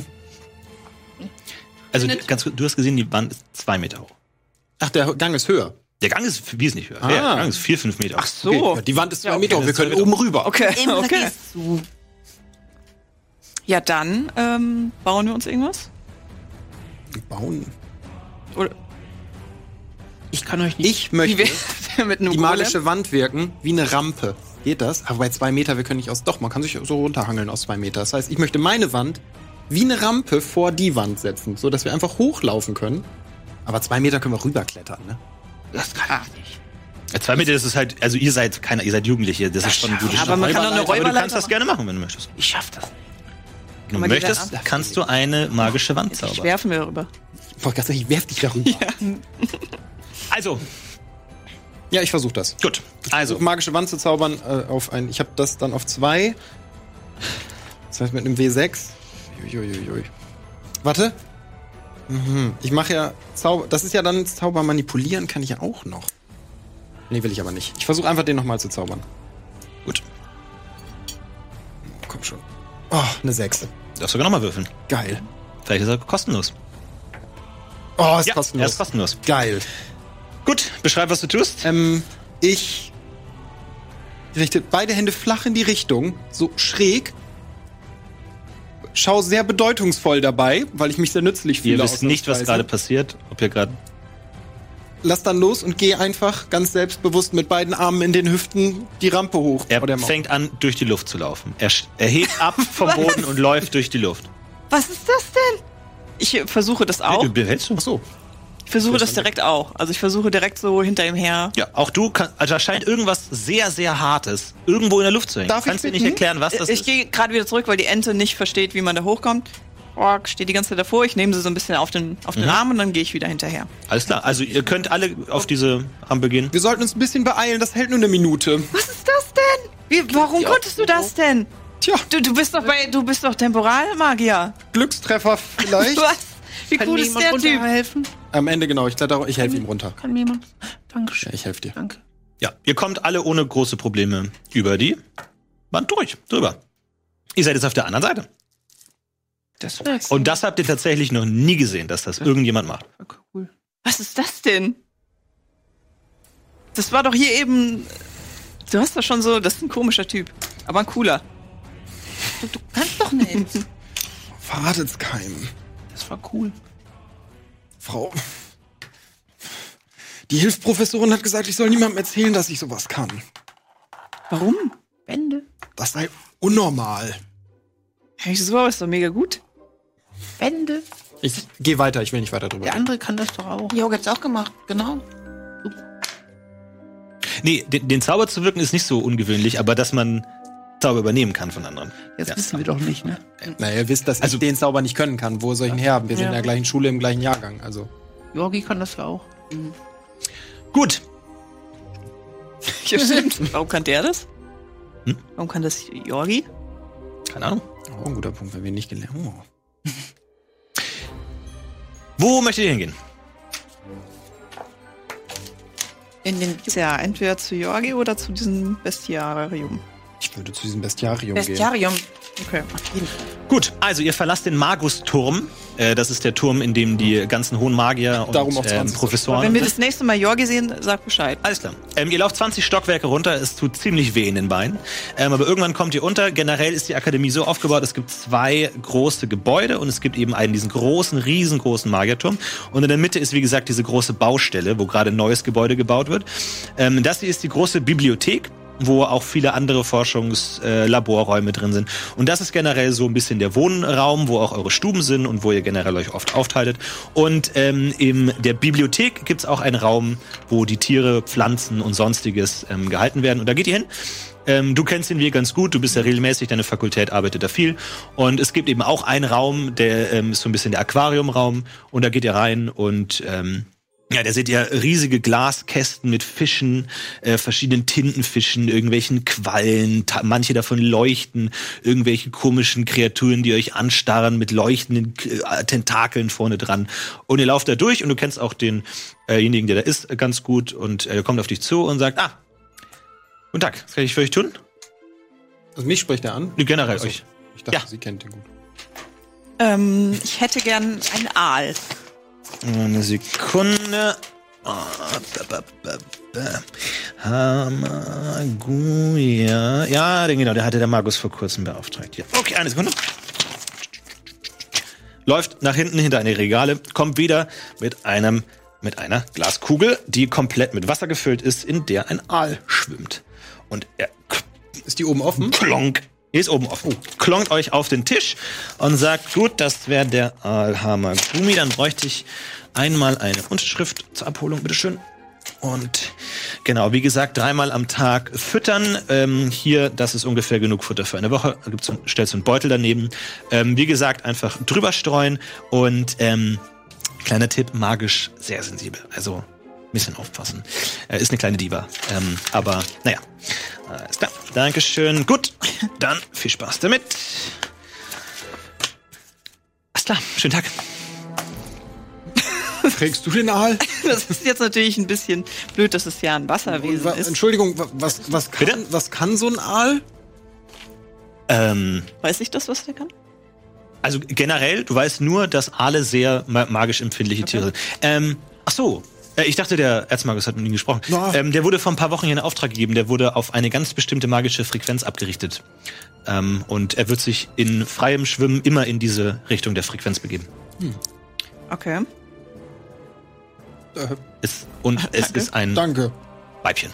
Also ganz kurz, du hast gesehen, die Wand ist zwei Meter hoch. Ach, der Gang ist höher. Der Gang ist wesentlich höher. Ah. Der Gang ist vier, fünf Meter hoch. Ach so. Okay, ja, die Wand ist zwei Ja, okay, Meter hoch. Wir das ist können zwei oben rüber. Okay, Imre, okay. gehst du. Ja, dann ähm, bauen wir uns irgendwas? Bauen. Oder Ich kann euch nicht. Ich wie möchte wir mit einem die Golem? magische Wand wirken wie eine Rampe. Geht das? Aber bei zwei Meter, wir können nicht aus... Doch, man kann sich so runterhangeln aus zwei Meter. Das heißt, ich möchte meine Wand wie eine Rampe vor die Wand setzen, so dass wir einfach hochlaufen können. Aber zwei Meter können wir rüberklettern, ne? Das kann ich nicht. Ja, zwei Meter, das ist halt, also ihr seid keiner, ihr seid Jugendliche, das ist schon ein gutes aber man kann doch eine Aber du Räuberleiter kannst das gerne machen, wenn du möchtest. Ich schaff das nicht. Wenn du man die möchtest, dann ab- kannst du eine magische Wand Ich zaubern. werfen wir rüber. Ich wollte gerade sagen, ich werf dich darüber. Ja, Also, ich versuche das. gut. Also, Also, magische Wand zu zaubern äh, auf ein... Ich habe das dann auf zwei. Das heißt mit einem W sechs. Uiuiui. Warte. Mhm. Ich mache ja Zauber... Das ist ja dann Zauber manipulieren, kann ich ja auch noch. Nee, will ich aber nicht. Ich versuche einfach den nochmal zu zaubern. gut. Komm schon. Oh, eine sechs. Darfst sogar nochmal würfeln. Geil. Vielleicht ist er kostenlos. Oh, ist Ja, kostenlos. er ist kostenlos. Geil. Gut, beschreib, was du tust. Ähm, ich richte beide Hände flach in die Richtung, so schräg. Schau sehr bedeutungsvoll dabei, weil ich mich sehr nützlich fühle. Ihr wisst nicht, was ausnahmsweise. gerade passiert. Ob ihr gerade. Lass dann los und geh einfach ganz selbstbewusst mit beiden Armen in den Hüften die Rampe hoch. Er Vor der Mauer. fängt an, durch die Luft zu laufen. Er, sch- er hebt ab vom Boden und läuft durch die Luft. Was ist das denn? Ich versuche das auch. Du behältst du? Ach so. Ich versuche das direkt auch. Also ich versuche direkt so hinter ihm her. Ja, auch du kannst. Also da scheint irgendwas sehr, sehr Hartes irgendwo in der Luft zu hängen. Darf ich Kannst du dir nicht bitten? erklären, was das Ich ist? gehe gerade wieder zurück, weil die Ente nicht versteht, wie man da hochkommt. Oh, steht die ganze Zeit davor. Ich nehme sie so ein bisschen auf den, auf den Mhm. Arm und dann gehe ich wieder hinterher. Alles klar. Also ihr könnt alle auf diese Rampe gehen. Wir sollten uns ein bisschen beeilen, das hält nur eine Minute. Was ist das denn? Wie, warum konntest du das denn? Tja, Du, du bist doch bei, du bist doch Temporalmagier. Glückstreffer vielleicht. Was? Wie Kann cool mir ist jemand der Typ? runterhelfen? Am Ende genau, ich kletter, ich helfe ihm runter. Kann mir jemand? Dankeschön. Ja, ich helfe dir. Danke. Ja, ihr kommt alle ohne große Probleme über die Wand durch, drüber. Ihr seid jetzt auf der anderen Seite. Das wäre Und das habt ihr tatsächlich noch nie gesehen, dass das irgendjemand macht. cool. Was ist das denn? Das war doch hier eben. Du hast doch schon so. Das ist ein komischer Typ. Aber ein cooler. Du, du kannst doch nicht. Verratet's keinem. Das war cool. Frau. Die Hilfsprofessorin hat gesagt, ich soll niemandem erzählen, dass ich sowas kann. Warum? Wände. Das sei unnormal. Hey, so ist doch mega gut. Wände. Ich gehe weiter, ich will nicht weiter drüber Der reden. andere kann das doch auch. Jo, hat's auch gemacht, genau. Nee, den, den Zauber zu wirken ist nicht so ungewöhnlich, aber dass man Zauber übernehmen kann von anderen. Jetzt Ja. wissen wir doch nicht, ne? Naja, ihr wisst, dass Also- ich den Zauber nicht können kann. Wo soll ich ihn her haben? Wir sind Ja. in der gleichen Schule, im gleichen Jahrgang. Also. Jorgi kann das ja auch. Gut, Ja, stimmt. Warum kann der das? Hm? Warum kann das Jorgi? keine Ahnung. Oh, ein guter Punkt, wenn wir nicht gelernt haben. Oh. Wo möchtet ihr hingehen? In den Tja, entweder zu Jorgi oder zu diesem Bestiarium. Ich würde zu diesem Bestiarium gehen. Bestiarium. Okay. Gut, also ihr verlasst den Magus-Turm. Äh, das ist der Turm, in dem die ganzen hohen Magier und Darum auf ähm, zwanzig. Professoren Wenn wir sind. das nächste Mal Jorgi sehen, sag Bescheid. Alles klar. Ähm, ihr lauft zwanzig Stockwerke runter, es tut ziemlich weh in den Beinen. Ähm, aber irgendwann kommt ihr unter. Generell ist die Akademie so aufgebaut, es gibt zwei große Gebäude und es gibt eben einen, diesen großen, riesengroßen Magierturm. Und in der Mitte ist, wie gesagt, diese große Baustelle, wo gerade ein neues Gebäude gebaut wird. Ähm, das hier ist die große Bibliothek. wo auch viele andere Forschungslaborräume äh, drin sind. Und das ist generell so ein bisschen der Wohnraum, wo auch eure Stuben sind und wo ihr generell euch oft aufhaltet. Und ähm, in der Bibliothek gibt's auch einen Raum, wo die Tiere, Pflanzen und Sonstiges ähm, gehalten werden. Und da geht ihr hin. Ähm, du kennst den Weg ganz gut, du bist ja regelmäßig, deine Fakultät arbeitet da viel. Und es gibt eben auch einen Raum, der ähm, ist so ein bisschen der Aquariumraum. Und da geht ihr rein und ähm, ja, da seht ihr riesige Glaskästen mit Fischen, äh, verschiedenen Tintenfischen, irgendwelchen Quallen, ta- manche davon leuchten, irgendwelche komischen Kreaturen, die euch anstarren mit leuchtenden äh, Tentakeln vorne dran. Und ihr lauft da durch und du kennst auch denjenigen, äh der da ist, ganz gut und er äh, kommt auf dich zu und sagt, ah, guten Tag, was kann ich für euch tun? Also mich spricht er an? Generell also, euch. Ich dachte, Ja. sie kennt ihn gut. Ähm, ich hätte gern einen Aal. Eine Sekunde. Oh, ba, ba, ba, ba. Hamaguya. Ja, den genau, der hatte der Magus vor kurzem beauftragt. Hier. Okay, eine Sekunde. Läuft nach hinten hinter eine Regale, kommt wieder mit einem mit einer Glaskugel, die komplett mit Wasser gefüllt ist, in der ein Aal schwimmt. Und er Ist die oben offen? klonk. Hier ist oben offen. Klonkt euch auf den Tisch und sagt, gut, das wäre der Aal Hamagumi. Dann bräuchte ich einmal eine Unterschrift zur Abholung, bitteschön. Und genau, wie gesagt, dreimal am Tag füttern. Ähm, hier, das ist ungefähr genug Futter für eine Woche. Da gibt's so, stellst du einen Beutel daneben. Ähm, wie gesagt, einfach drüber streuen. Und ähm, kleiner Tipp, magisch sehr sensibel. Also ein bisschen aufpassen. Er ist eine kleine Diva. Ähm, aber naja, alles klar. Dankeschön. Gut, dann viel Spaß damit. Alles klar, schönen Tag. Trägst du den Aal? Das ist jetzt natürlich ein bisschen blöd, dass es ja ein Wasserwesen Wa- ist. Entschuldigung, wa- was, was, kann, Bitte? was kann so ein Aal? Ähm, Weiß ich das, was der kann? also generell, du weißt nur, dass Aale sehr ma- magisch empfindliche Tiere sind. Ähm, ach so. Äh, Ich dachte, der Erzmagus hat mit ihm gesprochen. Na. Ähm, der wurde vor ein paar Wochen hier in Auftrag gegeben. Der wurde auf eine ganz bestimmte magische Frequenz abgerichtet. Ähm, und er wird sich in freiem Schwimmen immer in diese Richtung der Frequenz begeben. Okay. Äh, Es, und es Danke. ist ein danke. Weibchen.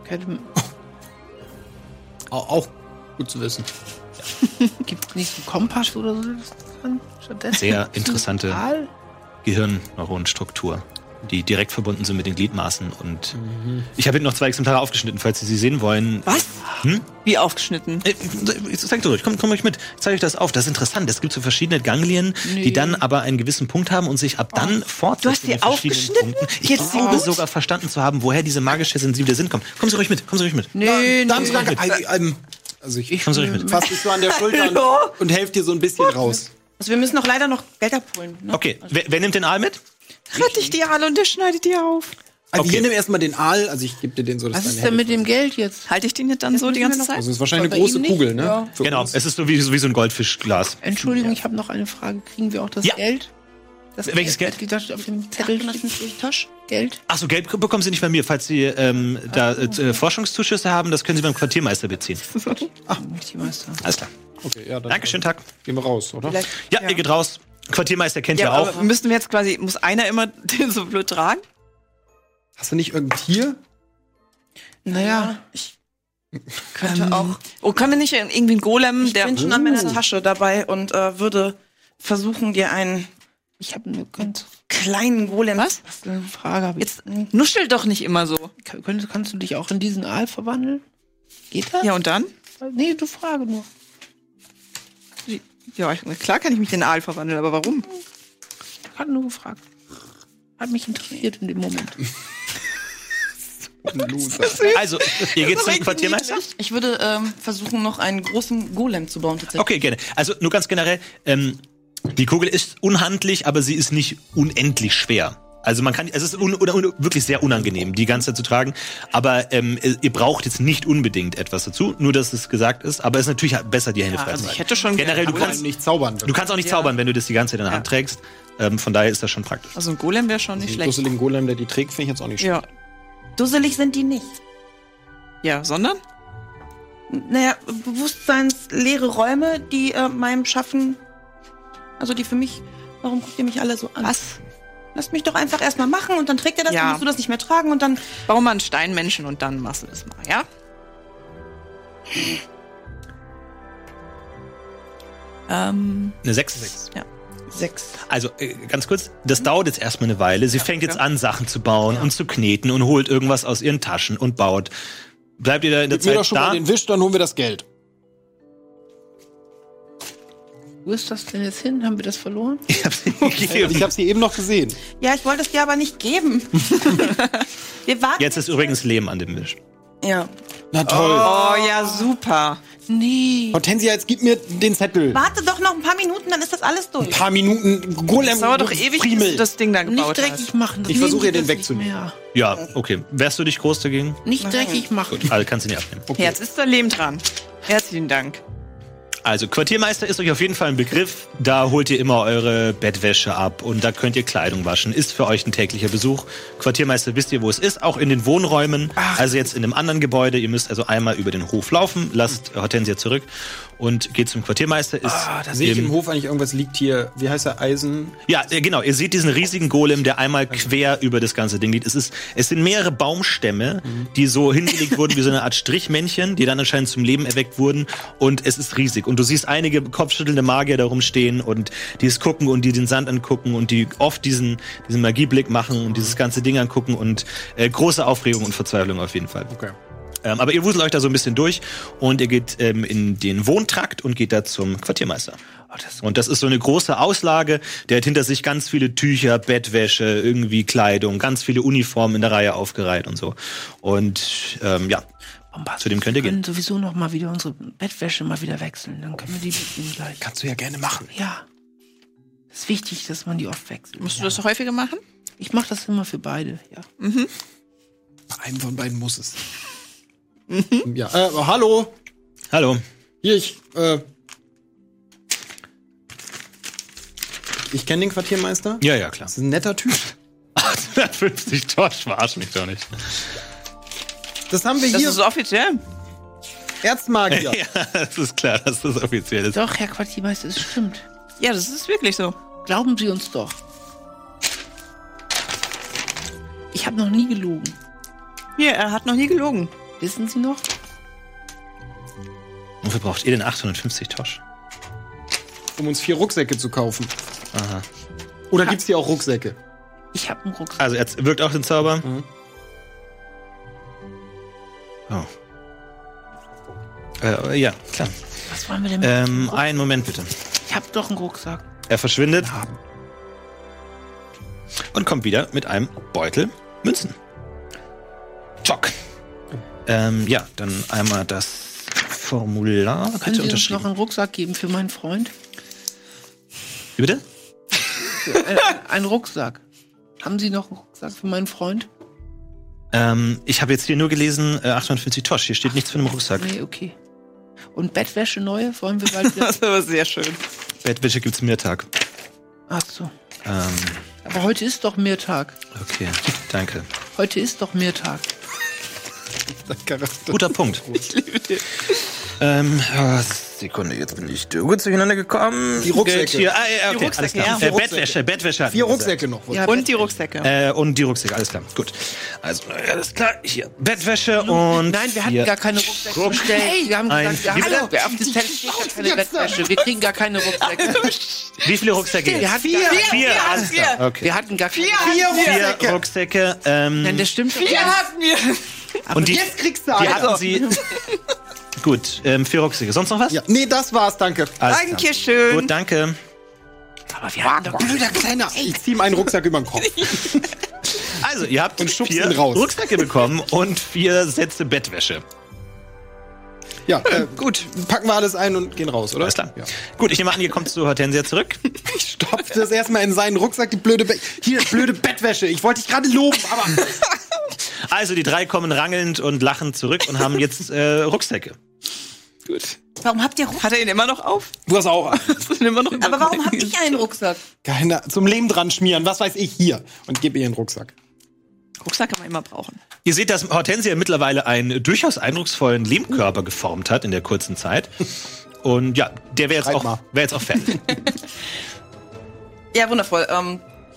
Au- Auch gut zu wissen. Gibt es nicht einen Kompass oder so? Das kann stattdessen? Sehr interessante Aal? Gehirnneuronenstruktur, die direkt verbunden sind mit den Gliedmaßen. Und ich habe hinten noch zwei Exemplare aufgeschnitten, falls Sie sie sehen wollen. Was? Hm? Wie aufgeschnitten? Äh, Zeig durch, komm, komm euch mit. Ich zeige euch das auf. Das ist interessant. Es gibt so verschiedene Ganglien, die dann aber einen gewissen Punkt haben und sich ab dann fortsetzen. Du hast die in verschiedenen aufgeschnitten? Punkten. Ich Jetzt glaube gut? sogar verstanden zu haben, woher diese magische, sensible Sinn kommt. Kommen Sie ruhig mit, kommen Sie ruhig mit. Nee, Danke, nee. danke. Ei- ähm, Also ich, Kommen Sie ruhig mit. fasse dich so an der Schulter und, und helfe dir so ein bisschen raus. Also wir müssen noch leider noch Geld abholen. Ne? Okay, wer, wer nimmt den Aal mit? Rette ich die alle und der schneidet die auf. Also Okay. hier nimm erstmal den Aal, also ich gebe dir den so, dass Was deine ist denn Hände- mit dem Geld jetzt? Halte ich den jetzt dann so die ganze Zeit? Also es ist wahrscheinlich Bei eine große ihm nicht? Kugel, ne? Ja. Für Genau, uns. es ist so wie, wie so ein Goldfischglas. Entschuldigung, ich habe noch eine Frage. Kriegen wir auch das Ja. Geld? Das Welches Geld? Die Tasche auf dem Zettel Lass steht uns durch die Tasche. Geld. Achso, Geld bekommen Sie nicht bei mir. Falls Sie ähm, da äh, Forschungszuschüsse haben, das können Sie beim Quartiermeister beziehen. Nicht die Meister. Alles klar. Okay, ja, dann Dankeschön, Tag. gehen wir raus, oder? Vielleicht Ja, ihr geht raus. Quartiermeister kennt ja, Ja, auch. aber müssten wir jetzt quasi, muss einer immer den so blöd tragen? Hast du nicht irgendein Tier? Naja, ich könnte Ähm, auch. Oh, können wir nicht irgendwie einen Golem, Ich der. bin schon an meiner Tasche dabei und äh, würde versuchen, dir einen ich habe eine ganz kleinen Golem. Was? eine Frage. Hab ich. Jetzt nuschel doch nicht immer so. Könntest, kannst du dich auch in diesen Aal verwandeln? Geht das? Ja, und dann? Nee, du frage nur. Ja, ich, klar kann ich mich in einen Aal verwandeln, aber warum? Ich hatte nur gefragt. Hat mich interessiert in dem Moment. Loser. Also, ihr geht zum Quartiermeister? Ich würde ähm, versuchen, noch einen großen Golem zu bauen tatsächlich. Okay, gerne. Also nur ganz generell, ähm, die Kugel ist unhandlich, aber sie ist nicht unendlich schwer. Also man kann, es ist un, un, un, wirklich sehr unangenehm, die ganze Zeit zu tragen. Aber ähm, ihr braucht jetzt nicht unbedingt etwas dazu, nur dass es gesagt ist. Aber es ist natürlich besser, die Hände frei zu Also ich halten. hätte schon Generell, du gerne- kannst, nicht zaubern. du kannst auch nicht zaubern, wenn du das die ganze Zeit in der Hand trägst. Ähm, von daher ist das schon praktisch. Also ein Golem wäre schon nicht Den schlecht. dusseligen Golem, der die trägt, finde ich jetzt auch nicht schlecht. Ja. Dusselig sind die nicht. Ja, sondern? Naja, bewusstseinsleere Räume, die äh, meinem Schaffen, also die für mich, warum guckt ihr mich alle so an? Was? Lasst mich doch einfach erstmal machen und dann trägt er das, Ja. dann musst du das nicht mehr tragen und dann. Bau mal einen Steinmenschen und dann machst du das mal, ja? Ähm, Eine sechs. ja. Sechs. Also äh, ganz kurz, das dauert jetzt erstmal eine Weile. Sie fängt jetzt an, Sachen zu bauen und zu kneten und holt irgendwas aus ihren Taschen und baut. Bleibt ihr da in der Gib mir Zeit doch schon da? mal den Wisch, dann holen wir das Geld. Wo ist das denn jetzt hin? Haben wir das verloren? Ich hab's nicht gegeben. Ich habe sie eben noch gesehen. Ja, ich wollte es dir aber nicht geben. Wir warten. Jetzt ist übrigens Lehm an dem Wisch. Ja. Na toll. Oh, ja, super. Nee. Hortensia, jetzt gib mir den Zettel. Warte doch noch ein paar Minuten, dann ist das alles durch. Ein paar Minuten. Golem. Das dauert doch ewig, bis Friemel. du das Ding da Nicht gebaut dreckig hast. machen. Das Ich versuche nehmen ihr den wir das nicht wegzunehmen. mehr. Ja, okay. Wärst du dich groß dagegen? Nicht dreckig machen. Also kannst du nicht abnehmen. Okay. Jetzt ist der Lehm dran. Herzlichen Dank. Also, Quartiermeister ist euch auf jeden Fall ein Begriff. Da holt ihr immer eure Bettwäsche ab und da könnt ihr Kleidung waschen. Ist für euch ein täglicher Besuch. Quartiermeister wisst ihr, wo es ist, auch in den Wohnräumen. Ach. Also jetzt in einem anderen Gebäude. Ihr müsst also einmal über den Hof laufen, lasst Hortensia zurück und geht zum Quartiermeister. Ist Ah, da sehe ich im Hof eigentlich irgendwas liegt hier. Wie heißt der? Eisen? Ja, äh, genau. Ihr seht diesen riesigen Golem, der einmal quer über das ganze Ding liegt. Es ist, es sind mehrere Baumstämme, mhm. die so hingelegt wurden wie so eine Art Strichmännchen, die dann anscheinend zum Leben erweckt wurden. Und es ist riesig. Und du siehst einige kopfschüttelnde Magier da rumstehen und die es gucken und die den Sand angucken und die oft diesen, diesen Magieblick machen und dieses ganze Ding angucken und äh, große Aufregung und Verzweiflung auf jeden Fall. Okay. Ähm, aber ihr wuselt euch da so ein bisschen durch und ihr geht ähm, in den Wohntrakt und geht da zum Quartiermeister. Oh, das und das ist so eine große Auslage, der hat hinter sich ganz viele Tücher, Bettwäsche, irgendwie Kleidung, ganz viele Uniformen in der Reihe aufgereiht und so. Und ähm, ja, zu dem könnt ihr Wir gehen. können sowieso noch mal wieder unsere Bettwäsche mal wieder wechseln. Dann können wir die mitnehmen gleich. Kannst du ja gerne machen. Ja. Das ist wichtig, dass man die oft wechselt. Musst du das häufiger machen? Ich mache das immer für beide, ja. Mhm. Bei einem von beiden muss es. Mhm. Ja, äh, hallo. Hallo. Hier, ich, äh. Ich kenne den Quartiermeister. Ja, ja, klar. Das ist ein netter Typ. achthundertfünfzig Torch, verarsch mich doch nicht. Das haben wir Das hier. ist offiziell. Erzmagier. Ja, das ist klar, dass das offiziell ist. Doch, Herr Quartiermeister, es stimmt. Ja, das ist wirklich so. Glauben Sie uns doch. Ich habe noch nie gelogen. Hier, er hat noch nie gelogen. Wissen Sie noch? Wofür braucht ihr denn achthundertfünfzig Tosch? Um uns vier Rucksäcke zu kaufen. Aha. Oder gibt's hier auch Rucksäcke? Ich habe einen Rucksack. Also er wirkt auch den Zauber. Mhm. Oh. Äh, ja, klar. Was wollen wir denn mit Ähm, einen Moment bitte. Ich habe doch einen Rucksack. Er verschwindet und kommt wieder mit einem Beutel Münzen. Chock. Ähm, ja, dann einmal das Formular. Können Bitte Sie uns noch unterschrieben. einen Rucksack geben für meinen Freund? Wie bitte? äh, einen Rucksack. Haben Sie noch einen Rucksack für meinen Freund? Ähm, ich habe jetzt hier nur gelesen, äh, achthundertfünfzig Tosch. Hier steht nichts von einem Rucksack. Nee, okay. Und Bettwäsche neue? Wollen wir bald wieder... Das ist aber sehr schön. Bettwäsche gibt's Mittag. Ach so. Ähm, Aber heute ist doch Mehrtag. okay, danke. Heute ist doch Mehrtag. Guter Punkt. Ähm, oh, Sekunde, jetzt bin ich gut durcheinander gekommen. Die Rucksäcke. Geld hier. Ah, ja, okay, Die Rucksäcke, alles klar. ja. Äh, Bettwäsche, Bettwäsche. hatten Vier wir Rucksäcke noch. Ja, Und die Rucksäcke. Äh, und die Rucksäcke, alles klar. Gut. Also, äh, alles klar. Hier, Bettwäsche und. Nein, wir hatten vier gar keine Rucksäcke Ruck- bestellt. Wir haben Ein- gesagt, wir Wie haben bitte? wir auf das Zettel steht gar keine Bettwäsche. Wir kriegen gar keine Rucksäcke. Wie viele Rucksäcke? Wir hatten vier. gar, Vier, alles klar. Okay. wir hatten gar keine Vier Rucksäcke. Ähm, Nein, das stimmt doch Vier nicht. hatten wir. und die, Jetzt kriegst du die einen. hatten sie. Gut, ähm, vier Rucksäcke. Sonst noch was? Ja, nee, das war's, danke. Alles klar. Dankeschön. Gut, danke. Aber wir hatten doch Blöder kleiner. Ich zieh ihm einen Rucksack über den Kopf. Also, ihr habt Und schubst vier ihn raus. Rucksäcke bekommen und vier Sätze Bettwäsche. Ja, äh, gut. Packen wir alles ein und gehen raus, oder? Alles klar. Ja. Gut, ich nehme an, ihr kommt zu Hortensia zurück. Ich stopfe das erstmal in seinen Rucksack, die blöde Be Hier, blöde Bettwäsche. Ich wollte dich gerade loben, aber. Also, die drei kommen rangelnd und lachend zurück und haben jetzt äh, Rucksäcke. Gut. Warum habt ihr Rucksack? Hat er ihn immer noch auf? Du hast auch. Hast du ihn immer noch Aber warum hab ich einen Rucksack? Keiner zum Lehm dran schmieren, was weiß ich, hier. Und gib ihr den Rucksack. Rucksack kann man immer brauchen. Ihr seht, dass Hortensia mittlerweile einen durchaus eindrucksvollen Lehmkörper geformt hat in der kurzen Zeit. Und ja, der wäre jetzt, Schreib auch- mal. wär jetzt auch fertig. Ja, wundervoll. Ähm,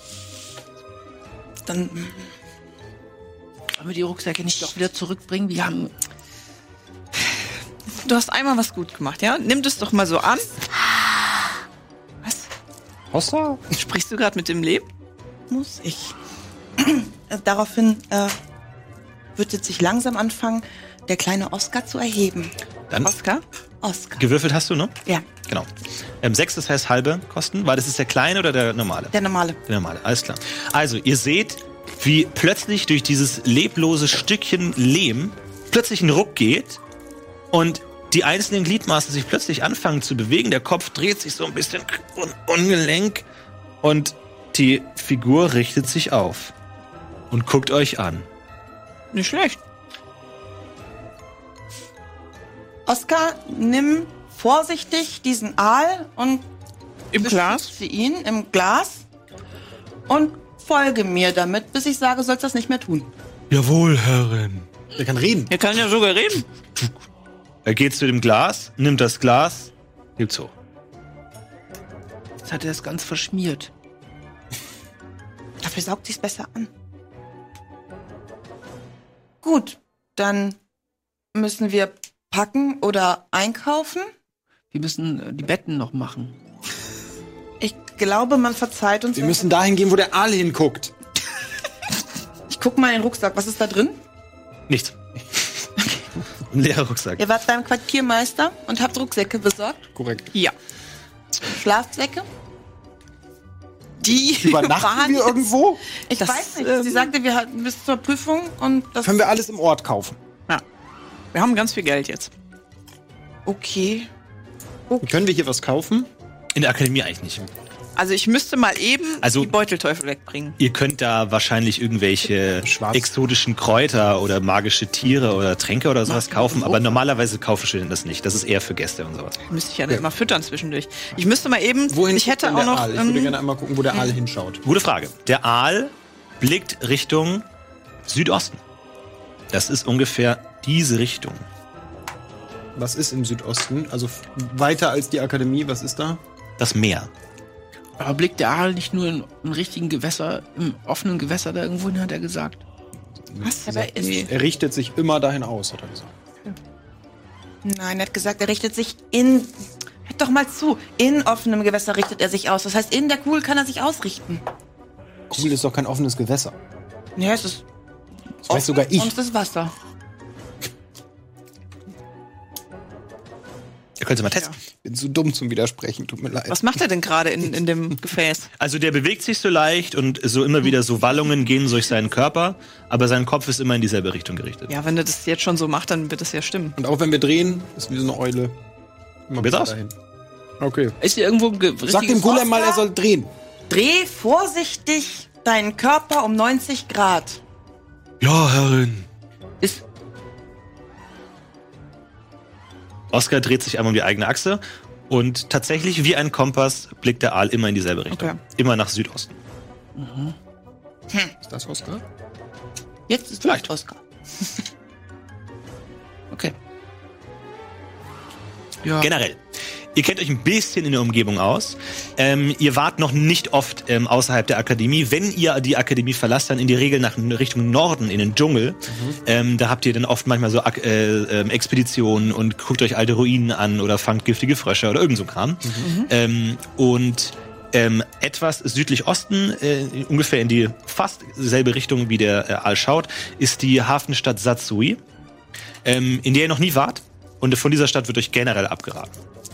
dann Wollen wir die Rucksäcke nicht doch wieder zurückbringen? Wir haben... du hast einmal was gut gemacht, ja? Nimm das doch mal so an. Was? Hossa? Sprichst du gerade mit dem Leben? Muss ich. Daraufhin äh, wird es sich langsam anfangen, der kleine Oscar zu erheben. Dann Oscar? Oscar. gewürfelt hast du, ne? Ja, Genau. Ähm, sechs, das heißt halbe Kosten. War das ist der kleine oder der normale? der normale. Der normale, alles klar. Also, ihr seht, wie plötzlich durch dieses leblose Stückchen Lehm plötzlich ein Ruck geht und die einzelnen Gliedmaßen sich plötzlich anfangen zu bewegen. Der Kopf dreht sich so ein bisschen un ungelenk und die Figur richtet sich auf und guckt euch an. Nicht schlecht. Oscar, nimm vorsichtig diesen Aal und Im Glas? beschütze ihn im Glas und folge mir damit, bis ich sage, sollst das nicht mehr tun. Jawohl, Herrin. Der kann reden. Er kann ja sogar reden. Er geht zu dem Glas, nimmt das Glas, gibt's hoch. Jetzt hat er es ganz verschmiert. Dafür saugt sich's besser an. Gut, dann müssen wir packen oder einkaufen. Wir müssen äh, die Betten noch machen. Ich glaube, man verzeiht uns. Wir müssen dahin gehen, wo der Aal hinguckt. Ich guck mal in den Rucksack. Was ist da drin? Nichts. Ein leerer Rucksack. Ihr wart beim Quartiermeister und habt Rucksäcke besorgt. Korrekt. Ja. Schlafsäcke. Die Übernachten wir irgendwo? Ich Das, weiß nicht. ähm, Sie sagte, wir hatten bis zur Prüfung und das. Können wir alles im Ort kaufen. Ja. Wir haben ganz viel Geld jetzt. Okay. Können wir hier was kaufen? In der Akademie eigentlich nicht. Also ich müsste mal eben Also- die Beutelteufel wegbringen. Ihr könnt da wahrscheinlich irgendwelche Schwarz. exotischen Kräuter oder magische Tiere oder Tränke oder sowas kaufen, aber normalerweise kaufen Studenten das nicht. Das ist eher für Gäste und sowas. Müsste ich ja dann immer füttern zwischendurch. Ich müsste mal eben, Wohin ich hätte guckt auch denn der noch, Aal? Ich würde ähm, gerne einmal gucken, wo der Aal hinschaut. Gute Frage. Der Aal blickt Richtung Südosten. Das ist ungefähr diese Richtung. Was ist im Südosten? Also f- weiter als die Akademie, was ist da? Das Meer. Aber blickt der Aal nicht nur in einem richtigen Gewässer, im offenen Gewässer da irgendwo hin, hat er gesagt. Was? Aber ist, Er richtet sich immer dahin aus, hat er gesagt. Nein, er hat gesagt, er richtet sich in. Hört doch mal zu. In offenem Gewässer richtet er sich aus. Das heißt, in der Kugel kann er sich ausrichten. Kugel ist doch kein offenes Gewässer. Ja, es ist. Das weiß sogar ich. Und es ist Wasser. Ihr könnt es mal testen. Ich bin zu dumm zum Widersprechen, tut mir leid. was macht er denn gerade in, in dem Gefäß? Also der bewegt sich so leicht und so immer wieder so Wallungen gehen durch seinen Körper, aber sein Kopf ist immer in dieselbe Richtung gerichtet. Ja, wenn er das jetzt schon so macht, dann wird das ja stimmen. Und auch wenn wir drehen, ist wie so eine Eule. Immer Probier's bis aus. dahin. Okay. Ist hier irgendwo ein Ge Sag dem Golem mal, er soll drehen. Dreh vorsichtig deinen Körper um neunzig Grad. Ja, Herrin. Ist. Oscar dreht sich einmal um die eigene Achse und tatsächlich wie ein Kompass blickt der Aal immer in dieselbe Richtung. Okay. Immer nach Südosten. Ist das Oscar? Jetzt ist Vielleicht. vielleicht Oscar. Okay. Ja. Generell. Ihr kennt euch ein bisschen in der Umgebung aus. Ähm, ihr wart noch nicht oft ähm, außerhalb der Akademie. Wenn ihr die Akademie verlasst, dann in die Regel nach Richtung Norden, in den Dschungel. Mhm. Ähm, da habt ihr dann oft manchmal so äh, äh, Expeditionen und guckt euch alte Ruinen an oder fangt giftige Frösche oder irgend so Kram. Mhm. Ähm, und ähm, etwas südlich Osten, äh, ungefähr in die fast selbe Richtung wie der äh, Aal schaut, ist die Hafenstadt Satsui, ähm, in der ihr noch nie wart. Und von dieser Stadt wird euch generell abgeraten.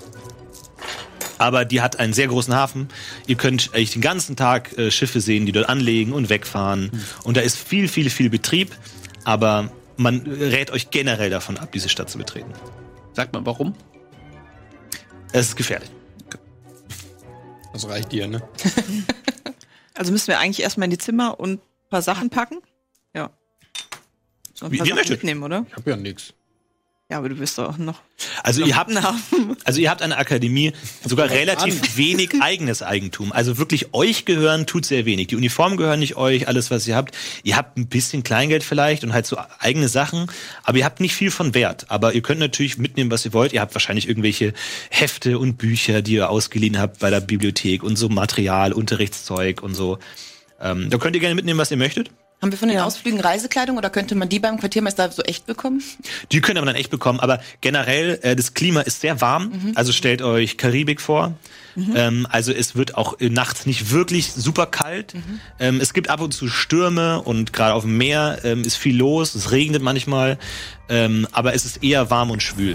Aber die hat einen sehr großen Hafen. Ihr könnt eigentlich den ganzen Tag äh, Schiffe sehen, die dort anlegen und wegfahren. Mhm. Und da ist viel, viel, viel Betrieb. Aber man rät euch generell davon ab, diese Stadt zu betreten. Sagt mal, warum? Es ist gefährlich. Das reicht dir, ne? Also müssen wir eigentlich erstmal in die Zimmer und ein paar Sachen packen? Ja. So ein Wie- paar wie Sachen möchtet. mitnehmen, oder? Ich hab ja nix. Ja, aber du bist doch auch noch. Also ihr habt, Na, also ihr habt eine Akademie sogar relativ wenig eigenes Eigentum. Also wirklich euch gehören tut sehr wenig. Die Uniformen gehören nicht euch, alles was ihr habt. Ihr habt ein bisschen Kleingeld vielleicht und halt so eigene Sachen, aber ihr habt nicht viel von Wert. Aber ihr könnt natürlich mitnehmen, was ihr wollt. Ihr habt wahrscheinlich irgendwelche Hefte und Bücher, die ihr ausgeliehen habt bei der Bibliothek und so Material, Unterrichtszeug und so. Ähm, da könnt ihr gerne mitnehmen, was ihr möchtet. Haben wir von den Ja. Ausflügen Reisekleidung oder könnte man die beim Quartiermeister so echt bekommen? Die könnt ihr aber dann echt bekommen. Aber generell, äh, das Klima ist sehr warm. Mhm. Also stellt euch Karibik vor. Mhm. Ähm, also es wird auch äh, nachts nicht wirklich super kalt. Mhm. Ähm, es gibt ab und zu Stürme und gerade auf dem Meer ähm, ist viel los. Es regnet manchmal. Ähm, aber es ist eher warm und schwül.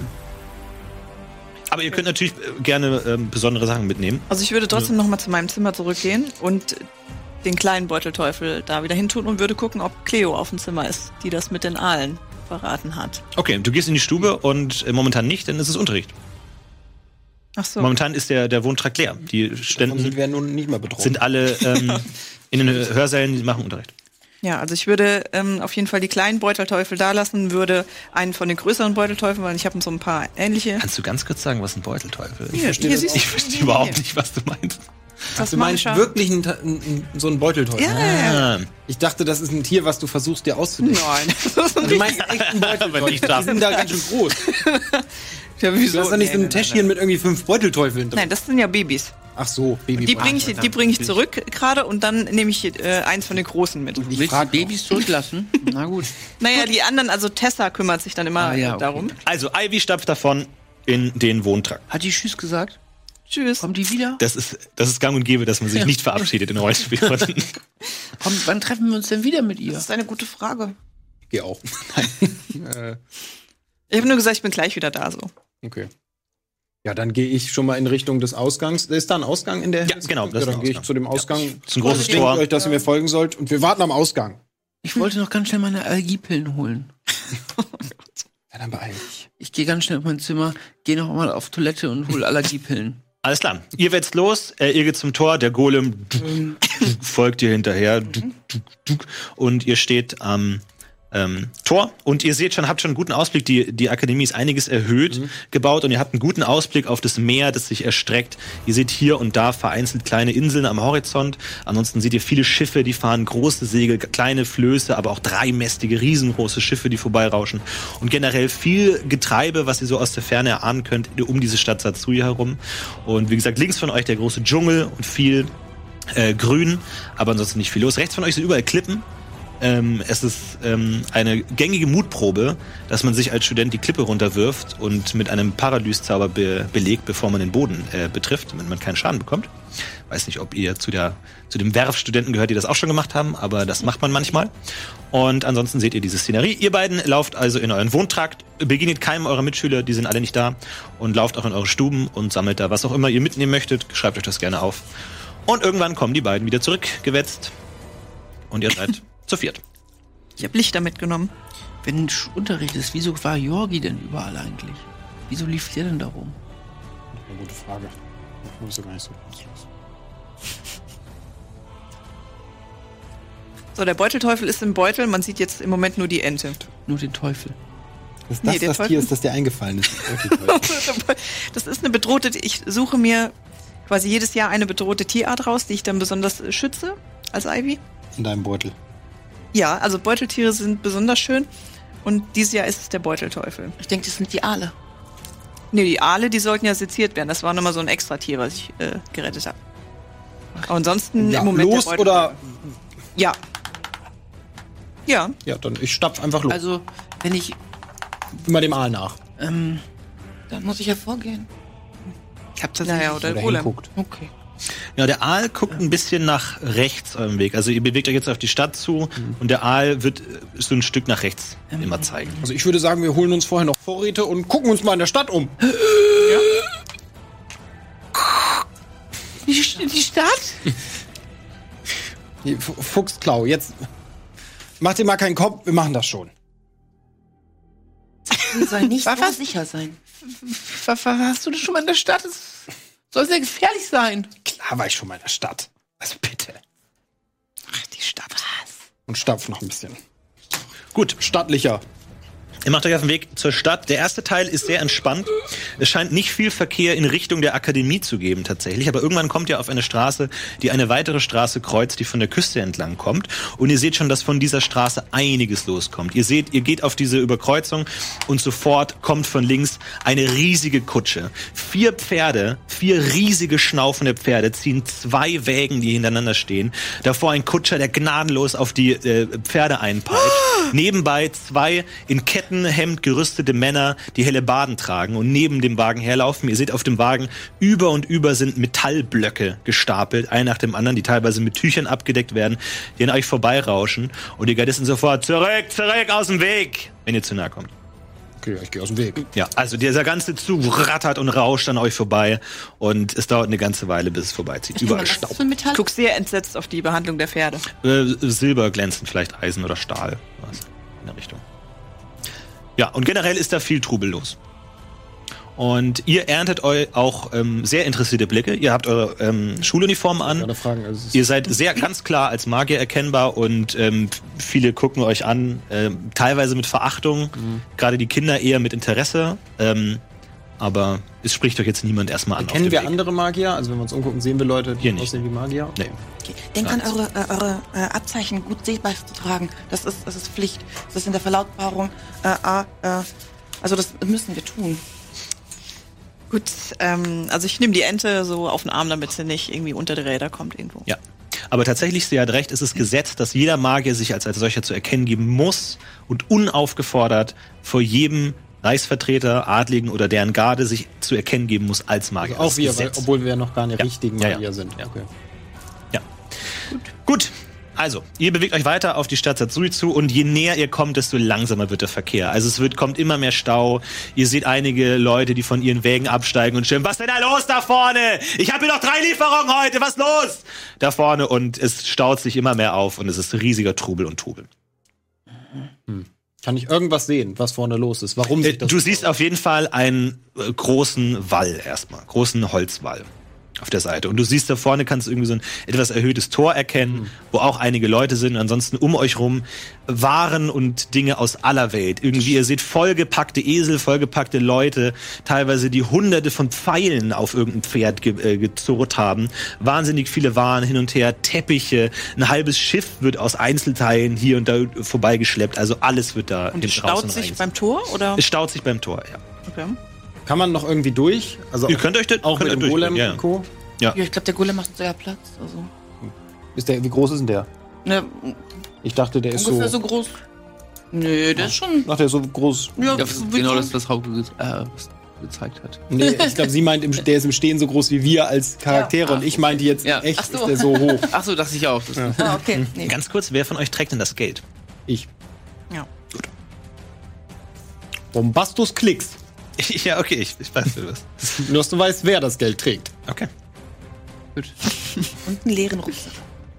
Aber ihr könnt natürlich äh, gerne ähm, besondere Sachen mitnehmen. Also ich würde trotzdem noch mal zu meinem Zimmer zurückgehen und den kleinen Beutelteufel da wieder hintun und würde gucken, ob Cleo auf dem Zimmer ist, die das mit den Aalen verraten hat. Okay, du gehst in die Stube und äh, momentan nicht, denn es ist Unterricht. Ach so. Momentan ist der, der Wohntrakt leer. Die Davon Studenten sind wir nun nicht mehr betroffen. sind alle ähm, in den Hörsälen, die machen Unterricht. Ja, also ich würde ähm, auf jeden Fall die kleinen Beutelteufel da lassen, würde einen von den größeren Beutelteufeln, weil ich habe so ein paar ähnliche. Kannst du ganz kurz sagen, was ein Beutelteufel ist? Hier, verstehe hier das siehst auch. Ich verstehe überhaupt nicht, was du meinst. Das Du meinst Mancha. wirklich einen, einen, so einen Beutelteufel? Ja, ja, ja. Ich dachte, das ist ein Tier, was du versuchst dir auszudenken. Nein. Das ist Du meinst echt einen Aber Beutelteufel? nicht das. Die sind da ganz schön groß. Ja, wieso? Du hast doch nicht so Nee, ein nee, Täschchen mit irgendwie fünf Beutelteufeln drin. Nein, das sind ja Babys. Ach so, Baby. Die bringe ich, die bring ich zurück gerade und dann nehme ich äh, eins von den großen mit. Ich Willst du frag Babys zurücklassen? Na gut. Naja, die anderen, also Tessa kümmert sich dann immer Ah, ja, äh, okay. darum. Also, Ivy stapft davon in den Wohntrakt. Hat die Tschüss gesagt? Tschüss. Kommt die wieder? Das ist, das ist gang und gäbe, dass man sich Ja. nicht verabschiedet in Rollenspielrunden. Komm, wann treffen wir uns denn wieder mit ihr? Das ist eine gute Frage. Ich geh auch. Nein. äh, Ich habe nur gesagt, ich bin gleich wieder da so. okay. Ja, dann gehe ich schon mal in Richtung des Ausgangs. Ist da ein Ausgang in der Ja, genau, das ist Ja, ein dann gehe ich Ausgang. zu dem Ausgang. Das ist ein großes Denkt Tor. euch, dass ihr mir folgen sollt. Und wir warten am Ausgang. Ich wollte noch ganz schnell meine Allergiepillen holen. Ja, dann beeil dich. Ich gehe ganz schnell auf mein Zimmer, gehe noch mal auf Toilette und hole Allergiepillen. Alles klar. Ihr wetzt los, äh, ihr geht zum Tor, der Golem folgt ihr hinterher. Und ihr steht am ähm, Tor und ihr seht schon, habt schon einen guten Ausblick. Die, die Akademie ist einiges erhöht Mhm. gebaut und ihr habt einen guten Ausblick auf das Meer, das sich erstreckt. Ihr seht hier und da vereinzelt kleine Inseln am Horizont. Ansonsten seht ihr viele Schiffe, die fahren, große Segel, kleine Flöße, aber auch dreimästige, riesengroße Schiffe, die vorbeirauschen. Und generell viel Getreibe, was ihr so aus der Ferne erahnen könnt, um diese Stadt Satsui herum. Und wie gesagt, links von euch der große Dschungel und viel äh, Grün, aber ansonsten nicht viel los. Rechts von euch sind überall Klippen. Ähm, es ist ähm, eine gängige Mutprobe, dass man sich als Student die Klippe runterwirft und mit einem Paralyszauber be belegt, bevor man den Boden äh, betrifft, damit man keinen Schaden bekommt. Weiß nicht, ob ihr zu der zu dem Werfstudenten gehört, die das auch schon gemacht haben, aber das macht man manchmal. Und ansonsten seht ihr diese Szenerie. Ihr beiden lauft also in euren Wohntrakt, begegnet keinem eurer Mitschüler, die sind alle nicht da, und lauft auch in eure Stuben und sammelt da was auch immer ihr mitnehmen möchtet. Schreibt euch das gerne auf. Und irgendwann kommen die beiden wieder zurückgewetzt und ihr seid zu viert. Ich habe Lichter mitgenommen. Wenn Sch- Unterricht ist, wieso war Jorgi denn überall eigentlich? Wieso lief der denn da rum? Eine gute Frage. Ich wusste gar nicht so ganz los. So, der Beutelteufel ist im Beutel. Man sieht jetzt im Moment nur die Ente. Nur den Teufel. Dass Nee, das der das Teufel- Tier ist, das dir eingefallen ist. Das ist eine bedrohte, ich suche mir quasi jedes Jahr eine bedrohte Tierart raus, die ich dann besonders äh, schütze als Ivy. In deinem Beutel. Ja, also Beuteltiere sind besonders schön und dieses Jahr ist es der Beutelteufel. Ich denke, das sind die Aale. Nee, die Aale, die sollten ja seziert werden. Das war nochmal so ein Extra-Tier, was ich äh, gerettet habe. Aber ansonsten Ja, im Moment los der Beutel- oder. Ja. Ja. Ja, dann ich stapf einfach los. Also, wenn ich, Immer dem Aal nach. ähm, Dann muss ich ja vorgehen. ich hab tatsächlich... Naja, oder Oder Golem. hinguckt. Okay. Ja, der Aal guckt ein bisschen nach rechts eurem Weg. Also ihr bewegt euch jetzt auf die Stadt zu und der Aal wird äh, so ein Stück nach rechts immer zeigen. Also ich würde sagen, wir holen uns vorher noch Vorräte und gucken uns mal in der Stadt um. Die, die Stadt? Die F- Fuchsklau, jetzt. Mach dir mal keinen Kopf, wir machen das schon. Sie soll nicht Was, so was? sicher sein. Was, was, hast du das schon mal in der Stadt? Das soll sehr gefährlich sein. Klar war ich schon mal in der Stadt. Also bitte. Ach, die Stadt. Und stapf noch ein bisschen. Gut, Stattlicher. Ihr macht euch auf den Weg zur Stadt. Der erste Teil ist sehr entspannt. Es scheint nicht viel Verkehr in Richtung der Akademie zu geben tatsächlich. Aber irgendwann kommt ihr auf eine Straße, die eine weitere Straße kreuzt, die von der Küste entlang kommt. Und ihr seht schon, dass von dieser Straße einiges loskommt. Ihr seht, ihr geht auf diese Überkreuzung und sofort kommt von links eine riesige Kutsche. Vier Pferde, vier riesige schnaufende Pferde ziehen zwei Wägen, die hintereinander stehen. Davor ein Kutscher, der gnadenlos auf die äh, Pferde einpeitscht. Nebenbei zwei in Kettenhemd gerüstete Männer, die Hellebarden tragen und neben dem Wagen herlaufen. Ihr seht auf dem Wagen, über und über sind Metallblöcke gestapelt, ein nach dem anderen, die teilweise mit Tüchern abgedeckt werden, die an euch vorbeirauschen. Und die Gardisten sofort, zurück, zurück, aus dem Weg, wenn ihr zu nahe kommt. Okay, ich gehe aus dem Weg. Ja, also dieser ganze Zug rattert und rauscht an euch vorbei und es dauert eine ganze Weile, bis es vorbeizieht. Überall Staub. Ich guck sehr entsetzt auf die Behandlung der Pferde. Äh, Silber glänzend, vielleicht Eisen oder Stahl. Was in der Richtung. Ja, und generell ist da viel Trubel los. Und ihr erntet eu auch ähm, sehr interessierte Blicke. Ihr habt eure ähm, Schuluniformen an. Fragen, also ihr seid sehr ganz klar als Magier erkennbar und ähm, viele gucken euch an, äh, teilweise mit Verachtung, mhm. gerade die Kinder eher mit Interesse. Ähm, aber es spricht euch jetzt niemand erstmal an. Kennen wir Weg. andere Magier? Also wenn wir uns umgucken, sehen wir Leute, die Hier nicht. aussehen wie Magier? Nee. Okay. Denkt an eure, äh, eure äh, Abzeichen gut sehbar zu tragen. Das ist, das ist Pflicht. Das ist in der Verlautbarung. Äh, äh, also das müssen wir tun. Gut, ähm, also ich nehme die Ente so auf den Arm, damit sie nicht irgendwie unter die Räder kommt irgendwo. Ja, aber tatsächlich, sie hat recht, es ist Gesetz, dass jeder Magier sich als, als solcher zu erkennen geben muss und unaufgefordert vor jedem Reichsvertreter, Adligen oder deren Garde sich zu erkennen geben muss als Magier. Also auch wir, weil, obwohl wir ja noch gar nicht ja. richtigen ja, Magier ja. sind. Ja. Okay. Ja. Gut. Gut. Also, ihr bewegt euch weiter auf die Stadt Satsui zu und je näher ihr kommt, desto langsamer wird der Verkehr. Also es wird, kommt immer mehr Stau. Ihr seht einige Leute, die von ihren Wägen absteigen und schimpfen, was ist denn da los da vorne? Ich habe hier noch drei Lieferungen heute, was los? Da vorne und es staut sich immer mehr auf und es ist riesiger Trubel und Trubel. Hm. Kann ich irgendwas sehen, was vorne los ist? Warum sich das Du siehst auf jeden Fall einen äh, großen Wall erstmal, großen Holzwall auf der Seite. Und du siehst da vorne, kannst du irgendwie so ein etwas erhöhtes Tor erkennen, mhm. wo auch einige Leute sind. Und ansonsten um euch rum Waren und Dinge aus aller Welt. Irgendwie, ihr seht vollgepackte Esel, vollgepackte Leute, teilweise die hunderte von Pfeilen auf irgendein Pferd ge äh, gezurrt haben. Wahnsinnig viele Waren hin und her, Teppiche, ein halbes Schiff wird aus Einzelteilen hier und da vorbeigeschleppt. Also alles wird da und es staut sich beim Tor, oder? Es staut sich beim Tor, ja. Okay. Kann man noch irgendwie durch? Also ihr könnt euch da, auch könnt mit dem Golem ja. und Co. Ja. Ja, ich glaube, der Golem macht sehr Platz. Also. Ist der, wie groß ist denn der? Ne, ich dachte, der ist ungefähr so... so groß. Nee, der ist schon... Ach, der ist so groß. Ja, Ja, genau das, was Hauke ge äh, was gezeigt hat. Nee, ich glaube, sie meint, im, der ist im Stehen so groß wie wir als Charaktere. Ja. Und ich meinte jetzt, Ja. echt Ach so. ist der so hoch. Ach so, dachte ich auch. Das Ja. Ah, okay. Nee. Ganz kurz, wer von euch trägt denn das Geld? Ich. Ja. Gut. Bombastus Klicks. Ja, okay, ich, ich weiß, wer du bist. Nur, dass du weißt, wer das Geld trägt. Okay. Gut. Und einen leeren Rucksack.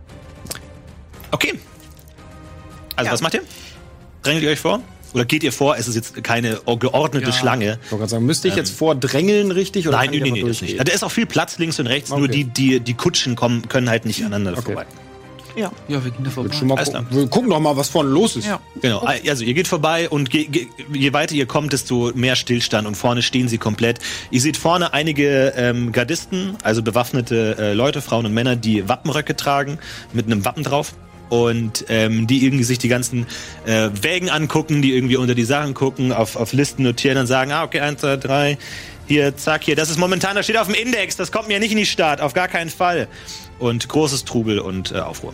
Okay. Also, Ja. was macht ihr? Drängelt ihr euch vor? Oder geht ihr vor? Es ist jetzt keine geordnete Ja. Schlange. Ich wollte gerade sagen, müsste ich Ähm, jetzt vordrängeln richtig? Oder Nein, kann ich nee, einfach nee, das durchgehen? nicht. Da ist auch viel Platz links und rechts, nur Okay. die, die, die Kutschen kommen, können halt nicht aneinander Okay. vorbei. Ja. Ja, wir gehen da vorbei. Schon mal Alles gucken. Wir gucken doch mal, was vorne los ist. Ja. Genau, also ihr geht vorbei und ge ge je weiter ihr kommt, desto mehr Stillstand und vorne stehen sie komplett. Ihr seht vorne einige ähm, Gardisten, also bewaffnete äh, Leute, Frauen und Männer, die Wappenröcke tragen mit einem Wappen drauf und ähm, die irgendwie sich die ganzen äh, Wägen angucken, die irgendwie unter die Sachen gucken, auf, auf Listen notieren und sagen, ah okay, eins, zwei, drei, hier, zack, hier, das ist momentan, das steht auf dem Index, das kommt mir nicht in die Stadt, auf gar keinen Fall. Und großes Trubel und äh, Aufruhr.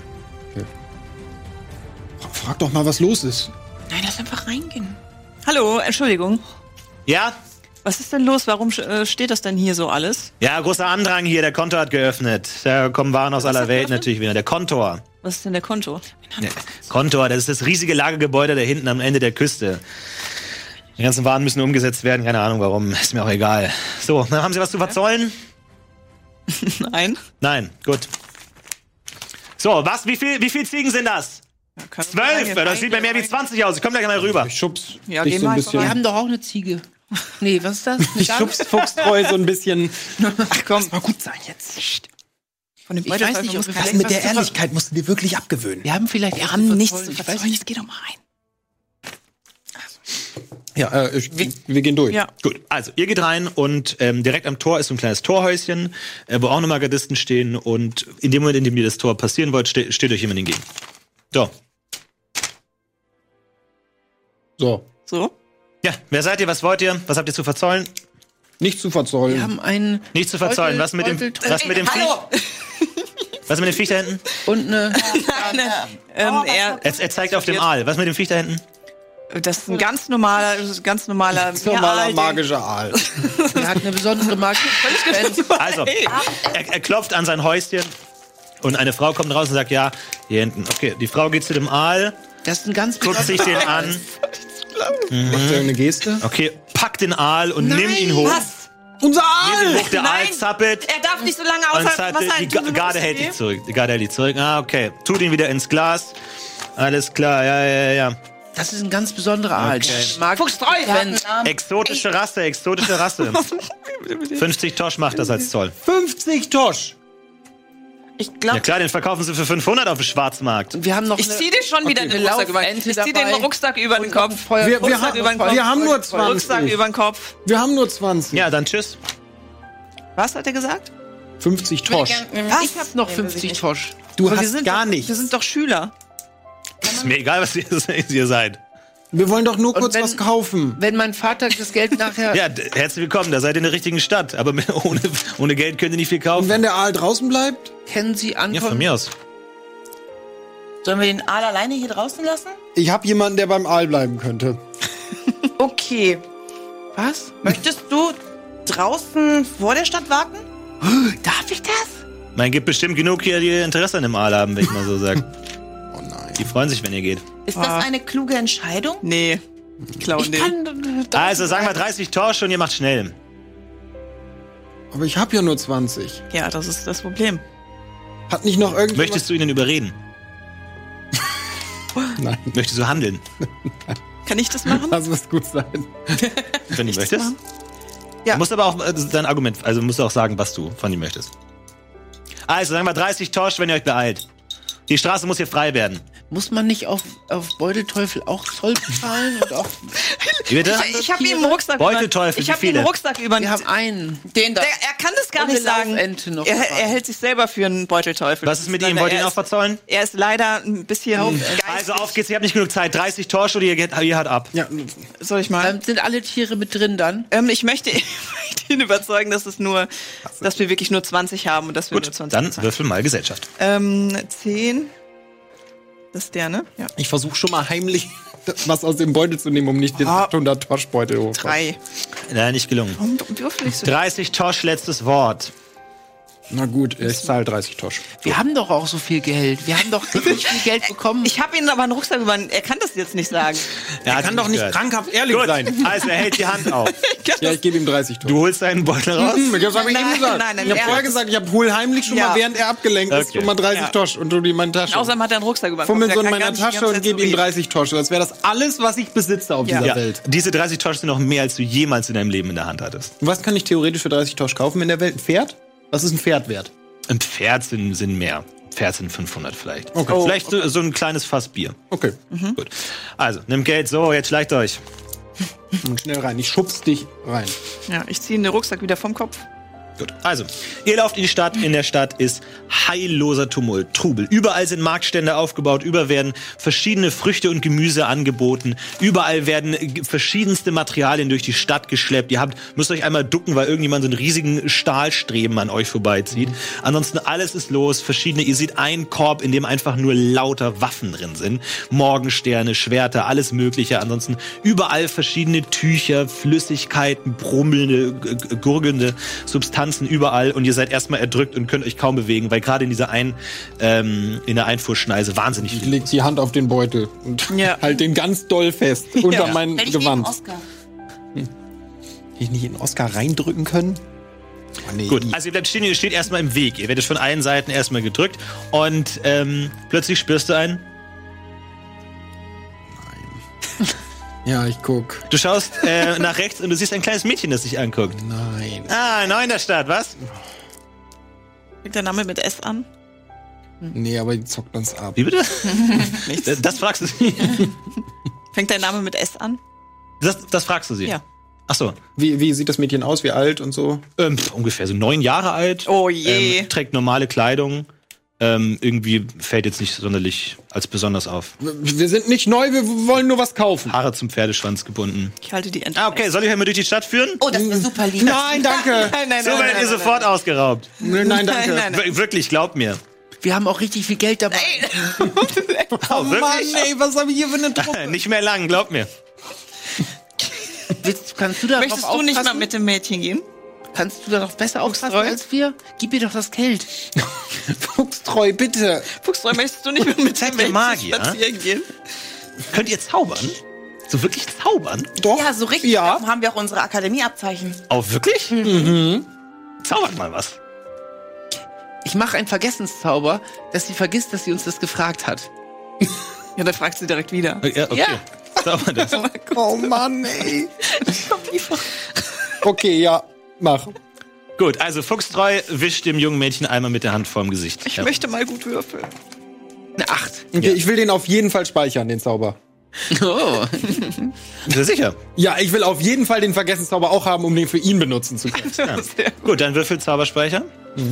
Frag doch mal, was los ist. Nein, lass einfach reingehen. Hallo, Entschuldigung. Ja? Was ist denn los? Warum äh, steht das denn hier so alles? Ja, großer Andrang hier, der Kontor hat geöffnet. Da kommen Waren aus Was aller hat Welt geöffnet? natürlich wieder. Der Kontor. Was ist denn der Konto? Ja, Kontor, das ist das riesige Lagergebäude da hinten am Ende der Küste. Die ganzen Waren müssen umgesetzt werden, keine Ahnung warum, ist mir auch egal. So, dann haben Sie was zu verzollen? Nein. Nein, gut. So, was, wie viel, wie viel Ziegen sind das? Ja, können wir Zwölf, rein- das sieht bei mir wie zwanzig aus, ich komm gleich mal rüber. Ich schubs Ja, dich geh so ein mal bisschen. Wir haben doch auch eine Ziege. Nee, was ist das? Eine Ich Gans? schubs fuchstreu so ein bisschen. Ach komm, Mal gut sein jetzt. von dem Ich weiß nicht, ob wir muss vielleicht mit der was zu ver- Ehrlichkeit musst du dir wirklich abgewöhnen. Wir haben vielleicht Wir was haben zu nichts zu verzollen. Ich weiß verzollen. nicht. Jetzt geh doch mal rein. Ja, äh, ich, wir, wir gehen durch. Ja. Gut, also ihr geht rein und ähm, direkt am Tor ist so ein kleines Torhäuschen, äh, wo auch nochmal Gardisten stehen und in dem Moment, in dem ihr das Tor passieren wollt, ste steht euch jemand entgegen. So. So. So? Ja, wer seid ihr, was wollt ihr, was habt ihr zu verzollen? Nicht zu verzollen. Wir haben einen Nicht zu verzollen, was mit dem, Beutel- was mit dem Viech? Was mit dem Viech da hinten? und eine Ähm, er, Er, er zeigt auf dem Aal, was mit dem Viech da hinten? das ist ein ganz normaler, ganz normaler, Ganz normaler Aal, den- magischer Aal. der hat eine besondere magische Frequenz. Also, er, er klopft an sein Häuschen und eine Frau kommt raus und sagt, ja, hier hinten. Okay, die Frau geht zu dem Aal, Das ist ein ganz guckt sich den an, Macht er eine Geste? okay, packt den Aal und nimmt ihn hoch. Was? Unser Nimmt ihn Aal! hoch, der Aal Nein. zappelt. Er darf nicht so lange Und außerhalb zappelt, Wasser die halten. Ga- Garde hält dich zurück. Die Garde hält dich zurück. Ah, okay. Tut ihn wieder ins Glas. Alles klar, ja, ja, ja. Das ist ein ganz besonderer Aal. Okay. Mag Frequenz. Exotische Rasse, exotische Rasse. fünfzig Tosch macht das als Zoll. fünfzig Tosch! Ich Ja glaube, klar, den verkaufen sie für fünfhundert auf dem Schwarzmarkt. Und wir haben noch ich eine zieh dir schon wieder eine den Rucksack über den Laufente Ich zieh den dabei. Rucksack über den und Kopf. Feuer. Wir, wir, Rucksack haben, über den Kopf. wir haben nur Rucksack zwanzig. über den Kopf. Wir haben nur zwanzig. Ja, dann tschüss. Was hat er gesagt? fünfzig Tosch. Was? Ich hab noch fünfzig Tosch. Du Aber wir hast sind gar doch, nichts. Wir sind doch Schüler. Ist mir egal, was ihr, ihr seid. Wir wollen doch nur Und kurz wenn- was kaufen. Wenn mein Vater das Geld nachher... Ja, d- herzlich willkommen, da seid ihr in der richtigen Stadt. Aber mit- ohne, ohne Geld könnt ihr nicht viel Und kaufen. wenn der Aal draußen bleibt? Kennen Sie Ja, von ankommen? mir aus. Sollen wir den Aal alleine hier draußen lassen? Ich habe jemanden, der beim Aal bleiben könnte. Okay. Was? Möchtest du draußen vor der Stadt warten? Darf ich das? Man gibt bestimmt genug hier, die Interesse an dem Aal haben, wenn ich mal so sage. Oh nein. Die freuen sich, wenn ihr geht. Ist Ah. das eine kluge Entscheidung? Nee. Klauen Ich den. kann. Also sagen wir dreißig Tosch und ihr macht schnell. Aber ich habe ja nur zwanzig. Ja, das ist das Problem. Hat nicht noch irgendjemand... Möchtest du ihnen überreden? Nein, Möchtest du handeln? Kann ich das machen? das wird gut sein. Wenn du möchtest? Ja. Du musst aber auch äh, dein Argument, also musst du auch sagen, was du von ihm möchtest. Also sagen wir dreißig Tosch, wenn ihr euch beeilt. Die Straße muss hier frei werden. Muss man nicht auf, auf Beutelteufel auch Zoll bezahlen? Und auch, Wie bitte? Ich, ich habe ihm einen Rucksack Beutelteufel, über. Ich wie habe ihm viele? einen Rucksack über. wir haben einen. Den da. Der, er kann das gar Und nicht eine sagen. Laufente noch Er, dabei. er hält sich selber für einen Beutelteufel. Was ist mit Das ihm? leider- Wollt ihr ihn er auch ist- verzollen? Er ist leider ein bisschen geistig. Also auf geht's, ihr habt nicht genug Zeit. dreißig Tosch oder ihr, geht, ihr hart ab. Ja, Soll ich mal? Ähm, sind alle Tiere mit drin dann? Ähm, ich möchte, ich möchte ihn überzeugen, dass es nur, dass wir wirklich nur zwanzig haben und dass wir nur Gut, zwanzig dann bezahlen. würfel mal Gesellschaft. Ähm, zehn. Das ist der, ne? Ja. ich versuche schon mal heimlich was aus dem Beutel zu nehmen, um nicht den Ah. achthundert Tosch-Beutel hoch. Drei. Nein, nicht gelungen. Warum würfel ich so? dreißig Tosch, letztes Wort. Na gut, ich zahle dreißig Tosch. Wir haben doch auch so viel Geld. Wir haben doch richtig viel Geld bekommen. Ich habe ihn aber einen Rucksack über. Er kann das jetzt nicht sagen. Er Kann doch nicht gehört. krankhaft ehrlich Gut, sein. also er hält die Hand auf. Ja, ich gebe ihm dreißig Tosch. Du holst deinen Beutel raus. Hm, das habe ich Nein, ihm gesagt. nein, nein, ich habe er vorher hat- gesagt, ich habe hol heimlich schon Ja. mal, während er abgelenkt ist, Okay. schon mal dreißig Ja. Tosch und du die in meine Tasche. Außerdem hat er einen Rucksack über. den Fummel Kopf. so Der in kann gar meiner nicht die Tasche ganze und Zeit gebe so ihm reden. dreißig Tosch. Das wäre das alles, was ich besitze auf Ja. dieser Ja, Welt. diese dreißig Tosch sind noch mehr, als du jemals in deinem Leben in der Hand hattest. Und was kann ich theoretisch für dreißig Tosch kaufen in der Welt? Ein Pferd? Was ist ein Pferd wert? Ein Pferd sind, sind mehr. Pferd sind fünfhundert vielleicht. Okay. Vielleicht so, so ein kleines Fass Bier. Okay, Gut. Also, nimm Geld. So, jetzt schleicht euch. und schnell rein. Ich schubs dich rein. Ja, ich ziehe den Rucksack wieder vom Kopf. Gut, also, ihr lauft in die Stadt. In der Stadt ist heilloser Tumult, Trubel. Überall sind Marktstände aufgebaut. Überall werden verschiedene Früchte und Gemüse angeboten. Überall werden äh, verschiedenste Materialien durch die Stadt geschleppt. Ihr habt, müsst euch einmal ducken, weil irgendjemand so einen riesigen Stahlstreben an euch vorbeizieht. Ansonsten alles ist los. Verschiedene, ihr seht einen Korb, in dem einfach nur lauter Waffen drin sind. Morgensterne, Schwerter, alles Mögliche. Ansonsten überall verschiedene Tücher, Flüssigkeiten, brummelnde, g- g- gurgelnde Substanzen überall und ihr seid erstmal erdrückt und könnt euch kaum bewegen, weil gerade in dieser ein, ähm, in der Einfuhrschneise wahnsinnig Ich viel. leg die Hand auf den Beutel und Ja. halt den ganz doll fest unter mein Hätte ich neben Gewand. Oscar. Hätte ich nicht in Oscar reindrücken können? Oh, nee. Gut, also ihr bleibt stehen, ihr steht erstmal im Weg. Ihr werdet von allen Seiten erstmal gedrückt und ähm, plötzlich spürst du einen. Ja, ich guck. Du schaust äh, nach rechts und du siehst ein kleines Mädchen, das dich anguckt. Nein. Ah, neu in der Stadt, was? Fängt der Name mit S an? Nee, aber die zockt uns ab. Wie bitte? das, das fragst du sie. Fängt der Name mit S an? Das, das fragst du sie? Ja. Ach so. Wie, wie sieht das Mädchen aus? Wie alt und so? Ähm, ungefähr so neun Jahre alt. Oh je. Ähm, trägt normale Kleidung. Ähm, irgendwie fällt jetzt nicht sonderlich als besonders auf. Wir sind nicht neu, wir wollen nur was kaufen. Haare zum Pferdeschwanz gebunden. Ich halte die Ente. Ah, okay. Soll ich einmal durch die Stadt führen? Oh, das ist super lieb. Nein, danke. Nein, nein, So nein, werdet nein, ihr nein, sofort ausgeraubt. Nein, nein, danke. Nein, nein, nein. Wir- Wirklich, glaubt mir. Wir haben auch richtig viel Geld dabei. Oh, Oh Mann, wirklich? ey, was haben wir hier für eine Truppe? Nicht mehr lang, glaubt mir. Willst, kannst du da Möchtest du nicht mal mit dem Mädchen gehen? Kannst du da doch besser aufpassen Fuchstreu? als wir? Gib mir doch das Geld. Fuchstreu, bitte. Fuchstreu, möchtest du nicht mit, mit Seid dem ihr Mädchen Magier? spazieren gehen? Könnt ihr zaubern? So wirklich zaubern? Doch. Ja, so richtig. Ja. Darum haben wir auch unsere Akademieabzeichen. Oh, wirklich? Mhm. Zaubert mal was. Ich mache einen Vergessenszauber, dass sie vergisst, dass sie uns das gefragt hat. Ja, dann fragt sie direkt wieder. Ja, okay. Ja. Zauber das. Oh Mann, ey. Okay, ja, mach. Gut, also Fuchstreu wischt dem jungen Mädchen einmal mit der Hand vorm Gesicht. Ich Ja. möchte mal gut würfeln. Eine Acht. Okay, Ja. ich will den auf jeden Fall speichern, den Zauber. Oh. Ist er sicher? Ja, ich will auf jeden Fall den Vergessenszauber auch haben, um den für ihn benutzen zu können. Ja. Gut, dann würfel Zauberspeicher.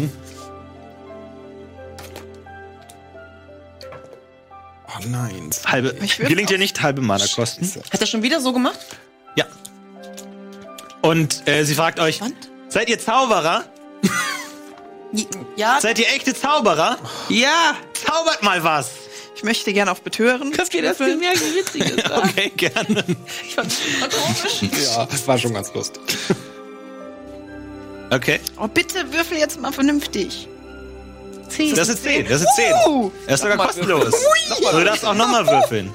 Oh nein. Halbe. Ich würfel Gelingt dir auf- nicht, halbe Mana kosten. Hat er schon wieder so gemacht? Ja. Und äh, sie fragt euch, Was? seid ihr Zauberer? Ja. Seid ihr echte Zauberer? Ja, Zaubert mal was. Ich möchte gerne auf Betören. habt ihr das würfeln. gemerkt, wie witzig ist das? Okay, gerne. Ich fand das super komisch. Ja, das war schon ganz lustig. Okay. Oh, bitte würfel jetzt mal vernünftig. Das ist zehn. Das ist zehn. Uh, Er ist sogar kostenlos. Du darfst auch nochmal würfeln.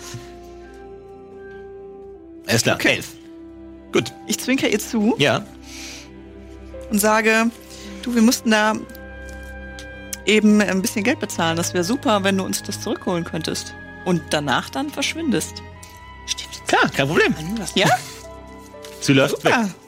Alles klar. Okay. Elf. Gut. ich zwinker ihr zu Ja. und sage, du, wir mussten da eben ein bisschen Geld bezahlen. Das wäre super, wenn du uns das zurückholen könntest. Und danach dann verschwindest. Klar, kein Problem. Ja? Sie läuft weg. Ah,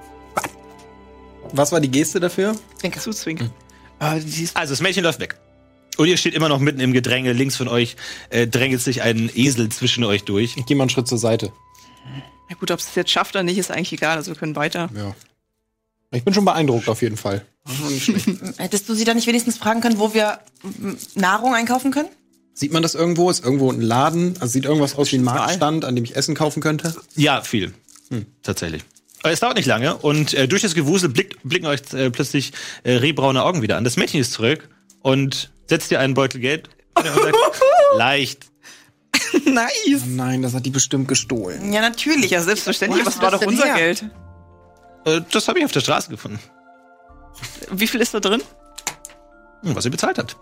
Was war die Geste dafür? zu zwinken. Ah, die ist Also das Mädchen läuft weg. Und ihr steht immer noch mitten im Gedränge. Links von euch äh, drängelt sich ein Esel zwischen euch durch. Ich gehe mal einen Schritt zur Seite. Ja gut, ob es jetzt schafft oder nicht, ist eigentlich egal. Also wir können weiter. Ja. Ich bin schon beeindruckt auf jeden Fall. Hättest du sie dann nicht wenigstens fragen können, wo wir m, Nahrung einkaufen können? Sieht man das irgendwo? Ist irgendwo ein Laden? Also sieht irgendwas aus wie ein Marktstand, an dem ich Essen kaufen könnte? Ja, viel. Tatsächlich. Aber es dauert nicht lange und äh, durch das Gewusel blickt, blicken euch äh, plötzlich äh, rehbraune Augen wieder an. Das Mädchen ist zurück und setzt dir einen Beutel Geld und sagt, leicht. Nice. Nein, das hat die bestimmt gestohlen. Ja, natürlich. Ja, selbstverständlich. Wo Was hast war du doch das denn unser her? Geld? Äh, das habe ich auf der Straße gefunden. Wie viel ist da drin? Hm, was ihr bezahlt habt.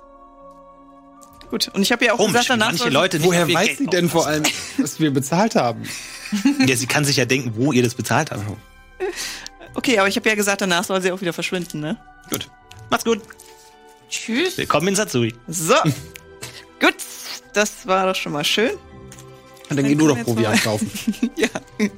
Gut. Und ich habe ja auch Komisch, gesagt, danach manche soll- Leute nicht Woher auf ihr weiß Geld sie denn vor allem, was wir bezahlt haben? aufpassen. Ja, sie kann sich ja denken, wo ihr das bezahlt habt. Okay, aber ich habe ja gesagt, danach soll sie auch wieder verschwinden, ne? Gut. Macht's gut. Tschüss. Willkommen in Satsui. So. Gut. Das war doch schon mal schön. Und dann geh du doch können wir jetzt Proviant mal- kaufen. Ja.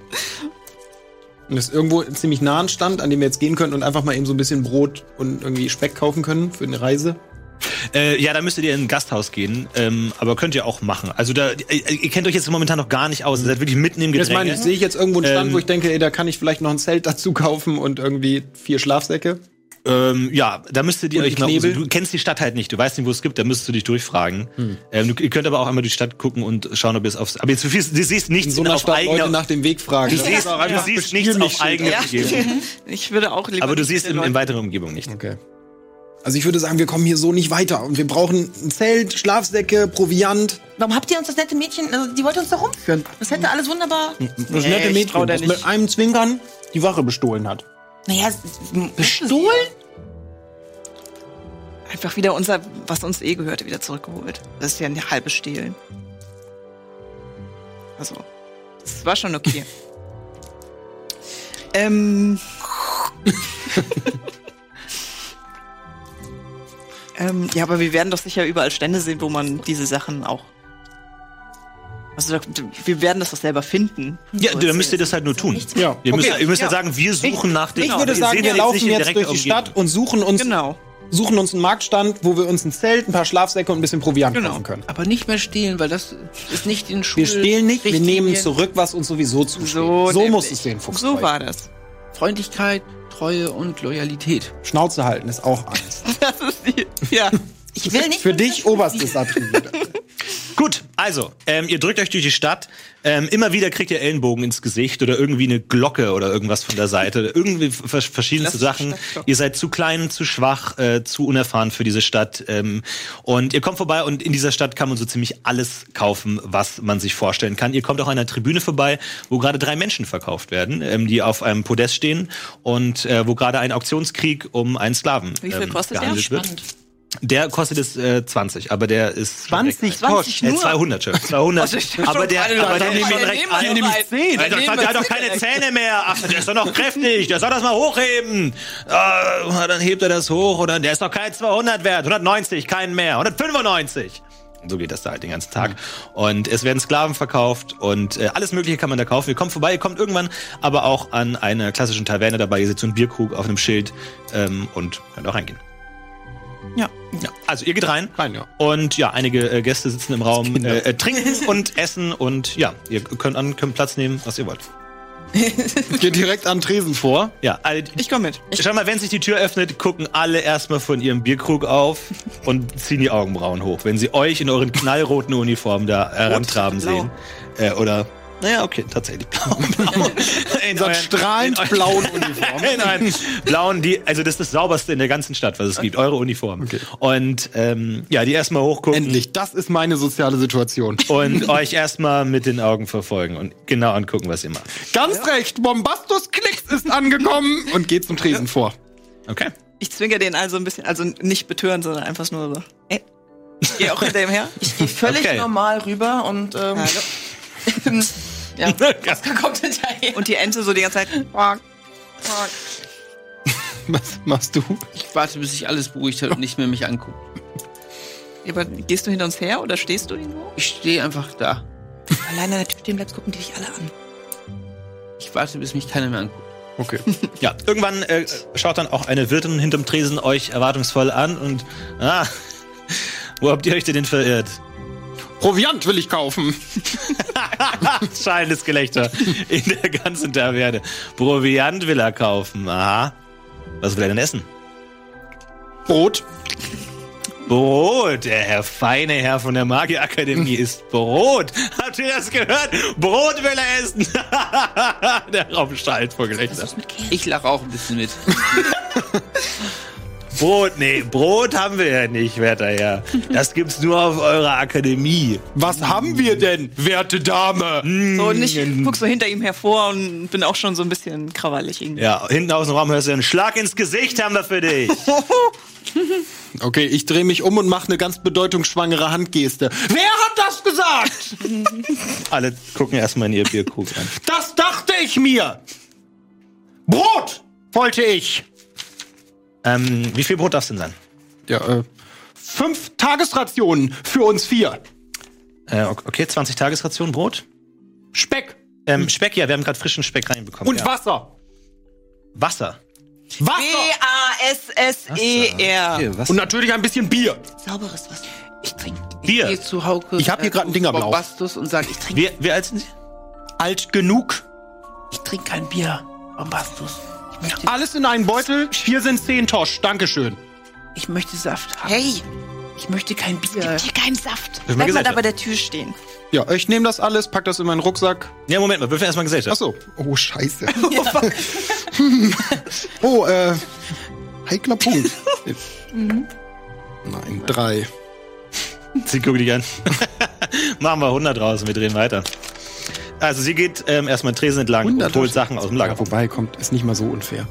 Und das ist irgendwo ziemlich nah ein Stand, an dem wir jetzt gehen können und einfach mal eben so ein bisschen Brot und irgendwie Speck kaufen können für eine Reise. Äh, ja, da müsstet ihr in ein Gasthaus gehen, ähm, aber könnt ihr auch machen. Also da, ihr, ihr kennt euch jetzt momentan noch gar nicht aus. Ihr seid wirklich mitten im Jetzt meine Gedränge. ich, sehe ich jetzt irgendwo einen Stand, Ähm, wo ich denke, ey, da kann ich vielleicht noch ein Zelt dazu kaufen und irgendwie vier Schlafsäcke. Ähm, ja, da müsstet ihr Und euch mal. Knebel? Du kennst die Stadt halt nicht, du weißt nicht, wo es gibt, da müsstest du dich durchfragen. Hm. Ähm, du, ihr könnt aber auch einmal durch die Stadt gucken und schauen, ob ihr es aufs. Aber jetzt, du siehst, du siehst In nichts so einer auf Stadt Leute eigene. nach dem Weg fragen. Du Das siehst, ist auch du einfach siehst Bestiel nichts mich auf eigene Ja. Umgebung. Ich würde auch lieber. Aber du nicht siehst mit den in, in Leuten- weiterer Umgebung nicht. Okay. Also ich würde sagen, wir kommen hier so nicht weiter. Und wir brauchen ein Zelt, Schlafsäcke, Proviant. Warum habt ihr uns das nette Mädchen, also die wollte uns da rumführen? Das hätte alles wunderbar. Das Nee, nette ich trau Mädchen, der das nicht. mit einem Zwinkern die Wache bestohlen hat. Naja, bestohlen? Einfach wieder unser, was uns eh gehörte, wieder zurückgeholt. Das ist ja ein halbes Stehlen. Also, das war schon okay. ähm. ähm. Ja, aber wir werden doch sicher überall Stände sehen, wo man diese Sachen auch. Also, da, wir werden das doch selber finden. Ja, dann müsst ihr das halt nur tun. Ja, Ihr müsst, okay. ihr müsst Ja. halt sagen, wir suchen nach dem. Ich würde Ihr sagen, seht wir jetzt laufen nicht in jetzt direkter durch die Umgebung. Stadt und suchen uns Genau. suchen uns einen Marktstand, wo wir uns ein Zelt, ein paar Schlafsäcke und ein bisschen Proviant Genau. kaufen können. Aber nicht mehr stehlen, weil das ist nicht in Schul Wir stehlen nicht, wir Richtlinien. nehmen zurück, was uns sowieso zusteht. So So, muss nämlich. es sehen, Fuchs. So war das. Freundlichkeit, Treue und Loyalität. Schnauze halten ist auch eins. Das ist die. Ja. Ich will nicht. Für dich oberstes Attribut. Gut, also, ähm, ihr drückt euch durch die Stadt. Ähm, immer wieder kriegt ihr Ellenbogen ins Gesicht oder irgendwie eine Glocke oder irgendwas von der Seite. Oder irgendwie vers verschiedenste Sachen. Ihr seid zu klein, zu schwach, äh, zu unerfahren für diese Stadt. Ähm, und ihr kommt vorbei und in dieser Stadt kann man so ziemlich alles kaufen, was man sich vorstellen kann. Ihr kommt auch an einer Tribüne vorbei, wo gerade drei Menschen verkauft werden, ähm, die auf einem Podest stehen und äh, wo gerade ein Auktionskrieg um einen Sklaven Wie viel ähm, kostet der? gehandelt wird. Der kostet es äh, zwanzig, aber der ist zwanzig zwanzig äh, nur? zweihundert, schon. zweihundert. aber der, aber der nimmt Alter, recht nehmen wir ein. noch einen. Alter, Nehmen der, wir der hat doch Zähne keine weg. Zähne mehr. Ach, der ist doch noch kräftig. Der soll das mal hochheben. Ah, dann hebt er das hoch. Oder der ist doch kein zweihundert wert. hundertneunzig, keinen mehr. hundertfünfundneunzig. Und so geht das da halt den ganzen Tag. Und es werden Sklaven verkauft und äh, alles Mögliche kann man da kaufen. Ihr kommt vorbei, ihr kommt irgendwann aber auch an einer klassischen Taverne dabei. Ihr seht so einen Bierkrug auf einem Schild ähm, und könnt auch reingehen. Ja. Ja, also ihr geht rein. Rein, ja. Und ja, einige äh, Gäste sitzen im Raum, äh, äh, trinken und essen und ja, ihr könnt an könnt Platz nehmen, was ihr wollt. Geht direkt an Tresen vor. Ja, alle, Ich komm mit. schau mal, wenn sich die Tür öffnet, gucken alle erstmal von ihrem Bierkrug auf und ziehen die Augenbrauen hoch, wenn sie euch in euren knallroten Uniformen da herantraben Blau. sehen. Äh, oder naja, okay, tatsächlich blau. blau. In Sagt strahlend in blauen Uniform. in einen blauen, die, also das ist das sauberste in der ganzen Stadt, was es gibt, eure Uniform. Okay. Und ähm, ja, die erstmal hochgucken. Endlich, das ist meine soziale Situation. Und euch erstmal mit den Augen verfolgen und genau angucken, was ihr macht. Ganz recht, Bombastus Klicks ist angekommen und geht zum Tresen vor. Okay. Ich zwinge den also ein bisschen, also nicht betören, sondern einfach nur so. Ey. Ich geh auch hinter ihm her. Ich gehe völlig Okay. normal rüber und ähm, Hallo. ja, Oscar kommt hinterher. Und die Ente so die ganze Zeit. Quack, quack. Was machst du? Ich warte, bis sich alles beruhigt hat und nicht mehr mich anguckt. Aber gehst du hinter uns her oder stehst du irgendwo? Ich stehe einfach da. Alleine an der Tür stehen bleibst, gucken die dich alle an. Ich warte, bis mich keiner mehr anguckt. Okay. Ja, irgendwann äh, schaut dann auch eine Wirtin hinterm Tresen euch erwartungsvoll an und ah, wo habt ihr euch denn verirrt? Proviant will ich kaufen. Schallendes Gelächter in der ganzen Taverne. Proviant will er kaufen. Aha. Was will er denn essen? Brot. Brot. Der Herr feine Herr von der Magierakademie isst Brot. Habt ihr das gehört? Brot will er essen. Der Raum schallt vor Gelächter. Ich lache auch ein bisschen mit. Brot, nee, Brot haben wir ja nicht, werter Herr. Das gibt's nur auf eurer Akademie. Was haben wir denn, werte Dame? So, und ich guck so hinter ihm hervor und bin auch schon so ein bisschen krawallig irgendwie. Ja, hinten aus dem Raum hörst du einen Schlag ins Gesicht haben wir für dich. Okay, ich drehe mich um und mache eine ganz bedeutungsschwangere Handgeste. Wer hat das gesagt? Alle gucken erstmal in ihr Bierkrug an. Das dachte ich mir. Brot wollte ich. Ähm, wie viel Brot darf's denn sein? Ja, äh, fünf Tagesrationen für uns vier. Äh, okay, zwanzig Tagesration Brot. Speck Ähm, Speck, ja, wir haben gerade frischen Speck reinbekommen. und ja. Wasser. Wasser. Wasser. B A S S E R. Okay, was? Und natürlich ein bisschen Bier. Sauberes Wasser. Ich trinke. Ich Bier. gehe zu Hauke. Ich hab hier grad einen Dingerblau. Bombastus und sage, ich trinke Wie, wie alt sind Sie? Alt genug. ich trink kein Bier. Bombastus. Ich möchte, Alles in einen Beutel. Hier sind zehn Tosch. Dankeschön. ich möchte Saft haben. Hey, Ich möchte kein Bier. Hier kein Saft. mal Bleib mal gesagt, da ja. bei der Tür stehen. Ja, ich nehme das alles, pack das in meinen Rucksack. Ja, Moment mal, würfel erstmal Gesellschaft. Ach so. Oh, scheiße. Oh, äh, heikler Punkt. Nein, drei. Sie guckt dich an. Machen wir hundert raus und wir drehen weiter. Also sie geht ähm, erstmal Tresen entlang und holt Sachen aus dem Lager. Wobei, kommt, ist nicht mal so unfair.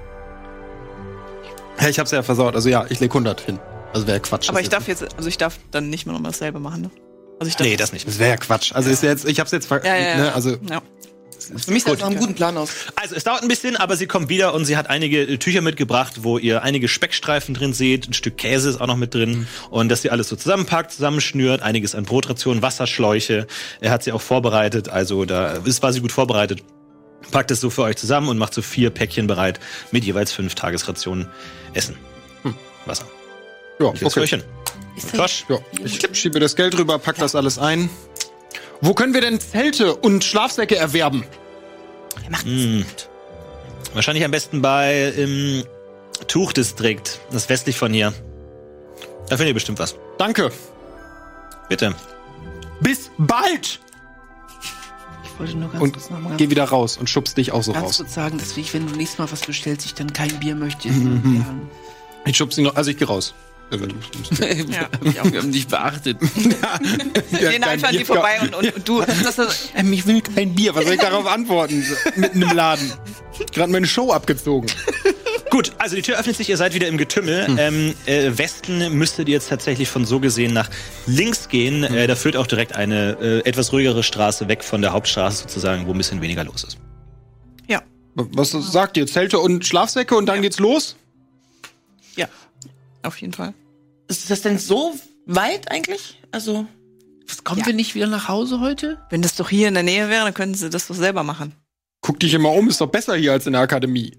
Ja, ich hab's ja versaut. Also ja, ich leg hundert hin. Also wäre Quatsch. Aber das ich darf jetzt, also ich darf dann nicht mehr noch mal dasselbe machen, ne? Also ich darf. Nee, das nicht. Das wäre ja Quatsch. Also ist ja jetzt, ich hab's jetzt ver... Ja, ja, ja. Ne, also ja. für mich sah das nach einem guten Plan aus. Also es dauert ein bisschen, aber sie kommt wieder und sie hat einige äh, Tücher mitgebracht, wo ihr einige Speckstreifen drin seht, ein Stück Käse ist auch noch mit drin und dass sie alles so zusammenpackt, zusammenschnürt, einiges an Brotrationen, Wasserschläuche, er hat sie auch vorbereitet, also da ist quasi gut vorbereitet. Packt es so für euch zusammen und macht so vier Päckchen bereit mit jeweils fünf Tagesrationen Essen. Wasser. Ja, Ich okay. okay. Josh? Ja, ich schiebe das Geld rüber, pack das alles ein. Wo können wir denn Zelte und Schlafsäcke erwerben? Wir machen Hm. Wahrscheinlich am besten bei im Tuchdistrikt, das ist westlich von hier. Da findet ihr bestimmt was. Danke. Bitte. Bis bald! Ich wollte nur ganz Und kurz nochmal geh wieder raus und schubst dich auch so ganz raus. kurz sagen, dass ich, wenn du nächstes Mal was bestellst, ich dann kein Bier möchte. Mhm. Ich schubst ihn noch, also ich geh raus. Ja. Wir haben dich beachtet. Gehen einfach an die vorbei und, und, und du. Das, das, Ähm, ich will kein Bier, was soll ich darauf antworten? Mitten im Laden. Gerade meine Show abgezogen. Gut, also die Tür öffnet sich, ihr seid wieder im Getümmel. Hm. Ähm, äh, Westen müsstet ihr jetzt tatsächlich von so gesehen nach links gehen. Hm. Äh, da führt auch direkt eine äh, etwas ruhigere Straße weg von der Hauptstraße sozusagen, wo ein bisschen weniger los ist. ja. Was sagt ihr? Zelte und Schlafsäcke und dann geht's los? Ja. Auf jeden Fall. Ist das denn so weit eigentlich? Also, Was, kommen Ja. wir nicht wieder nach Hause heute? Wenn das doch hier in der Nähe wäre, dann könnten sie das doch selber machen. Guck dich immer um, ist doch besser hier als in der Akademie.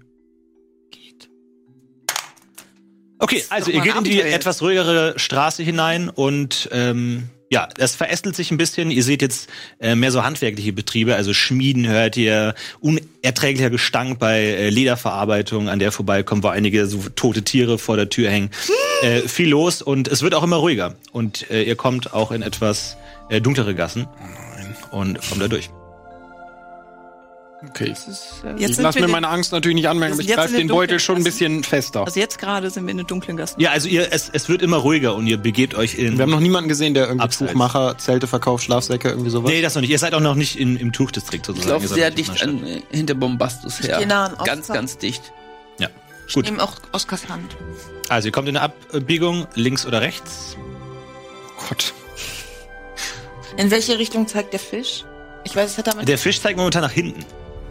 Okay, ist also doch ihr mal geht ein in die Abenteuer jetzt. etwas ruhigere Straße hinein und ähm, ja, es verästelt sich ein bisschen. Ihr seht jetzt äh, mehr so handwerkliche Betriebe, also Schmieden hört ihr, unerträglicher Gestank bei äh, Lederverarbeitung, an der vorbeikommt, wo einige so tote Tiere vor der Tür hängen. äh, viel los und es wird auch immer ruhiger. Und äh, ihr kommt auch in etwas äh, dunklere Gassen und kommt da durch. Okay. Das ist, äh, Jetzt Ich sind lass wir mir in- meine Angst natürlich nicht anmerken, aber ich Jetzt greife in den den Beutel dunklen schon ein Gassen. bisschen fester. Also jetzt gerade sind wir in den dunklen Gassen. Ja, also ihr, es, es wird immer ruhiger und ihr begebt euch in... Wir haben noch niemanden gesehen, der irgendwie Abseits. Tuchmacher, Zelte verkauft, Schlafsäcke, irgendwie sowas. Nee, das noch nicht. Ihr seid auch noch nicht in, im Tuchdistrikt ich sozusagen. laufe Ihr seid sehr noch nicht dicht in der an, äh, hinter Bombastus her. geh nah an Oskar. Ganz, ganz dicht. Stadt. Ja, ich gut. nehme auch Oskars Hand. Also ihr kommt in eine Abbiegung, links oder rechts. Oh Gott. In welche Richtung zeigt der Fisch? Ich weiß, es hat damit. Der Fisch zeigt momentan nach hinten.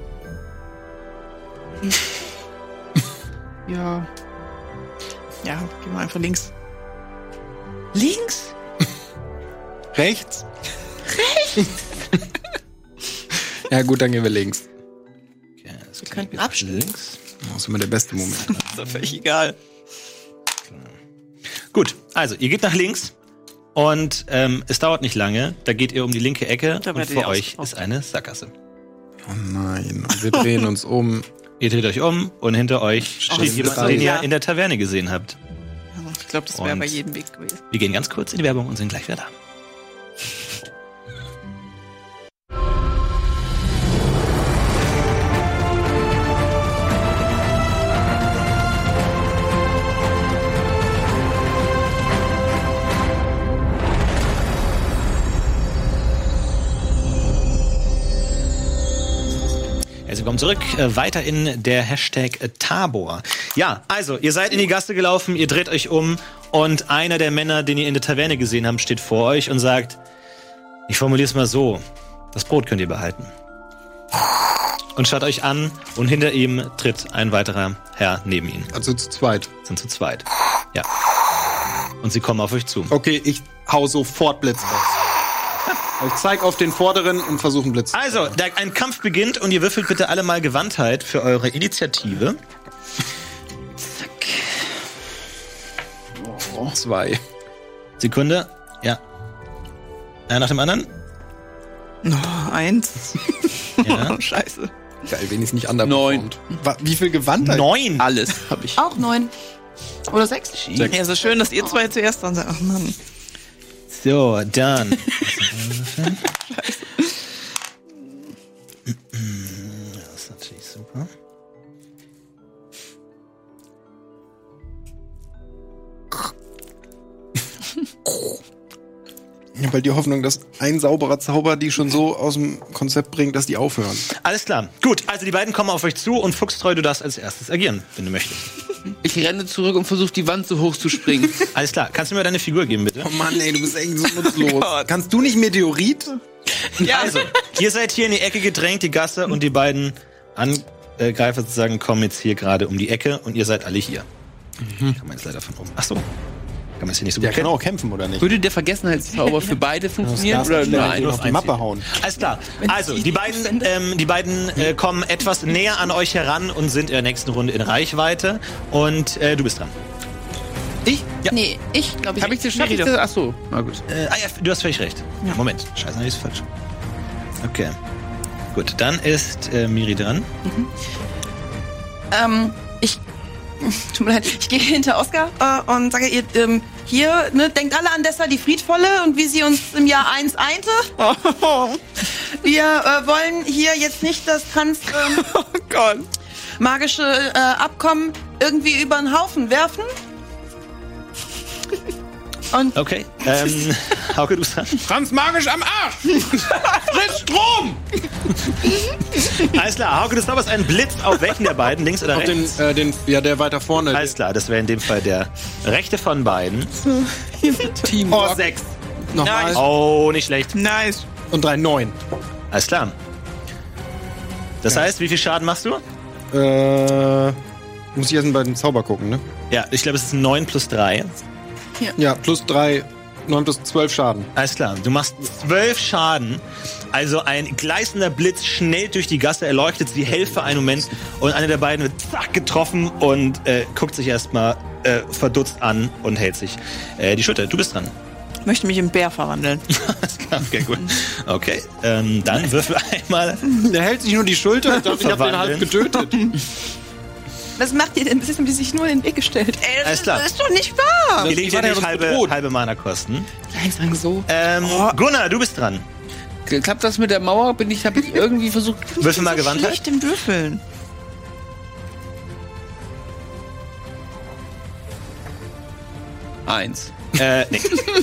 Ja. Ja, gehen wir einfach links. links? Rechts? Rechts? Ja gut, dann gehen wir links. Okay, das Wir könnten abstimmen. links. Das ist immer der beste Moment. Ist doch völlig egal. Gut, also ihr geht nach links und ähm, es dauert nicht lange. Da geht ihr um die linke Ecke Da und werdet vor ihr euch ausgeraubt. ist eine Sackgasse. Oh nein, und wir drehen uns um. Ihr dreht euch um und hinter euch steht Scheiße. jemand, Drei. den ihr Ja. in der Taverne gesehen habt. Ja, ich glaube, das wäre Und- bei jedem Weg gewesen. Wir gehen ganz kurz in die Werbung und sind gleich wieder da. Also kommt zurück, äh, weiter in der Hashtag äh, Tabor. Ja, also, ihr seid in die Gasse gelaufen, ihr dreht euch um und einer der Männer, den ihr in der Taverne gesehen habt, steht vor euch und sagt, ich formuliere es mal so, das Brot könnt ihr behalten. Und schaut euch an und hinter ihm tritt ein weiterer Herr neben ihn. Also zu zweit. Sind zu zweit. Ja. Und sie kommen auf euch zu. Okay, ich hau sofort Blitz raus. Ich zeig auf den vorderen und versuche einen Blitz. Also, der, ein Kampf beginnt und ihr würfelt bitte alle mal Gewandtheit für eure Initiative. Oh, zwei. Sekunde. Ja. Einer nach dem anderen. Oh, eins. Ja. Oh, scheiße. Geil, wenigstens nicht underperformed. Wa- Wie viel Gewandtheit? Neun. Alles habe ich. Auch neun. Oder sechs? Ja, so schön, dass ihr zwei zuerst dann sagt, ach Mann. So, dann. Das ist natürlich super. Ich habe halt die Hoffnung, dass ein sauberer Zauber die schon so aus dem Konzept bringt, dass die aufhören. Alles klar. Gut, also die beiden kommen auf euch zu und Fuchstreu, du darfst als erstes agieren, wenn du möchtest. Ich renne zurück und versuche die Wand so hoch zu springen. Alles klar. Kannst du mir deine Figur geben, bitte? Oh Mann, ey, du bist echt so nutzlos. Kannst du nicht Meteorit? Ja, Also, ihr seid hier in die Ecke gedrängt, die Gasse, und die beiden Angreifer sozusagen kommen jetzt hier gerade um die Ecke und ihr seid alle hier. Kann man jetzt leider von oben. Ach so. Kann man jetzt hier nicht so Der gut kann kennen. auch kämpfen, oder nicht? Würde der Vergessenheitszauber für beide funktionieren oder nur nur einen? auf die Mappe hauen. Alles klar. Also, die beiden, ähm, die beiden äh, kommen etwas näher an euch heran und sind in der nächsten Runde in Reichweite. Und äh, du bist dran. Ich? Ja. Nee, ich glaube ich. Hab ich das schafft? Mirido. Achso, na gut. Äh, ah ja, du hast völlig recht. Ja. Moment, scheiße, ist falsch. Okay. Gut, dann ist äh, Miri dran. Ähm, ich. Tut mir leid, ich gehe hinter Oskar äh, und sage ihr, ähm, hier, ne, denkt alle an Dessa die Friedvolle und wie sie uns im Jahr eins einte. Wir äh, wollen hier jetzt nicht das trans ähm, Oh Gott. magische äh, Abkommen irgendwie über den Haufen werfen. Und Okay. Ähm, Hauke, du bist dran. Transmagisch am Arsch! Friss Strom! Alles klar, Hauke, du zauberst einen Blitz auf welchen der beiden, links oder Auf den, rechts? äh, den, ja, der weiter vorne. Alles klar, das wäre in dem Fall der rechte von beiden. Team Oh, sechs. Nochmal. Oh, nicht schlecht. Nice. Und drei, neun. Alles klar. Das heißt, wie viel Schaden machst du? Äh, muss ich erst bei den Zauber gucken, ne? Ja, ich glaube, es ist neun plus drei. Ja, plus drei, neun plus zwölf Schaden. Alles klar, du machst zwölf Schaden. Also ein gleißender Blitz schnellt durch die Gasse, erleuchtet die Hälfte einen Moment und einer der beiden wird zack getroffen und äh, guckt sich erstmal äh, verdutzt an und hält sich äh, die Schulter. Du bist dran. Ich möchte mich in Bär verwandeln. Alles klar, okay, gut. Okay, ähm, dann würfel einmal. Der hält sich nur die Schulter. Ich dachte, ich hab den halb getötet. was macht ihr denn? Das ist mir sich nur in den Weg gestellt. Ey, Alles klar. das ist doch nicht wahr. Ihr legt war ja der nicht uns halbe, bedroht. halbe Mana kosten. Gleich so. Ähm, Gunnar, du bist dran. Klappt das mit der Mauer? Bin ich, hab ich irgendwie versucht. Würfel mal so Gewandtheit. schlecht im Würfeln. Eins. Äh, nee.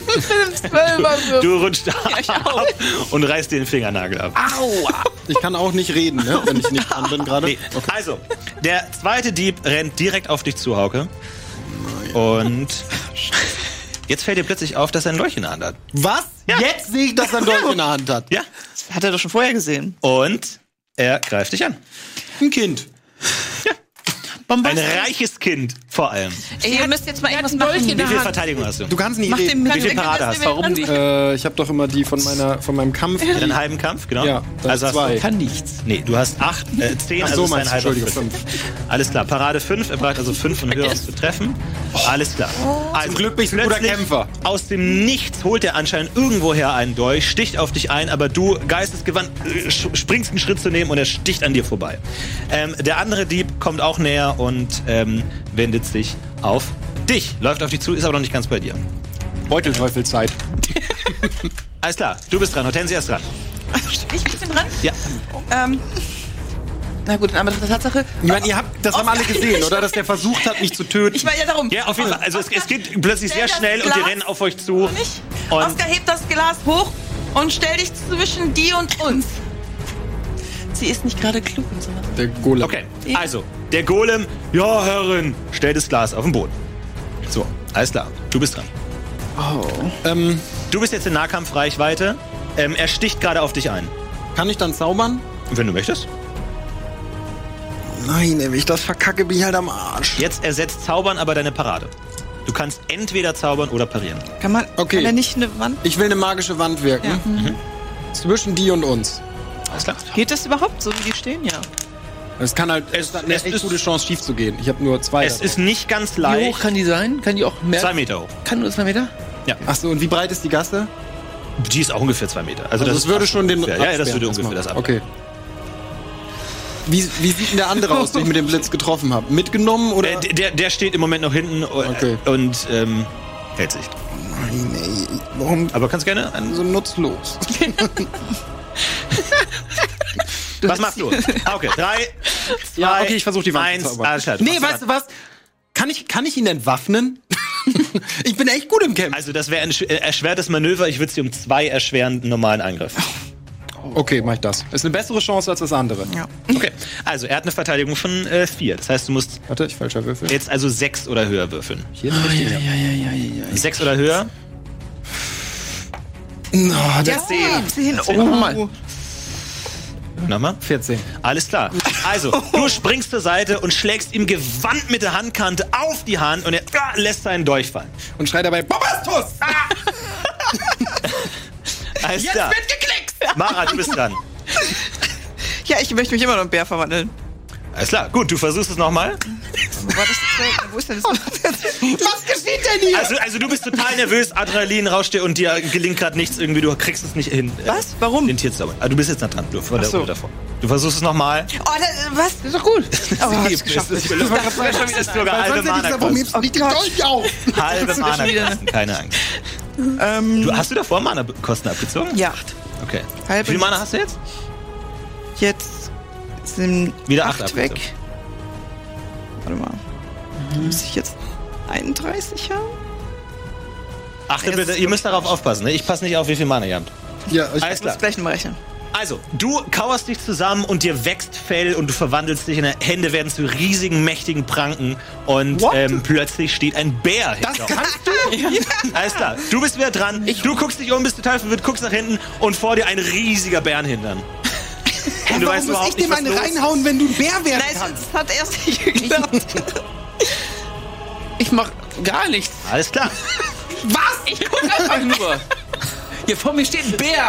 Du rutschst ab und reißt den Fingernagel ab. Aua! Ich kann auch nicht reden, ne? Wenn ich nicht dran bin gerade. Nee. Also, der zweite Dieb rennt direkt auf dich zu, Hauke. Und jetzt fällt dir plötzlich auf, dass er ein Dolch in der Hand hat. Was? Ja. Jetzt sehe ich, dass er einen Dolch in der Hand hat. Ja. Das hat er doch schon vorher gesehen. Und er greift dich an. Ein Kind. Ein reiches Kind, vor allem. Ey, ihr müsst jetzt mal irgendwas einen Dolch machen. in Wie der viel Hand. Verteidigung hast du? Du kannst nicht Mach reden. dem Wie viel Parade hast du? Warum die? Äh, ich habe doch immer die von meiner, von meinem Kampf. Den halben Kampf, genau. Ja, das also hast zwei. du, Kann nichts. nee, du hast acht, äh, zehn, Ach also so, ist ein meinst du, halber Entschuldigung, Fünf. fünf. Alles klar, Parade fünf, er braucht also fünf und höher, um zu treffen. Alles klar. Also, Zum Glück bin ich ein guter plötzlich Kämpfer. Aus dem Nichts holt er anscheinend irgendwoher einen Dolch, sticht auf dich ein, aber du, geistesgewandt, äh, sch- springst einen Schritt zu nehmen und er sticht an dir vorbei. Ähm, der andere Dieb kommt auch näher und ähm, wendet sich auf dich. Läuft auf dich zu, ist aber noch nicht ganz bei dir. Beutelteufelzeit. Alles klar, du bist dran. Hortensia ist dran. Ich bin dran? Ja. Ähm, na gut, aber der Tatsache. Ich meine, ihr habt, das haben alle gesehen, oder? Dass der versucht hat, mich zu töten. Ich war ja darum. Ja, auf jeden Fall. Also es, es geht plötzlich sehr Stell das schnell und die Glas rennen auf euch zu. Nicht? Und Oskar, heb das Glas hoch und stell dich zwischen die und uns. Sie ist nicht gerade klug und so. Der Golem. okay, also, der Golem, ja, Herrin, stellt das Glas auf den Boden. So, alles klar, du bist dran. Ähm, Du bist jetzt in Nahkampfreichweite. Ähm, er sticht gerade auf dich ein. kann ich dann zaubern? Wenn du möchtest. Nein, wenn ich das verkacke, bin ich halt am Arsch. Jetzt ersetzt Zaubern aber deine Parade. Du kannst entweder zaubern oder parieren. Kann man Okay. kann er nicht eine Wand? Ich will eine magische Wand wirken. Ja. Mhm. Zwischen die und uns. Alles klar. Geht das überhaupt so, wie die stehen? Ja. Es kann halt, Es- es hat eine es echt ist- gute Chance, schief zu gehen. Ich habe nur zwei. Es davon. ist nicht ganz Wie hoch leicht. kann die sein? Kann die auch mehr? Zwei Meter hoch. Kann nur zwei Meter? Ach so, und wie breit ist die Gasse? Die ist auch ungefähr zwei Meter. Also das ist würde fast schon den ungefähr. Ja, ja, das absperren würde ungefähr das erstmal. ab. Okay. Wie, wie sieht denn der andere aus, den ich mit dem Blitz getroffen habe? Mitgenommen oder? Äh, der, der steht im Moment noch hinten und, Okay. und ähm, hält sich. Nein, ey, warum Aber kannst gerne einen so nutzlos? Was machst du? Ah, okay, drei, zwei, Ja, okay, ich versuche die Wand eins, zu zaubern. alles klar. du Nee, machst die weißt du was? Kann ich, kann ich ihn entwaffnen? Ich bin echt gut im Kämpfen. Also das wäre ein sch- äh, erschwertes Manöver. Ich würde sie um zwei erschweren, einen normalen Angriff. Okay, mach ich das. Ist eine bessere Chance als das andere. Ja. Okay, also er hat eine Verteidigung von äh, vier. Das heißt, du musst Warte, ich falscher Würfel. jetzt also sechs oder höher würfeln. Hier ist richtig. Ja, ja, ja, ja, ja. Sechs oder höher? No, der Zehn. Oh. Nochmal. Nochmal? vierzehn. Alles klar. Also, du springst zur Seite und schlägst ihm gewandt mit der Handkante auf die Hand und er ah, lässt seinen Dolch fallen. Und schreit dabei, Bombastus! Alles Jetzt klar. wird geklickt! Mara, du bist dran. Ja, ich möchte mich immer noch in Bär verwandeln. Alles klar. Gut, du versuchst es nochmal. Wo war das jetzt? Wo ist denn das? Was geschieht denn hier? Also, also du bist total nervös, Adrenalin rauscht dir und dir gelingt gerade nichts irgendwie, du kriegst es nicht hin. äh, Was? Warum? Den Tier zu zaubern. Ah, du bist jetzt noch dran, du vor der Ach so. Runde davor. Du versuchst es nochmal. Oh, das, was? Das ist doch gut. Oh, Das hab's geschafft. ist sogar halbe Mana Warum kosten. hebst du nicht den Dolch auf? Halbe Mana kosten, keine Angst. Ähm, Du, hast du davor Mana-Kosten abgezogen? ja. Okay. Halbe Wie viel Mana hast du jetzt? Jetzt sind Wieder acht acht weg. abgezogen. Warte mal. Muss ich jetzt einunddreißig haben? Achte Jetzt- bitte, ihr müsst darauf aufpassen, ne? Ich passe nicht auf, wie viel Mana ihr habt. Ja, ich, Alles Ich klar. muss gleich nochmal rechnen. Also, du kauerst dich zusammen und dir wächst Fell und du verwandelst dich, in der Hände werden zu riesigen, mächtigen Pranken und What? ähm, plötzlich steht ein Bär das hinter kannst du? uns. Alles klar, du bist wieder dran, du guckst dich um, bist total verwirrt, guckst nach hinten und vor dir ein riesiger Bärenhintern. Und du Warum weißt muss überhaupt ich nicht, dem was eine los ist. reinhauen, wenn du ein Bär werden Nein, kannst? es hat erst nicht geklappt. Ich mach gar nichts. Alles klar. Was? Ich guck einfach nur. Hier vor mir steht ein Bär.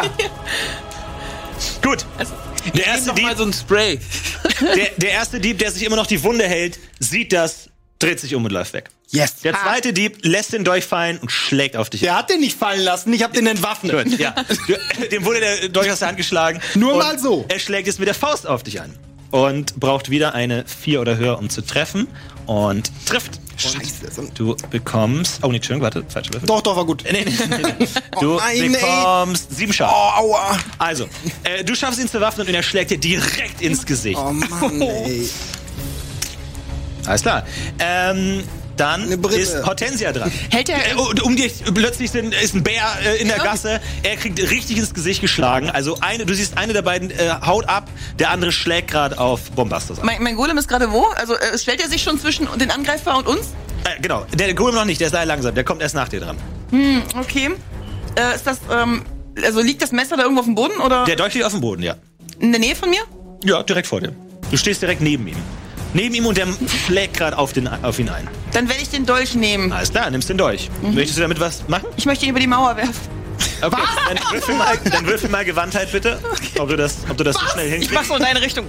Gut. Der erste, noch mal Dieb, so ein Spray. der, der erste Dieb, der sich immer noch die Wunde hält, sieht das, dreht sich um und läuft weg. Yes. Der zweite Dieb lässt den Dolch fallen und schlägt auf dich. Der hat den nicht fallen lassen, ich hab den entwaffnet. Gut, ja. Du- Dem wurde der Dolch aus der Hand geschlagen. Nur und mal so. Er schlägt jetzt mit der Faust auf dich an. Und braucht wieder eine vier oder höher, um zu treffen. Und trifft. Scheiße. so- Du bekommst... Oh, nee, Entschuldigung, warte. Falsche Würfel. Doch, doch, war gut. Nee, nee, nee, nee. Du Oh nein, ey. bekommst sieben Schaden. Oh, aua. Also, äh, du schaffst ihn zu waffnen und er schlägt dir direkt ins Gesicht. Oh Mann, ey. Alles klar. Ähm... Dann Eine Brille. ist Hortensia dran. Hält er- Äh, und um dich plötzlich sind, ist ein Bär äh, in der Gasse. Er kriegt richtig ins Gesicht geschlagen. Also eine, du siehst, eine der beiden äh, haut ab, der andere schlägt gerade auf Bombastos an. Mein, mein Golem ist gerade wo? Also äh, stellt er sich schon zwischen den Angreifer und uns? Äh, genau, der Golem noch nicht, der ist leider langsam. Der kommt erst nach dir dran. Okay. Äh, ist das, ähm, also liegt das Messer da irgendwo auf dem Boden oder Der Dolch liegt auf dem Boden, ja. in der Nähe von mir? Ja, direkt vor dir. Du stehst direkt neben ihm. Neben ihm und der schlägt gerade auf, den- auf ihn ein. Dann werde ich den Dolch nehmen. Alles klar, nimmst den Dolch. Möchtest du damit was machen? Ich möchte ihn über die Mauer werfen. Okay, dann würfel, mal, dann würfel mal Gewandtheit bitte, ob du das, ob du das so schnell Ich hinkriegst. mach so in deine Richtung.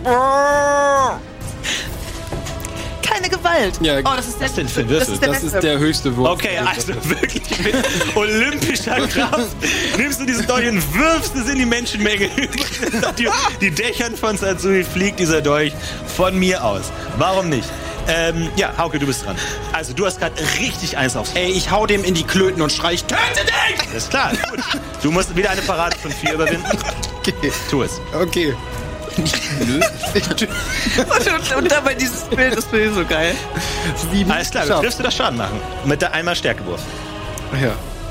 Keine Gewalt. Ja, oh, das ist der, Was denn für ein das Würfel? ist der Das beste. ist der höchste Wurf. Okay, also wirklich mit olympischer Kraft nimmst du diesen Dolch und wirfst es in die Menschenmenge. Auf die, die Dächern von Satsui fliegt dieser Dolch von mir aus. Warum nicht? Ähm, ja, Hauke, du bist dran. Also, du hast gerade richtig eins aufs. Ey, ich hau dem in die Klöten und schrei, ich töte dich! Ist klar, gut. Du musst wieder eine Parade von vier überwinden. Okay. Tu es. Okay. Und, und dabei dieses Bild, das Bild so geil. Sieben. Alles klar, du Geschafft. triffst du das Schaden machen. Mit der einmal Stärkewurf. Ja.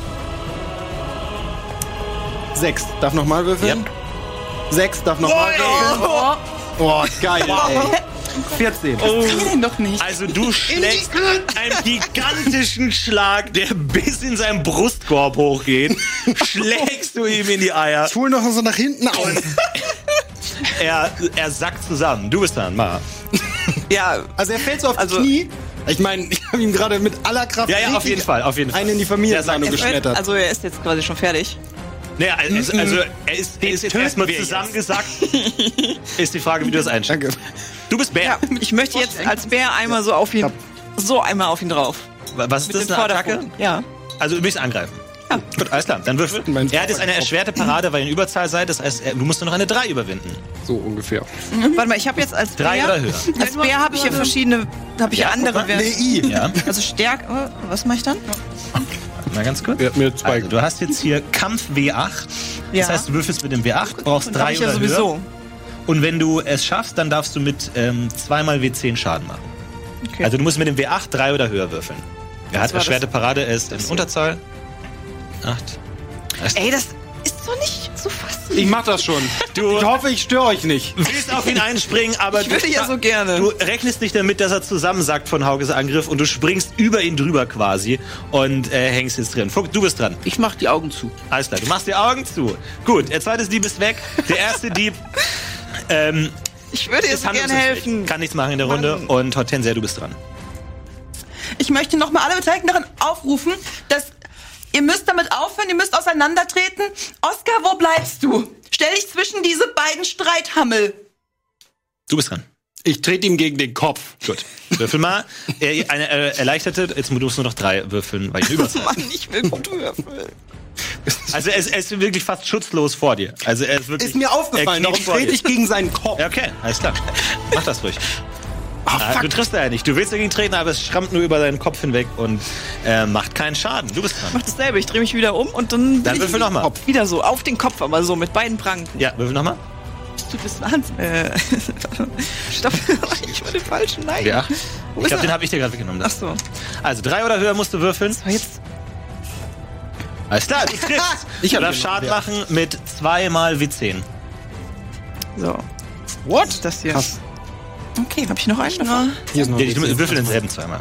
Sechs. Darf nochmal würfeln? Sechs. Darf nochmal würfeln? Oh, Boah, geil, ey. vierzehn. kann ihn doch nicht. Also du schlägst einen gigantischen Schlag, der bis in seinen Brustkorb hochgeht. Schlägst du ihm in die Eier. Ich hol noch so nach hinten aus. Er, er sackt zusammen. Du bist dran, Ma. Ja, Also er fällt so auf Also- die Knie. Ich meine, ich habe ihm gerade mit aller Kraft Ja, ja, auf richtig jeden Fall, auf jeden Fall. einen in die Familienplanung Der sagt- geschmettert. also er ist jetzt quasi schon fertig. Nee, also, also er ist, er ist jetzt töten erstmal wir zusammengesackt. Ist die Frage, wie du das einschätzt. Danke. Du bist Bär. Ja, ich möchte jetzt als Bär einmal so auf ihn, so einmal auf ihn drauf. Was ist Mit das, dem eine Attacke? Vorderfuß. Ja. Also du willst angreifen. Ja. Gut, alles klar. Dann würfel. Mein Er hat jetzt eine erschwerte Parade, weil ihr in Überzahl seid. Das heißt, er- du musst nur noch eine drei überwinden. So ungefähr. Warte mal, ich habe jetzt als Drei Bär, oder höher. als Bär habe ich ja verschiedene, habe ich ja, Ja, guck andere mal. Werte. Nee, I. Ja. Also Stärke, was mache ich dann? Mal ganz kurz. Er hat mir zwei Also, du hast jetzt hier Kampf W acht. Ja. Das heißt, du würfelst mit dem W acht, brauchst Und hab drei ich ja oder sowieso. höher. Und wenn du es schaffst, dann darfst du mit ähm, zweimal W zehn Schaden machen. Okay. Also du musst mit dem W acht drei oder höher würfeln. Er hat war erschwerte Parade, er ist in Unterzahl. Acht. Ey, das ist doch nicht so fassen. Ich mach das schon. Du- ich hoffe, ich störe euch nicht. willst auf ihn einspringen, aber Ich würde ja so gerne. du rechnest nicht damit, dass er zusammensackt von Haukes Angriff und du springst über ihn drüber quasi und äh, hängst jetzt drin. Fuck, du bist dran. Ich mach die Augen zu. Alles klar, du machst die Augen zu. Gut, der zweite Dieb ist weg. Der erste Dieb ähm, Ich würde dir ist so gerne handlungsunfähig. helfen. Kann nichts machen in der Runde. Mann. Und Hortensia, du bist dran. Ich möchte nochmal alle Beteiligten daran aufrufen, dass ihr müsst damit aufhören, ihr müsst auseinandertreten. Oskar, wo bleibst du? Stell dich zwischen diese beiden Streithammel. Du bist dran. Ich trete ihm gegen den Kopf. Gut. Würfel mal. Er, eine äh, erleichterte, jetzt musst du nur noch drei würfeln, weil ich über. Mann, ich will gut würfeln. Also er ist, er ist wirklich fast schutzlos vor dir. Also er ist wirklich. Ist mir aufgefallen, er kniet darum vor trete dir. ich gegen seinen Kopf. Ja, okay, alles klar. Mach das ruhig. Oh, Ah, du triffst ja nicht. Du willst dagegen treten, aber es schrammt nur über deinen Kopf hinweg und äh, macht keinen Schaden. Du bist dran. Mach dasselbe, ich drehe mich wieder um und dann. Dann will würfel ich noch mal. Kopf. Wieder so, auf den Kopf, aber so mit beiden Pranken. Ja, würfel nochmal. Du bist Wahnsinn. Äh, stopp, ich war den falschen. Nein. Ja. Wo Ich ist glaube, er? den habe ich dir gerade weggenommen. Ach so. Also drei oder höher musst du würfeln. Aber jetzt. Alles klar, du triffst. Ich du hab darfst genommen, Schaden ja. machen mit zweimal W zehn. So. What? Was ist das hier? Krass. Okay, hab ich noch einen davon? Hier ist noch Ja, ein ich bisschen. würfel denselben zweimal.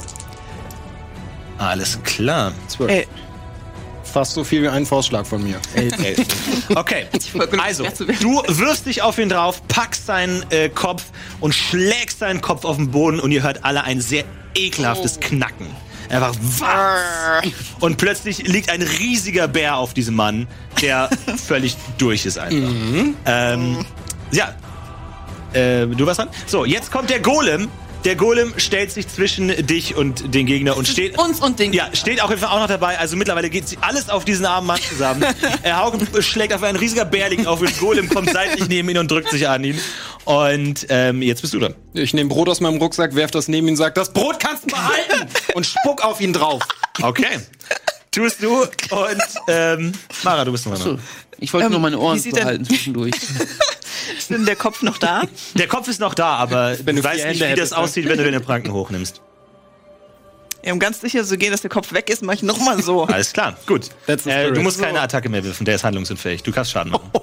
Ja. Alles klar. Zwölf. Ey, Fast so viel wie ein Faustschlag von mir. Okay. Okay. Also, schwer zu werden. du wirfst dich auf ihn drauf, packst seinen äh, Kopf und schlägst seinen Kopf auf den Boden und ihr hört alle ein sehr ekelhaftes Knacken. Einfach was? Und plötzlich liegt ein riesiger Bär auf diesem Mann, der völlig durch ist einfach. Ähm, ja. Äh, du warst dran? So, jetzt kommt der Golem. Der Golem stellt sich zwischen dich und den Gegner und steht... Uns und den Ja, steht auch auch noch dabei. Also mittlerweile geht sie alles auf diesen armen Mann zusammen. Er Hauke schlägt auf ein riesiger Bär liegen auf den Golem, kommt seitlich neben ihn und drückt sich an ihn. Und ähm, jetzt bist du dran. Ich nehme Brot aus meinem Rucksack, werf das neben ihn und sag, das Brot kannst du behalten! Und spuck auf ihn drauf. Okay. Tust du und ähm, Mara, du bist noch So, dran. ich wollte Ähm, nur meine Ohren wie sieht denn- behalten zwischendurch. ist denn der Kopf noch da? Der Kopf ist noch da, aber Wenn du du weißt vier nicht, Hände wie das hättest, ne? aussieht, wenn du den Pranken hochnimmst. Ja, um ganz sicher zu gehen, dass der Kopf weg ist, mache ich nochmal so. Alles klar, gut. That's the Äh, du spirit. musst keine Attacke mehr würfen, der ist handlungsunfähig. Du kannst Schaden machen.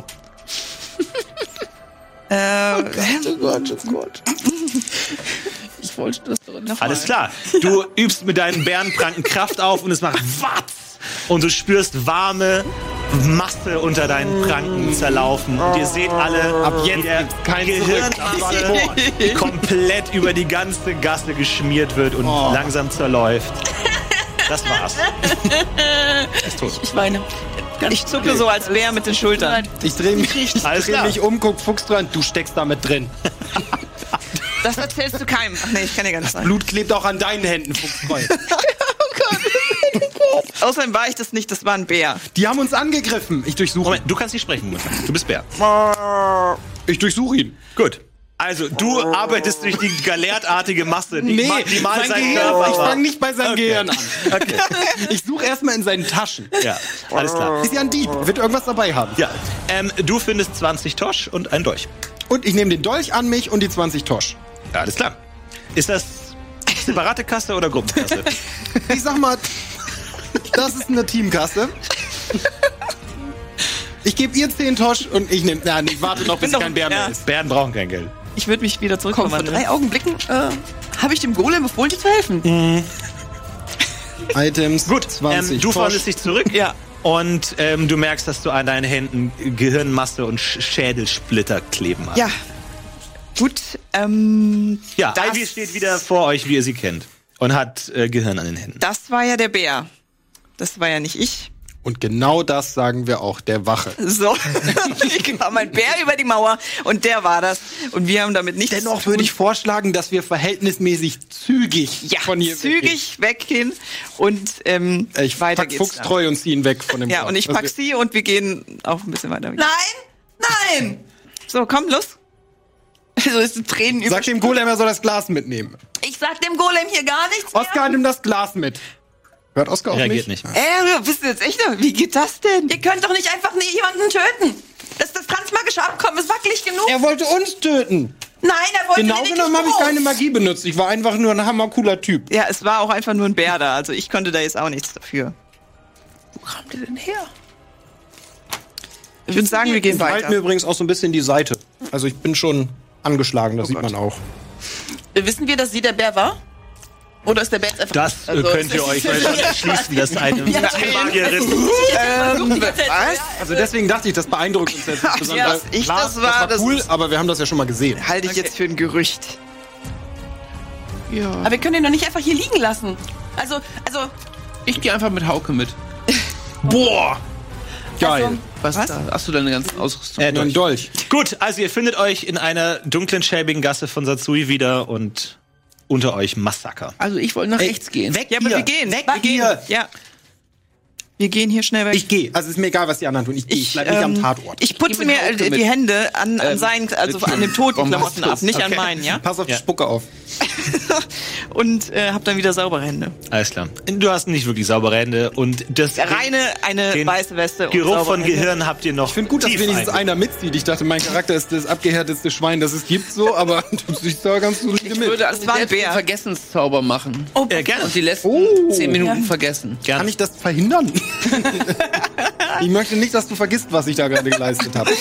Äh, Oh Gott, oh Gott. Ich wollte das doch noch Alles klar. Du übst mit deinen Bärenpranken Kraft auf und es macht Watz. Und du spürst warme Masse unter deinen Pranken zerlaufen. Und ihr seht alle, ab jetzt der kein Gehirn komplett über die ganze Gasse geschmiert wird und langsam zerläuft. Das war's. Er ist tot. Ich weine. ich zucke so als Bär mit den Schultern. Ich drehe mich, Alles dreh klar. mich um, guck Fuchs dran, du steckst da mit drin. Das erzählst du keinem. Ach nee, ich kann dir gar nicht sagen. Blut klebt auch an deinen Händen, Fuchsfrei. Außerdem war ich das nicht, das war ein Bär. Die haben uns angegriffen. Ich durchsuche Moment, du kannst nicht sprechen momentan. Du bist Bär. ihn. Ich durchsuche ihn. Gut. Also, du arbeitest durch die galertartige Masse, die, Nee, ma die mal sein sein Gehirn. Körper Ich war. fange nicht bei seinem Okay. Gehirn an. Okay. Ich suche erstmal in seinen Taschen. Ja, alles klar. Ist ja ein Dieb. Wird irgendwas dabei haben. Ja, ähm, du findest zwanzig Tosch und ein Dolch. Und ich nehme den Dolch an mich und die zwanzig Tosch. Ja, alles klar. Ist das separate Kasse oder Gruppenkasse? Ich sag mal, das ist eine Teamkasse. Ich gebe ihr zehn Tosch und ich nehme... Ja, ich warte noch, bis doch- kein Bär mehr ja. ist. Bären brauchen kein Geld. Ich würde mich wieder Komm, vor zurückverwandeln. drei Augenblicken äh, habe ich dem Golem befohlen, dir zu helfen. Items, Gut, zwanzig ähm, du Tosch. verwandelst dich zurück. Ja. Und ähm, du merkst, dass du an deinen Händen Gehirnmasse und Sch Schädelsplitter kleben hast. Ja. Gut, ähm, Ja, das- Ivy steht wieder vor euch, wie ihr sie kennt. Und hat äh, Gehirn an den Händen. das war ja der Bär. Das war ja nicht ich. Und genau das sagen wir auch der Wache. So, ich kam ein Bär über die Mauer und der war das. Und wir haben damit nichts Dennoch zu tun. würde ich vorschlagen, dass wir verhältnismäßig zügig ja, von hier zügig weggehen und ähm, weggehen. Ich weiter pack geht's. Fuchs treu und zieh ihn weg von dem Ja, Ort. und ich Was pack wir- sie und wir gehen auch ein bisschen weiter. Nein, nein. So, komm, los. So ist die Tränen über. Sag dem Golem, er soll das Glas mitnehmen. Ich sag dem Golem hier gar nichts mehr. Oskar, nimm das Glas mit. Hört Oskar auf Reagiert mich? nicht. Äh, bist du jetzt echt noch? Wie geht das denn? Ihr könnt doch nicht einfach nie jemanden töten. Das, das transmagische Abkommen ist wackelig genug. Er wollte uns töten. Nein, er wollte Genau lediglich genommen habe ich Brot. keine Magie benutzt. Ich war einfach nur ein hammercooler Typ. Ja, es war auch einfach nur ein Bär da. Also ich konnte da jetzt auch nichts dafür. Wo kam der denn her? Ich würde sagen, wir gehen Ich halte mir weiter. übrigens auch so ein bisschen die Seite. Also ich bin schon angeschlagen, das sieht man auch. Wissen wir, dass sie der Bär war? Oder ist der Bär jetzt einfach... Das äh, Also, könnt ihr es euch ist- schon erschließen, dass eine Ja, Magierin... Ähm, was? Also deswegen dachte ich, das beeindruckt uns jetzt besonders. Ja, dass ich Klar, das war, das cool, ist- aber wir haben das ja schon mal gesehen. Halte ich jetzt für ein Gerücht. Ja. Aber wir können ihn doch nicht einfach hier liegen lassen. Also, also, Ich gehe einfach mit Hauke mit. Boah! Geil. Was, Was? da? Hast du deine ganzen Ausrüstung? Äh, Ein Dolch. Gut, also ihr findet euch in einer dunklen, schäbigen Gasse von Satsui wieder und unter euch Massaker. Also ich wollte nach rechts gehen. Weg Ja, aber hier. wir gehen. Weg wir gehen. hier. Ja. Wir gehen hier schnell weg. Ich gehe. Also ist mir egal, was die anderen tun. Ich gehe. Ich, bleib nicht ähm, am Tatort. Ich putze Ich mir geh mit dem äh, Auto die mit. Hände an, an Ähm, seinen, also mit- an dem toten Warum Klamotten machst ab, du's? nicht Okay. an meinen, ja? Pass auf die Ja. Spucke auf. Und äh, hab dann wieder saubere Hände. Alles klar. Du hast nicht wirklich saubere Hände und das Reine, eine den weiße Weste und Geruch saubere von Hände. Gehirn habt ihr noch. Ich finde gut, dass tief wenigstens einge- einer mitzieht. Ich dachte, mein Charakter ist das abgehärteste Schwein, das es gibt, so, aber du siehst da ganz solide Ich mit. würde an war ein selbst den Bär. Vergessenszauber machen. Oh, Äh, gerne. Und die letzten Oh. zehn Minuten Ja. vergessen. Gerne. Kann ich das verhindern? Ich möchte nicht, dass du vergisst, was ich da gerade geleistet habe.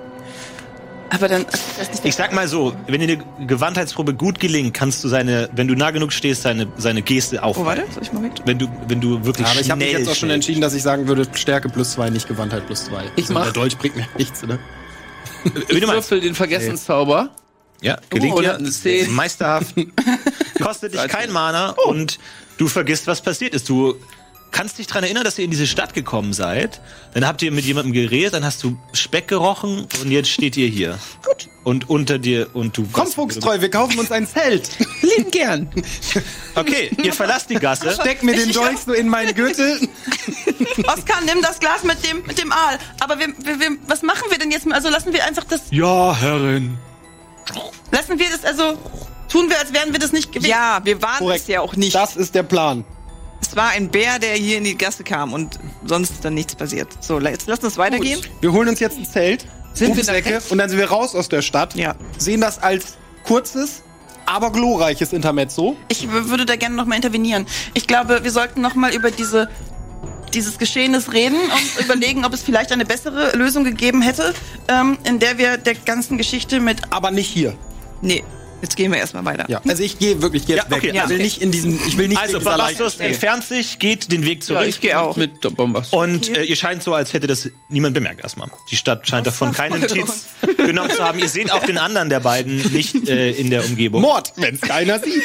Aber dann ist das nicht Ich sag mal so, wenn dir eine Gewandheitsprobe gut gelingt, kannst du seine, wenn du nah genug stehst, seine, seine Geste Oh, aufhalten. warte, soll ich mal weg? Wenn du, wenn du wirklich Aber ich habe mich schnell, jetzt auch schon schnell- entschieden, dass ich sagen würde, Stärke plus zwei, nicht Gewandtheit plus zwei. Ich Also mach- Der Dolch bringt mir nichts, ne? Wie du Ich meinst. würfel den Vergessenszauber. Ja, gelingt Oh, dir. eine zehn. Meisterhaft. Kostet dich kein Mana Oh. und du vergisst, was passiert ist. Du kannst dich daran erinnern, dass ihr in diese Stadt gekommen seid. Dann habt ihr mit jemandem geredet, dann hast du Speck gerochen und jetzt steht ihr hier. Gut. Und unter dir und du... Komm, Fuchstreu, wir kaufen uns ein Zelt. Lieben gern. Okay, ihr verlasst die Gasse. Steck mir den Dolch so in meinen Gürtel. Oskar, nimm das Glas mit dem, mit dem Aal. Aber wir, wir, wir, was machen wir denn jetzt? Also lassen wir einfach das, Ja, Herrin. lassen wir das, also tun wir, als wären wir das nicht gewesen. Ja, wir waren Korrekt. es ja auch nicht. Das ist der Plan. Es war ein Bär, der hier in die Gasse kam und sonst ist dann nichts passiert. So, jetzt lass uns weitergehen. Wir holen uns jetzt ein Zelt, Sind wir Rucksäcke, da- und dann sind wir raus aus der Stadt. Ja. Sehen das als kurzes, aber glorreiches Intermezzo. Ich w- würde da gerne noch mal intervenieren. Ich glaube, wir sollten noch mal über diese dieses Geschehnis reden und überlegen, ob es vielleicht eine bessere Lösung gegeben hätte, ähm, in der wir der ganzen Geschichte mit Aber nicht hier. Nee, jetzt gehen wir erstmal weiter. Ja. Also ich gehe wirklich jetzt Ja, weg. okay. Ich will okay. nicht in diesen, ich will nicht Also, in dieser Bombastus Leiche- entfernt sich, geht den Weg Ja, zurück. ich gehe auch. Mit der Bombast. Und äh, ihr scheint so, als hätte das niemand bemerkt erstmal. Die Stadt scheint davon keine Notiz genommen zu haben. Ihr seht auch den anderen der beiden nicht äh, in der Umgebung. Mord, wenn es keiner sieht.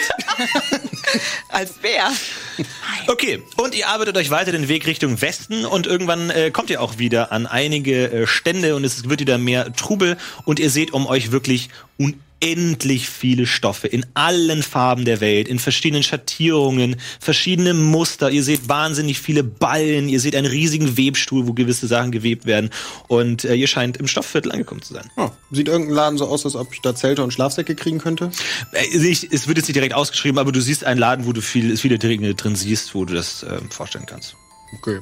Als Bär. Okay, und ihr arbeitet euch weiter den Weg Richtung Westen und irgendwann äh, kommt ihr auch wieder an einige äh, Stände und es wird wieder mehr Trubel und ihr seht um euch wirklich unendlich viele Stoffe in allen Farben der Welt, in verschiedenen Schattierungen, verschiedene Muster. Ihr seht wahnsinnig viele Ballen, ihr seht einen riesigen Webstuhl, wo gewisse Sachen gewebt werden und äh, ihr scheint im Stoffviertel angekommen zu sein. Oh, sieht irgendein Laden so aus, als ob ich da Zelte und Schlafsäcke kriegen könnte? Äh, ich, es wird jetzt nicht direkt ausgeschrieben, aber du siehst einen Laden, wo du viel, viele Dinge drin siehst, wo du das äh, vorstellen kannst. Okay.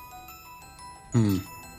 Hm.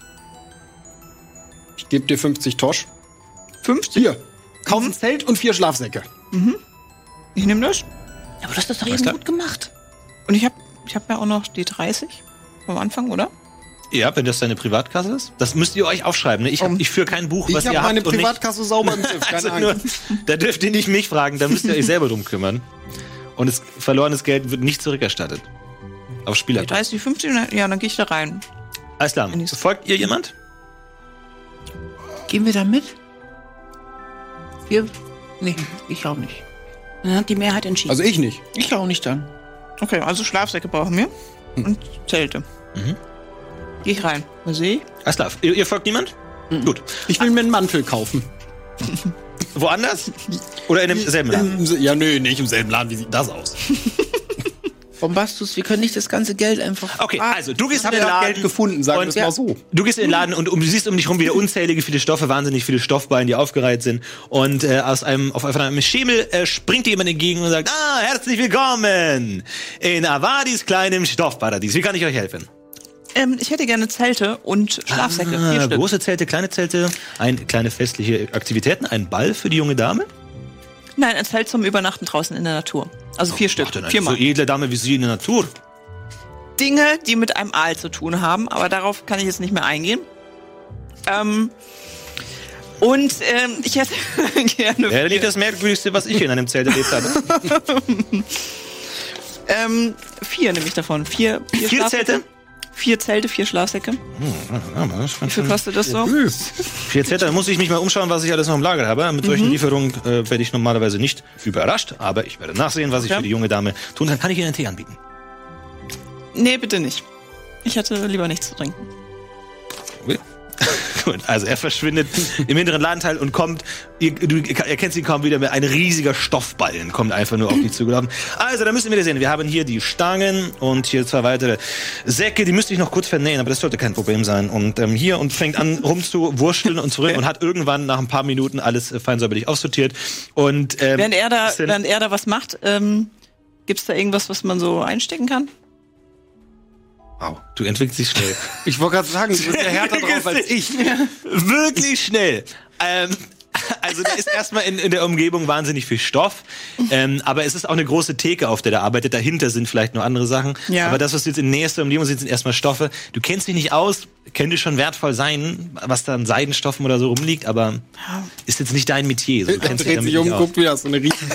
Ich gebe dir fünfzig Tosch. fünfzig? Hier. Kauf ein Zelt und vier Schlafsäcke. Ich nehme das. Aber du hast das doch Alles eben klar. gut gemacht. Und ich habe ich hab ja auch noch die dreißig vom Anfang, oder? Ja, wenn das deine Privatkasse ist. Das müsst ihr euch aufschreiben. Ne? Ich, hab, Um, ich führe kein Buch, was Ich ihr habe meine habt und nicht, Privatkasse sauber im Griff. Keine also nur, Angst. da dürft ihr nicht mich fragen, da müsst ihr euch selber drum kümmern. Und das verlorenes Geld wird nicht zurückerstattet. Auf Spieler. Die dreißig, die fünfzig, ja, dann gehe ich da rein. Alles klar. Folgt ihr jemand? Gehen wir da mit? Wir? Nee, ich glaube nicht. Dann hat die Mehrheit entschieden. Also ich nicht. Ich glaube nicht dann. Okay, also Schlafsäcke brauchen wir. Und Zelte. Mhm. Geh ich rein. Was sehe ich? Alles klar. Ihr, ihr folgt niemand? Gut. Ich will mir einen Mantel kaufen. Woanders? Oder in demselben Laden? Im, ja, nö, nicht im selben Laden. Wie sieht das aus? Bombastus, wir können nicht das ganze Geld einfach. Okay, also du gehst Ich in habe den ja Laden. Geld gefunden, sagen wir und- es mal so. Du gehst in den Laden und um, du siehst um dich rum wieder unzählige viele Stoffe, wahnsinnig viele Stoffballen, die aufgereiht sind. Und äh, aus einem auf von einem Schemel äh, springt dir jemand entgegen und sagt: Ah, herzlich willkommen in Avadis kleinem Stoffparadies. Wie kann ich euch helfen? Ähm, ich hätte gerne Zelte und Schlafsäcke. Vier Ah, Stück. große Zelte, kleine Zelte, ein kleine festliche Aktivitäten, ein Ball für die junge Dame. Nein, ein Zelt zum Übernachten draußen in der Natur. Also vier Stück. Ach, denn eine Viermal. so edle Dame wie sie in der Natur. Dinge, die mit einem Aal zu tun haben, aber darauf kann ich jetzt nicht mehr eingehen. Ähm, und ähm, ich hätte gerne Wäre nicht das Merkwürdigste, was ich in einem Zelt erlebt habe. ähm, vier nämlich davon. Vier, vier, Vier Schlafsäcke. Zelte? Vier Zelte, vier Schlafsäcke. Wie viel kostet das so? Vier Zelte, da muss ich mich mal umschauen, was ich alles noch im Lager habe. Mit solchen Lieferungen äh, werde ich normalerweise nicht überrascht, aber ich werde nachsehen, was ich Ja. für die junge Dame tun kann. Kann ich Ihnen einen Tee anbieten? Nee, bitte nicht. Ich hätte lieber nichts zu trinken. Gut, also er verschwindet im hinteren Ladenteil und kommt, ihr, du erkennst ihn kaum wieder mehr, ein riesiger Stoffballen kommt einfach nur auf dich zugelaufen. Also, da müssen wir sehen, wir haben hier die Stangen und hier zwei weitere Säcke, die müsste ich noch kurz vernähen, aber das sollte kein Problem sein. Und ähm, hier und fängt an rumzuwurschteln und zurück und hat irgendwann nach ein paar Minuten alles äh, fein säuberlich aussortiert. Und ähm, während er da, während er da was macht, ähm, gibt's da irgendwas, was man so einstecken kann? Wow, du entwickelst dich schnell. Ich wollte gerade sagen, du bist ja härter drauf als ich. Wirklich schnell. Ähm, also da ist erstmal in, in der Umgebung wahnsinnig viel Stoff. Ähm, aber es ist auch eine große Theke, auf der der arbeitet. Dahinter sind vielleicht noch andere Sachen. Ja. Aber das, was du jetzt in nächster Umgebung siehst, sind erstmal Stoffe. Du kennst dich nicht aus, könnte schon wertvoll sein, was da an Seidenstoffen oder so rumliegt, aber ist jetzt nicht dein Metier. So, du Er kennst dich dreht damit sich um, nicht aus. guckt wieder so eine riesige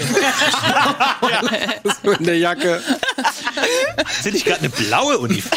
so in der Jacke. Sind nicht gerade eine blaue Uniform?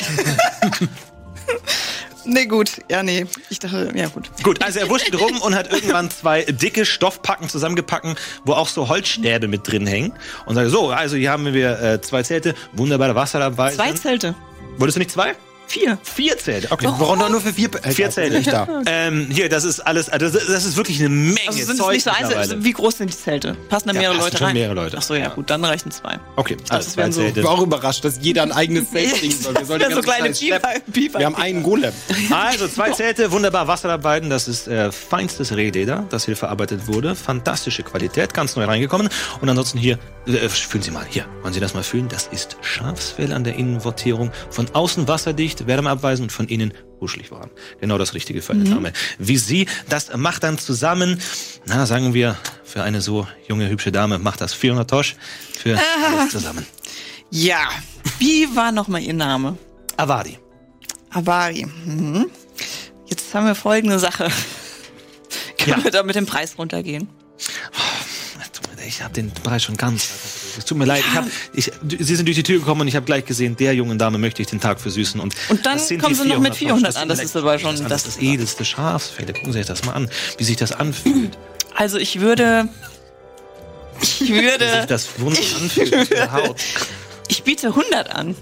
Nee, gut. Ja, nee. Ich dachte, ja, gut. Gut, also er wurschtelt rum und hat irgendwann zwei dicke Stoffpacken zusammengepackt, wo auch so Holzstäbe mit drin hängen. Und sagt so, also hier haben wir äh, zwei Zelte, wunderbare Wasser dabei. Zwei Zelte. Wolltest du nicht zwei? Vier. Vier Zelte. Okay. Warum doch nur für vier? Äh, Vier Zelte. Nicht da. Ähm, hier, das ist alles, also das, das ist wirklich eine Menge Also sind es Zeug nicht so einzeln. mittlerweile. Also wie groß sind die Zelte? Passen da Ja, mehrere passen Leute schon rein? mehrere Leute. Ach so, ja, gut, dann reichen zwei. Okay, also das zwei wären so- Zelte. Ich war auch überrascht, dass jeder ein eigenes Zelt kriegen soll. Wir, sollen die so ganze kleine Zeit schleppen. Pieper, Pieper. Wir haben einen Golem. Also zwei Zelte, wunderbar Wasserarbeiten, das ist äh, feinstes Rehleder, das hier verarbeitet wurde, fantastische Qualität, ganz neu reingekommen. Und ansonsten hier, äh, fühlen Sie mal, hier, wollen Sie das mal fühlen? Das ist Schafsfell an der Innenvortierung, von außen wasserdicht, wärmeabweisend und von innen kuschelig warm. Genau das Richtige für eine Dame wie Sie. Das macht dann zusammen, na sagen wir, für eine so junge, hübsche Dame macht das vierhundert Tosch für alles zusammen. Ja. Wie war nochmal Ihr Name? Avadi. Avari. Mhm. Jetzt haben wir folgende Sache. Können Ja. wir da mit dem Preis runtergehen? Ich habe den Preis schon ganz. Es tut mir leid. Ich hab, ich, Sie sind durch die Tür gekommen und ich habe gleich gesehen, der jungen Dame möchte ich den Tag versüßen. Und, Und dann das sind kommen die Sie noch mit vierhundert vierhundert an. Das sind ist aber schon- das, das das, das ist- edelste Schafsfell. Gucken Sie sich das mal an, wie sich das anfühlt. Also ich würde... Ich Wie sich würde... das wunderbar anfühlt auf der Haut. Ich biete hundert an.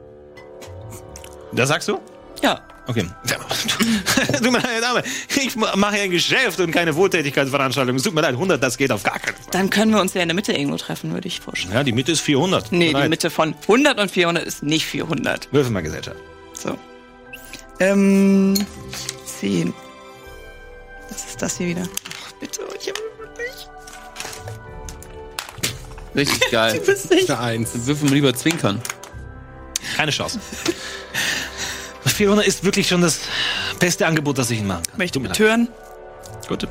Das sagst du? Ja. Okay. Tut mir leid, Dame. Ich mache ja ein Geschäft und keine Wohltätigkeitsveranstaltung. Es tut mir leid, hundert, das geht auf gar keinen Fall. Dann können wir uns ja in der Mitte irgendwo treffen, würde ich vorschlagen. Ja, die Mitte ist vierhundert. Tut Nee, mir die leid. Mitte von hundert und vierhundert ist nicht vierhundert. Würfel mal Gesellschaft. So. Ähm, zehn. Was ist das hier wieder? Ach, bitte, ich hab nicht. Richtig geil. Eine Eins. Dann würfeln wir lieber zwinkern. Keine Chance. vierhundert ist wirklich schon das beste Angebot, das ich Ihnen machen kann. Möchte Tut mir leid. betören. Gut.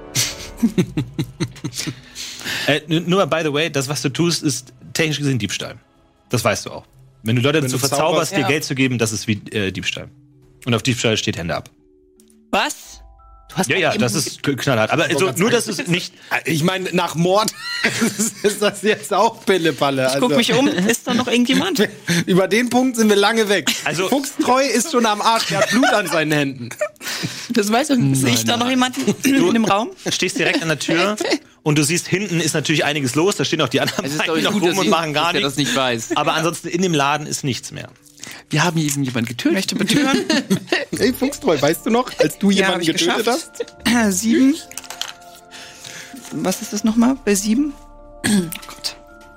äh, n- nur by the way, das, was du tust, ist technisch gesehen Diebstahl. Das weißt du auch. Wenn du Leute Wenn dazu du verzauberst, zauberst, dir ja. Geld zu geben, das ist wie äh, Diebstahl. Und auf Diebstahl steht Hände ab. Was? Du hast Ja, ja, das ist k- knallhart. Aber also, nur, dass es nicht... Ich meine, nach Mord ist das jetzt auch Pillepalle. Ich guck mich um. Ist da noch irgendjemand? Über den Punkt sind wir lange weg. Also- Fuchstreu ist schon am Arsch, der hat Blut an seinen Händen. Das weiß ich nicht. Sehe ich da noch jemanden in dem Raum? Du stehst direkt an der Tür und du siehst, hinten ist natürlich einiges los. Da stehen auch die anderen Es ist doch beiden noch gut, rum dass und ich, machen gar dass er nichts. das nicht weiß. Aber ansonsten in dem Laden ist nichts mehr. Wir haben eben jemanden getötet. Möchte betören. Hey, Fuchstreu, weißt du noch, als du Ja, hab jemanden ich getötet geschafft. hast? Sieben. Was ist das nochmal? Bei sieben? Oh Gott.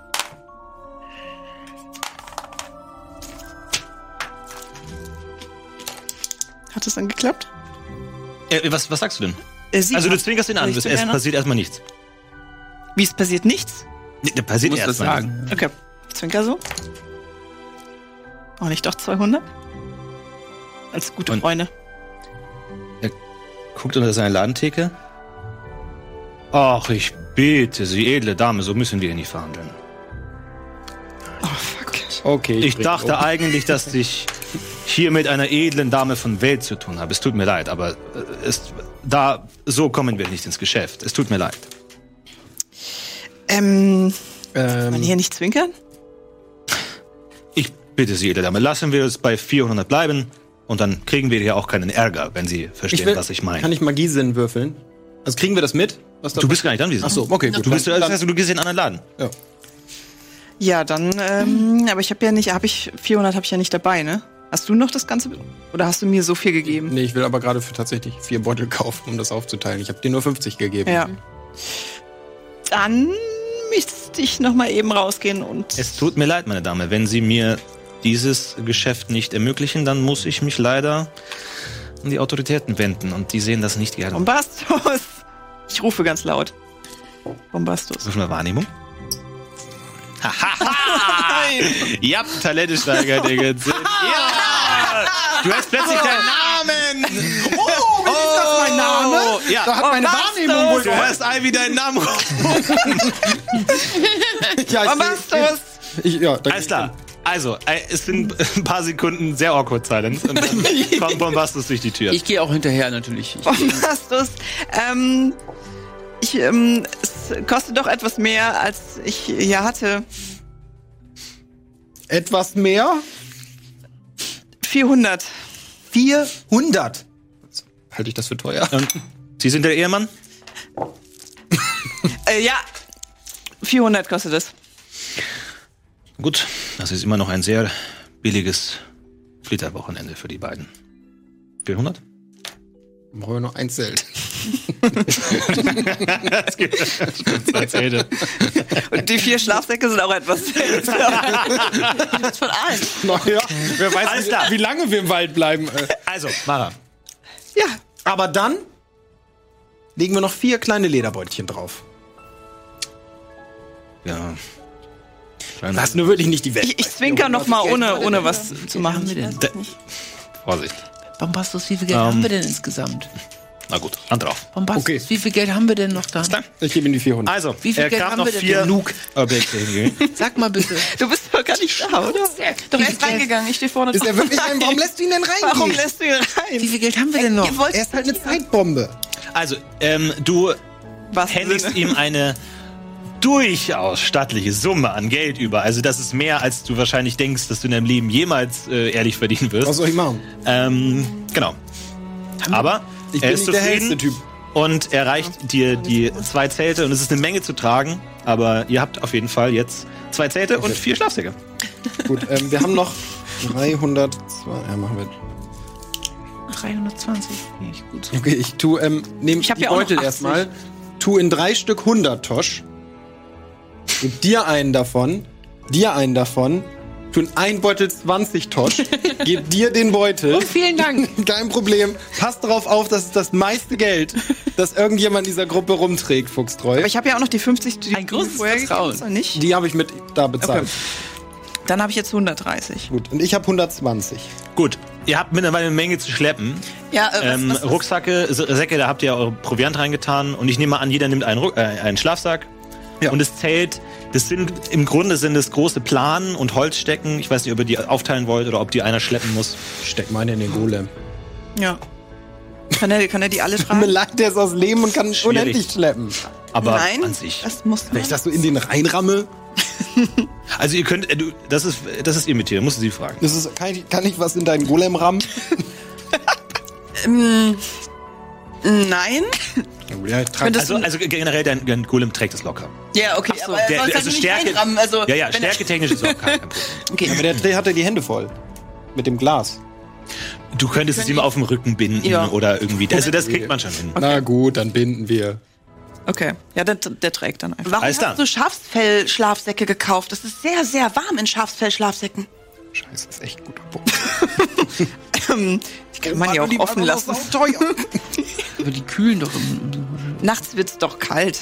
Hat das dann geklappt? Äh, was, was sagst du denn? Äh, sieben. Also du zwinkerst ihn an. Soll ich Es, zu es Werner? passiert erstmal nichts. Wie, es passiert nichts? Nee, da passiert Du musst das erstmal sagen. Okay. Zwinker so. Auch nicht doch zweihundert? Als gute Und- Freunde. Guckt unter seine Ladentheke. Ach, ich bitte Sie, edle Dame, so müssen wir hier nicht verhandeln. Oh, fuck. Okay, Ich bring dachte um. eigentlich, dass ich hier mit einer edlen Dame von Welt zu tun habe. Es tut mir leid, aber äh, es, da, so kommen wir nicht ins Geschäft. Es tut mir leid. Ähm, Ähm, man hier nicht zwinkern? Ich bitte Sie, edle Dame, lassen wir es bei vierhundert bleiben und dann kriegen wir hier auch keinen Ärger, wenn Sie verstehen, ich will, was ich meine. Kann ich Magiesinn würfeln? Also kriegen wir das mit? Was da Du bist gar nicht anwesend. Ach so, okay, gut. Du bist, Dann- das heißt, du gehst in einen anderen Laden. Ja. Ja, dann, ähm, aber ich habe ja nicht, habe ich, vierhundert habe ich ja nicht dabei, ne? Hast du noch das Ganze? Oder hast du mir so viel gegeben? Nee, ich will aber gerade für tatsächlich vier Beutel kaufen, um das aufzuteilen. Ich habe dir nur fünfzig gegeben. Ja. Dann müsste ich noch mal eben rausgehen und... Es tut mir leid, meine Dame. Wenn Sie mir dieses Geschäft nicht ermöglichen, dann muss ich mich leider an die Autoritäten wenden. Und die sehen das nicht gerne. Bombastus! Ich rufe ganz laut. Bombastus. So eine Wahrnehmung? Ja, Talente steigert, Digga. Ja! Du hast plötzlich deinen Namen! Oh, ist das mein Name? Ja. Da hat meine Wahrnehmung wohl... Du hörst Ivy deinen Namen rufen. Ja, ich, Bombastus! ich, ja, da Alles klar. Also, äh, es sind ein paar Sekunden sehr awkward Silence und dann kommt Bombastus durch die Tür. Ich gehe auch hinterher natürlich. Ich Bombastus. Ähm, ich, ähm, es kostet doch etwas mehr, als ich hier hatte. Etwas mehr? vierhundert. vierhundert. Halte ich das für teuer? Und Sie sind der Ehemann? Äh, ja, vierhundert kostet es. Gut, das ist immer noch ein sehr billiges Flitterwochenende für die beiden. vierhundert? Brauchen wir noch ein Zelt. Das gibt zwei Zelte. Und die vier Schlafsäcke sind auch etwas. Das von allen. Naja, wer weiß, Alles wie, klar. wie lange wir im Wald bleiben. Also, Mara. Ja, Aber dann legen wir noch vier kleine Lederbeutchen drauf. Ja. Das ist nur wirklich nicht die Welt. ich, ich zwinker noch mal, ohne, ohne was zu machen machen. wir denn? Da, Vorsicht. Bombastus, wie viel Geld Ähm. haben wir denn insgesamt? Na gut, Hand drauf. Bombastus, Okay. wie viel Geld haben wir denn noch da? Klar. Ich gebe ihm die vierhundert. Also, Wie viel er Geld kam haben noch wir denn vier genug? Objekte hingehen. Sag mal bitte. Du bist doch gar nicht da, oder? Doch, er ist reingegangen. Ich stehe vorne Ist er wirklich ein... Warum lässt du ihn denn reingehen? Warum lässt du ihn Wie rein? viel Geld haben wir denn noch? Ihr wollt Er ist halt eine Zeitbombe. Also, ähm, du was händigst ihm eine durchaus stattliche Summe an Geld über. Also das ist mehr, als du wahrscheinlich denkst, dass du in deinem Leben jemals äh, ehrlich verdienen wirst. Was soll ich machen? Ähm, genau. Aber Ich er bin ist nicht der zufrieden hellste Typ. und er reicht dir die zwei Zelte und es ist eine Menge zu tragen, aber ihr habt auf jeden Fall jetzt zwei Zelte und vier Schlafsäcke. Gut, ähm, wir haben noch dreihundertzwei. Ja, machen wir. dreihundertzwanzig. Nee, ich gut. Okay, ich tu, ähm, nehme Ich hab die ja auch noch Beutel achtzig. erstmal, tu in drei Stück hundert Tosch, gib dir einen davon, dir einen davon, tu in ein Beutel zwanzig Tosch, gib dir den Beutel. Oh, vielen Dank. Kein Problem. Pass darauf auf, das ist das meiste Geld, das irgendjemand in dieser Gruppe rumträgt, Fuchstreu. Aber ich habe ja auch noch die fünfzig, die Ein du großes vorher Vertrauen. gegeben hast, oder nicht? Die habe ich mit da bezahlt. Okay. Dann habe ich jetzt hundertdreißig. Gut, und ich habe hundertzwanzig. Gut, ihr habt mittlerweile eine Menge zu schleppen. Ja, äh, Ähm, was, was, was? Rucksacke, S- Säcke, da habt ihr eure Proviant reingetan und ich nehme an, jeder nimmt einen, Ruck, äh, einen Schlafsack. Ja. Und das Zelt, das sind im Grunde sind es große Planen und Holzstecken. Ich weiß nicht, ob ihr die aufteilen wollt oder ob die einer schleppen muss. Steck meine in den Golem. Ja. Kann er, kann er die alle Mir tragen? leid, der ist aus Leben und kann Schwierig. unendlich schleppen. Aber Nein, an sich. das muss Wenn ich das so in den reinramme, Also ihr könnt, äh, du, das ist, das ist ihr mit dir, musst du sie fragen. das ist, kann, ich, kann ich was in deinen Golem rammen? ähm, Nein. Ja, ich trage Könntest Also, also generell, dein, dein Golem trägt es locker. Ja, okay, Ach so. aber er Der, soll also halt nicht Stärke, reinrammen. Also, ja, ja, wenn er- stärketechnisch ist auch kein, kein Problem. Okay. aber der Dreh hatte die Hände voll. Mit dem Glas. Du könntest es ihm auf dem Rücken binden Ja. oder irgendwie. Also das kriegt man schon hin. Na gut, dann binden wir. Okay. Ja, der, der trägt dann einfach. Warum Alles klar. hast du Schafsfell-Schlafsäcke gekauft? Das ist sehr, sehr warm in Schafsfell-Schlafsäcken. Scheiße, das ist echt ein guter Punkt. Ähm, die kann man ja auch offen lassen. Aber die kühlen doch im, im Nachts wird's doch kalt.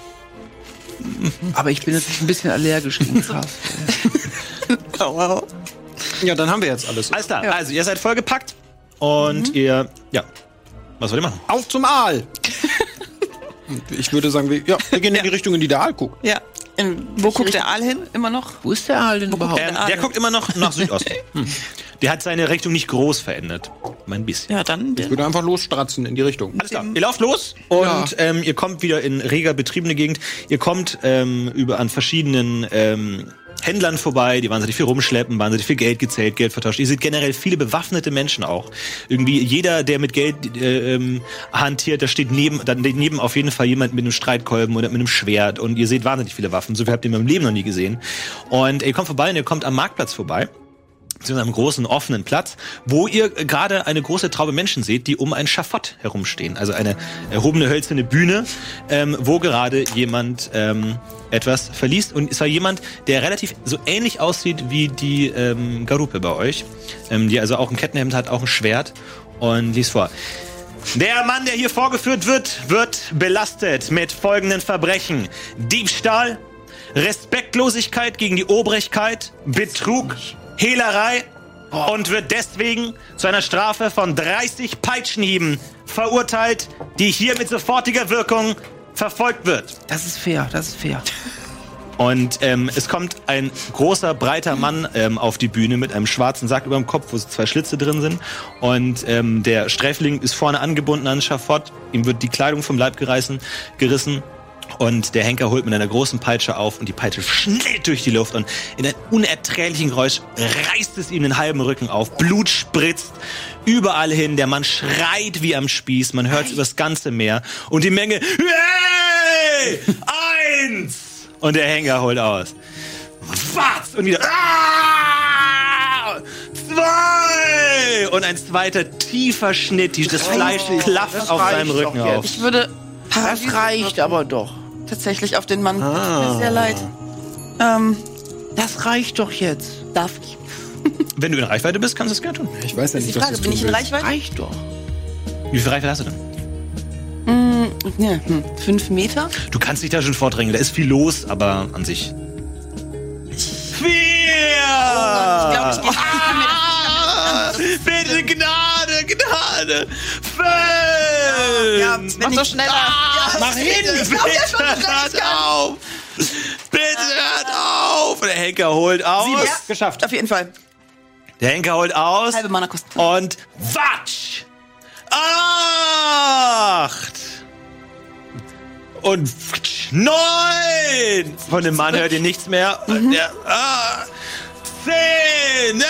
Aber ich bin natürlich ein bisschen allergisch gegen Schafsfell. Oh, wow. Ja, dann haben wir jetzt alles. Alles klar, also ihr seid vollgepackt und ihr, ja, was wollt ihr machen? Auf zum Aal! Ich würde sagen, wir, ja, wir gehen in die Richtung, in die der Aal guckt. Ja. In, wo guckt der Aal hin? Immer noch? Wo ist der Aal denn überhaupt? Ähm, der guckt immer noch nach Südosten. Hm. Der hat seine Richtung nicht groß verändert. Mal ein bisschen. Ja, dann. Ich würde einfach losstratzen in die Richtung. Alles klar. Ihr lauft los und ähm, ihr kommt wieder in reger betriebene Gegend. Ihr kommt ähm, über an verschiedenen ähm, Händlern vorbei, die wahnsinnig viel rumschleppen, wahnsinnig viel Geld gezählt, Geld vertauscht. Ihr seht generell viele bewaffnete Menschen auch. Irgendwie jeder, der mit Geld äh, ähm, hantiert, da steht neben, daneben auf jeden Fall jemand mit einem Streitkolben oder mit einem Schwert. Und ihr seht wahnsinnig viele Waffen. So viel habt ihr in meinem Leben noch nie gesehen. Und ihr kommt vorbei und ihr kommt am Marktplatz vorbei. zu einem großen offenen Platz, wo ihr gerade eine große Traube Menschen seht, die um ein Schafott herumstehen. Also eine erhobene hölzerne Bühne, ähm, wo gerade jemand ähm, etwas verliest. Und es war jemand, der relativ so ähnlich aussieht wie die ähm, Garupe bei euch, ähm, die also auch ein Kettenhemd hat, auch ein Schwert und liest vor. Der Mann, der hier vorgeführt wird, wird belastet mit folgenden Verbrechen: Diebstahl, Respektlosigkeit gegen die Obrigkeit, Betrug, Hehlerei und wird deswegen zu einer Strafe von dreißig Peitschenhieben verurteilt, die hier mit sofortiger Wirkung verfolgt wird. Das ist fair, das ist fair. Und ähm, es kommt ein großer, breiter Mann ähm, auf die Bühne mit einem schwarzen Sack über dem Kopf, wo zwei Schlitze drin sind. Und ähm, der Sträfling ist vorne angebunden an den Schafott. Ihm wird die Kleidung vom Leib gerissen, gerissen. Und der Henker holt mit einer großen Peitsche auf und die Peitsche schnellt durch die Luft und in einem unerträglichen Geräusch reißt es ihm den halben Rücken auf. Blut spritzt überall hin. Der Mann schreit wie am Spieß. Man hört es übers ganze Meer. Und die Menge, hey, eins! Und der Henker holt aus. Was? Und wieder, ah, zwei! Und ein zweiter tiefer Schnitt. Das Fleisch klafft auf seinem Rücken auf. Ich würde Das reicht aber doch. tatsächlich auf den Mann. Ah. Tut mir sehr leid. Ähm, Das reicht doch jetzt. darf ich? Wenn du in Reichweite bist, kannst du es gerne tun. Ich weiß ja Ist die nicht, was Frage, du bin tun ich in willst. Reichweite? Reicht doch. Wie viel Reichweite hast du denn? Mm, ja, hm, fünf Meter? Du kannst dich da schon vordrängen. Da ist viel los, aber an sich. Vier! Ich glaube, ich gehe. Ah, bitte Gnade, Gnade! Fünf! Ja, mach doch schneller. Ah, Ja, mach bitte. hin! Ich glaub ja schon, Bitte wie schnell ich hört kann. auf! Bitte hört auf! Und der Henker holt aus. Ja, Geschafft. auf jeden Fall. Der Henker holt aus. Halbe Mana kosten. Und Watsch! Acht! Und neun! Von dem Mann hört ihr nichts mehr. Und der, ah, zehn!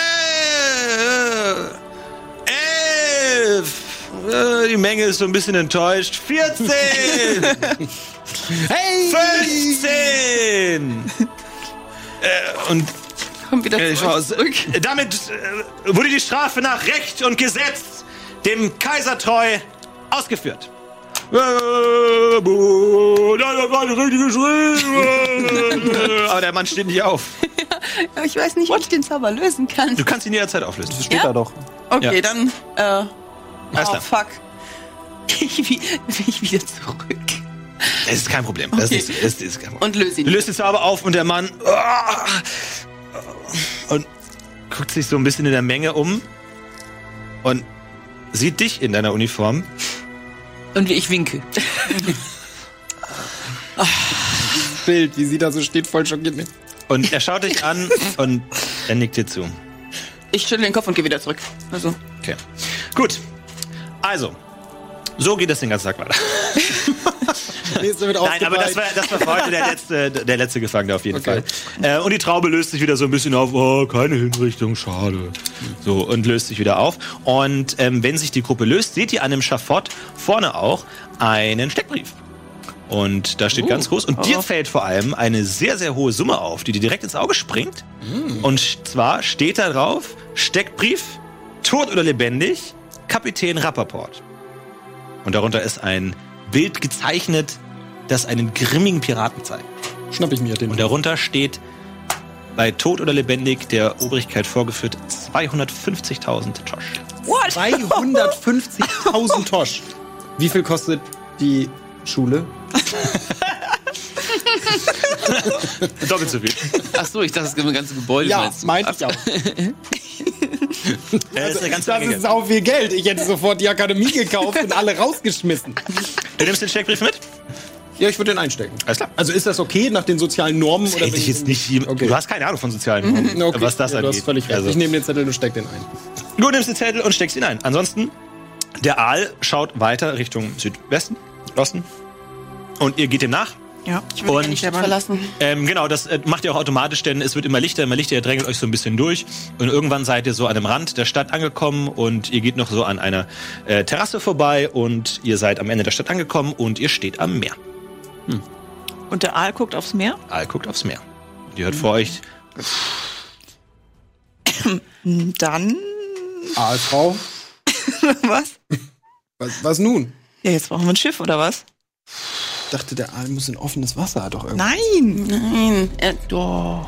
Äh, elf! Äh, die Menge ist so ein bisschen enttäuscht. vierzehn! Hey! fünfzehn! äh, und Komm wieder äh, zurück. zurück. Damit äh, wurde die Strafe nach Recht und Gesetz dem Kaiser treu ausgeführt. Äh, buh, das war nicht richtig geschrieben. Aber der Mann steht nicht auf. Aber ich weiß nicht, wie ich den Zauber lösen kann. Du kannst ihn jederzeit auflösen. Steht Ja? da doch. Okay, Ja. dann, äh, Alles oh, klar. fuck. Ich, wie- will ich wieder zurück. Das ist kein Problem. Das Okay. ist, das ist kein Problem. Und löse ihn. Du löst den Zauber auf und der Mann ah, und guckt sich so ein bisschen in der Menge um und sieht dich in deiner Uniform. Und wie ich winke. Bild, wie sie da so steht, voll schockiert. Nee. Und er schaut dich an und er nickt dir zu. Ich schüttle den Kopf und gehe wieder zurück. Also, Okay. Gut. Also, so geht es den ganzen Tag weiter. Nächste wird Nein, aber das war, das war für heute der letzte, der letzte Gefangene auf jeden Okay. Fall. Äh, und die Traube löst sich wieder so ein bisschen auf. Oh, keine Hinrichtung, schade. So, und löst sich wieder auf. Und ähm, wenn sich die Gruppe löst, seht ihr an dem Schafott vorne auch einen Steckbrief. Und da steht ganz groß. Und dir fällt vor allem eine sehr, sehr hohe Summe auf, die dir direkt ins Auge springt. Und zwar steht da drauf, Steckbrief, tot oder lebendig, Kapitän Rappaport. Und darunter ist ein Bild gezeichnet, das einen grimmigen Piraten zeigt. Schnapp ich mir den. Und darunter steht, bei tot oder lebendig der Obrigkeit vorgeführt, zweihundertfünfzigtausend Tosch. zweihundertfünfzigtausend Tosch. Wie viel kostet die Schule? Doppelt so viel. Ach so, ich dachte, das ganze Gebäude Ja, meinst du. meinte ich auch. Ja, das ist eine ganze Das Menge. ist sau viel Geld. Ich hätte sofort die Akademie gekauft und alle rausgeschmissen. Du nimmst den Steckbrief mit? Ja, ich würde den einstecken. Alles klar. Also ist das okay nach den sozialen Normen? Das oder hätte ich jetzt nicht. Okay. Du hast keine Ahnung von sozialen Normen, Okay. was das ja, du angeht. hast völlig recht. Also, Ich nehme den Zettel und steck den ein. du nimmst den Zettel und steckst ihn ein. Ansonsten, der Aal schaut weiter Richtung Südwesten, Osten. Und ihr geht ihm nach. Ja. ich will Und- ihn nicht verlassen. Ähm, genau, das äh, macht ihr auch automatisch, denn es wird immer lichter, immer lichter, ihr drängelt euch so ein bisschen durch und irgendwann seid ihr so an dem Rand der Stadt angekommen und ihr geht noch so an einer äh, Terrasse vorbei und ihr seid am Ende der Stadt angekommen und ihr steht am Meer. Und der Aal guckt aufs Meer. Aal guckt aufs Meer. Und ihr hört vor euch Dann. Aalfrau. Was? was? Was nun? Ja, jetzt brauchen wir ein Schiff, oder was? Ich dachte, der Aal muss in offenes Wasser doch irgendwie. Nein! Nein. Äh, Doch.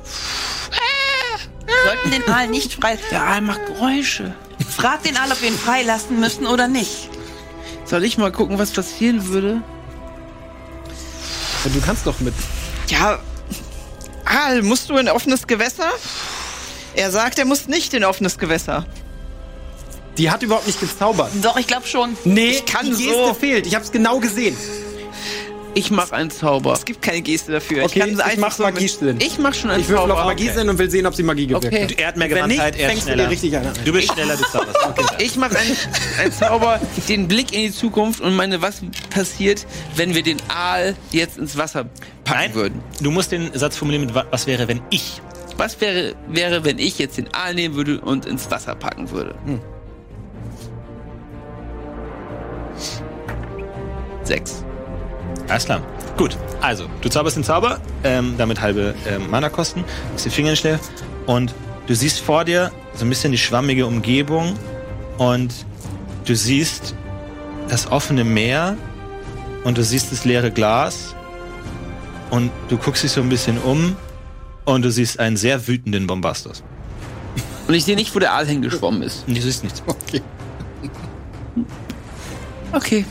wir sollten den Aal nicht frei... Der Aal macht Geräusche. Frag den Aal, ob wir ihn freilassen müssen oder nicht. Soll ich mal gucken, was passieren würde? Ja, du kannst doch mit. Ja. Aal, musst du in offenes Gewässer? Er sagt, er muss nicht in offenes Gewässer. Die hat überhaupt nicht gezaubert. Doch, ich glaube schon. Nee, Ich kann die Geste so. fehlt. Ich hab's genau gesehen. Ich mach einen Zauber. Es gibt keine Geste dafür. Okay, kann ich, einfach mach so mit- Magie-Sinn. Ich mach schon einen Ich würfel Zauber. auf Magie-Sinn und will sehen, ob sie Magie gewirkt Okay. hat. Er hat mehr Wenn nicht, Gewandtheit, er ist fängst du dir schneller. richtig einer ein. Du bist schneller, du zauberst. Okay. Ich mache einen, einen Zauber, den Blick in die Zukunft und meine, was passiert, wenn wir den Aal jetzt ins Wasser packen Nein, würden. du musst den Satz formulieren mit, wa- was wäre, wenn ich. Was wäre, wäre, wenn ich jetzt den Aal nehmen würde und ins Wasser packen würde? Hm. Sechs. Alles klar. Gut, also, du zauberst den Zauber, ähm, damit halbe ähm, Mana-Kosten, ist die Finger in Schläfe und du siehst vor dir so ein bisschen die schwammige Umgebung und du siehst das offene Meer und du siehst das leere Glas und du guckst dich so ein bisschen um und du siehst einen sehr wütenden Bombastos. Und ich sehe nicht, wo der Aal hingeschwommen ist. Und du siehst nichts. Okay. Okay.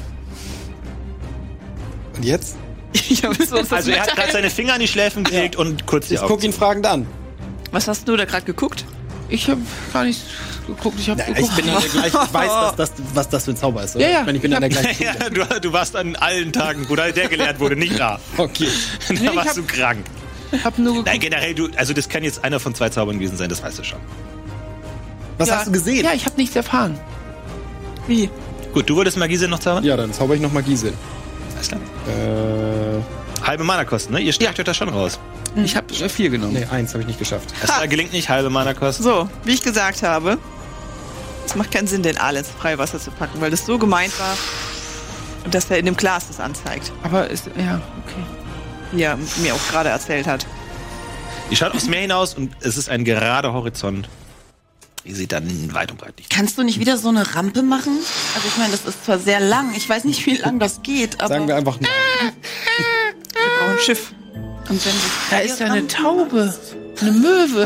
Und jetzt? Ich hab so, Also er hat gerade seine Finger an die Schläfen gelegt und kurz die Ich Augen. guck ihn fragend an. Was hast du da gerade geguckt? Ich habe gar nicht geguckt. Ich habe Ja, ich geguckt. bin an der gleichen. Ich weiß, dass das, was das für ein Zauber ist, oder? Ja, ja. Ich, meine, ich bin an der gleichen. Ja, du, du warst an allen Tagen, wo der gelehrt wurde, nicht da. Okay. Da ich warst hab- du krank. hab nur geguckt. Nein, generell, du, also das kann jetzt einer von zwei Zaubern gewesen sein, das weißt du schon. Was Ja. hast du gesehen? Ja, ich habe nichts erfahren. Wie? Gut, du würdest Magiesinn noch zaubern? Ja, dann zauber ich noch Magie-Sinn. Alles klar. Äh. Halbe Mana-Kosten, ne? Ihr streckt euch da schon raus. Ich habe äh, vier genommen. Nee, eins habe ich nicht geschafft. Das war, gelingt nicht, halbe Mana-Kosten. So, wie ich gesagt habe, es macht keinen Sinn, den Aal ins Freiwasser zu packen, weil das so gemeint war, dass er in dem Glas das anzeigt, Aber ist, ja, okay. wie er mir auch gerade erzählt hat. Ihr schaut aufs Meer hinaus und es ist ein gerader Horizont. Ihr seht dann weit und breit nicht. Kannst du nicht wieder so eine Rampe machen? Also ich meine, das ist zwar sehr lang. Ich weiß nicht, wie lang das geht, aber... Sagen wir einfach nein. Wir brauchen ein Schiff. Und wenn sich Da ist ja eine Taube. Eine Möwe.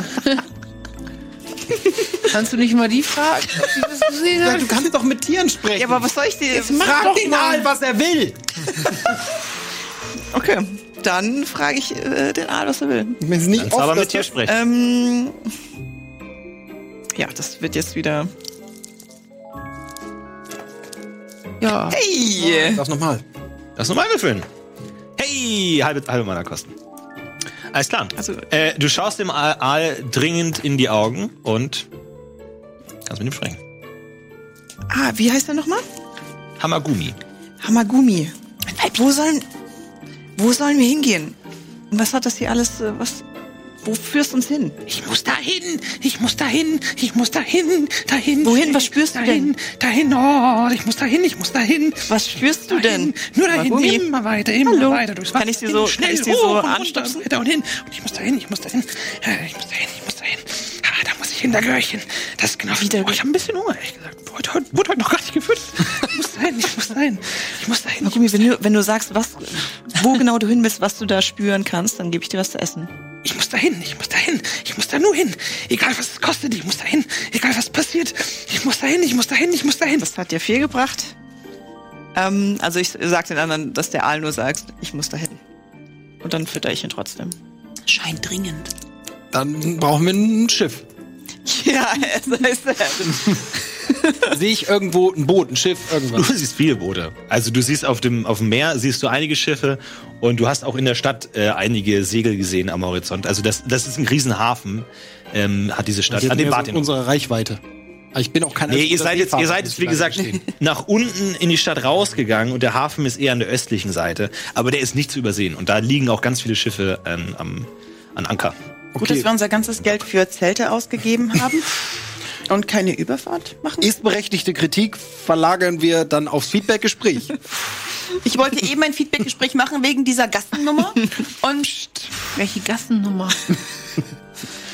Kannst du nicht mal die fragen, ob die das gesehen Ja, hat? du kannst doch mit Tieren sprechen. Ja, aber was soll ich dir... Frag doch den mal. Aal, was er will. Okay, dann frage ich äh, den Aal, was er will. Ich meine, es ist nicht Dann oft, Zauber dass mit Tier das- sprechen. Ähm... Ja, das wird jetzt wieder... Ja. Hey! Darf nochmal. Das nochmal würfeln. Hey, halbe, halbe Mana-Kosten. Alles klar. Also- äh, du schaust dem Aal, Aal dringend in die Augen und kannst mit ihm sprechen. Ah, wie heißt er nochmal? Hamagumi. Hamagumi. Wo sollen... Wo sollen wir hingehen? Und was hat das hier alles... äh, Was... Wo führst du uns hin? Ich muss dahin, ich muss dahin, ich muss dahin, dahin. Wohin? Was spürst du dahin, Dahin, oh, ich muss dahin, ich muss dahin. Was spürst du denn? Nur dahin, Hamagumi? immer weiter, immer Hallo? weiter durchs Kann Wasser. ich sie so- hin, schnell kann ich sie hoch so und runter anstupsen? und weiter und hin. Und ich muss dahin, ich muss dahin, äh, ich muss dahin, ich muss dahin. Ah, da muss ich hin, da gehöre ich hin. Das ist genau. Wieder- Oh, ich habe ein bisschen Hunger, ehrlich gesagt. Wurde heute, wurde heute noch gar nicht gefüttert. Ich muss dahin, ich muss dahin, ich muss dahin. Hamagumi, wenn du, wenn du sagst, was, wo genau du hin willst, was du da spüren kannst, dann gebe ich dir was zu essen. Ich muss dahin, ich muss dahin, ich muss da nur hin. Egal was es kostet, ich muss dahin. Egal was passiert, ich muss dahin, ich muss dahin, ich muss dahin. Das hat dir viel gebracht. Ähm, also ich sag den anderen, dass der Aal nur sagt, ich muss da hin. Und dann fütter ich ihn trotzdem. scheint dringend. Dann brauchen wir ein Schiff. Ja, es heißt er. Sehe ich irgendwo ein Boot, ein Schiff, Du irgendwas? siehst viele Boote. Also du siehst auf dem, auf dem Meer siehst du einige Schiffe und du hast auch in der Stadt äh, einige Segel gesehen am Horizont. Also das, das ist ein Riesenhafen, ähm, hat diese Stadt. Hier An sind dem wir wart so ihr in noch. unserer Reichweite. Aber ich bin auch kein Nee, ihr guter seid jetzt, ihr Seefahrer, seid muss jetzt, ich wie gesagt, leider gestehen. nach unten in die Stadt rausgegangen und der Hafen ist eher an der östlichen Seite. Aber der ist nicht zu übersehen. Und da liegen auch ganz viele Schiffe ähm, am, an Anker. Gut, dass wir unser ganzes Geld für Zelte ausgegeben haben und keine Überfahrt machen. Ist berechtigte Kritik, verlagern wir dann aufs Feedback-Gespräch. Ich wollte eben ein Feedbackgespräch machen wegen dieser Gassennummer. Und Welche Gassennummer? Ach,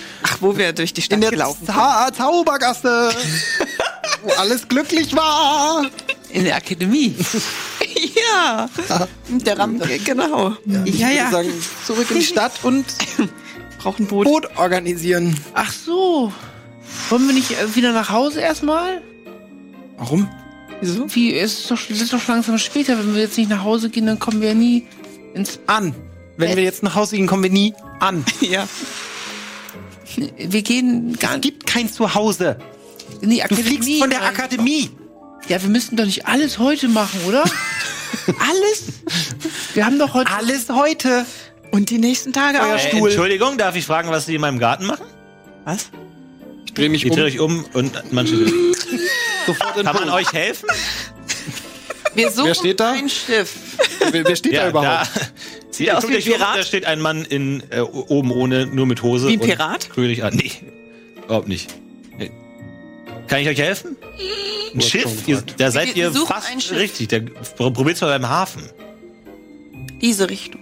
wo wir durch die Stadt In der gelaufen sind. Za Zaubergasse, wo alles glücklich war. In der Akademie. Ja, Der Rampe. genau. Ich Ja, würde ja. sagen, zurück in die Stadt und Brauchen ein Boot. Boot organisieren. Ach so. Wollen wir nicht äh, wieder nach Hause erstmal? Warum? Wieso? Wie, es ist doch, es ist doch langsam später. Wenn wir jetzt nicht nach Hause gehen, dann kommen wir ja nie ins... An. Wenn wir jetzt nach Hause gehen, kommen wir nie an. Ja. Wir gehen gar Es nicht gibt kein Zuhause. in die Du Akademie. fliegst von der rein. Akademie. Ja, wir müssen doch nicht alles heute machen, oder? Alles? Wir haben doch heute... Alles heute. Und die nächsten Tage auch. Äh, Entschuldigung, darf ich fragen, was Sie in meinem Garten machen? Was? Ich drehe mich Ich um. drehe euch um und manche. Sofort in Kann man Punkt. euch helfen? Wir suchen Wer steht da? ein Schiff. Wer, wer steht da überhaupt? Sieht aus wie ein euch um, Pirat? da steht ein Mann in äh, oben ohne, nur mit Hose. Wie ein und Pirat? Fröhlich an. Nee, überhaupt nicht. Nee. Kann ich euch helfen? Ein Du hast schon Schiff? Ihr, gefragt. da seid Wir- ihr wir suchen fast ein Schiff. richtig. Da, probiert's mal beim Hafen. Diese Richtung.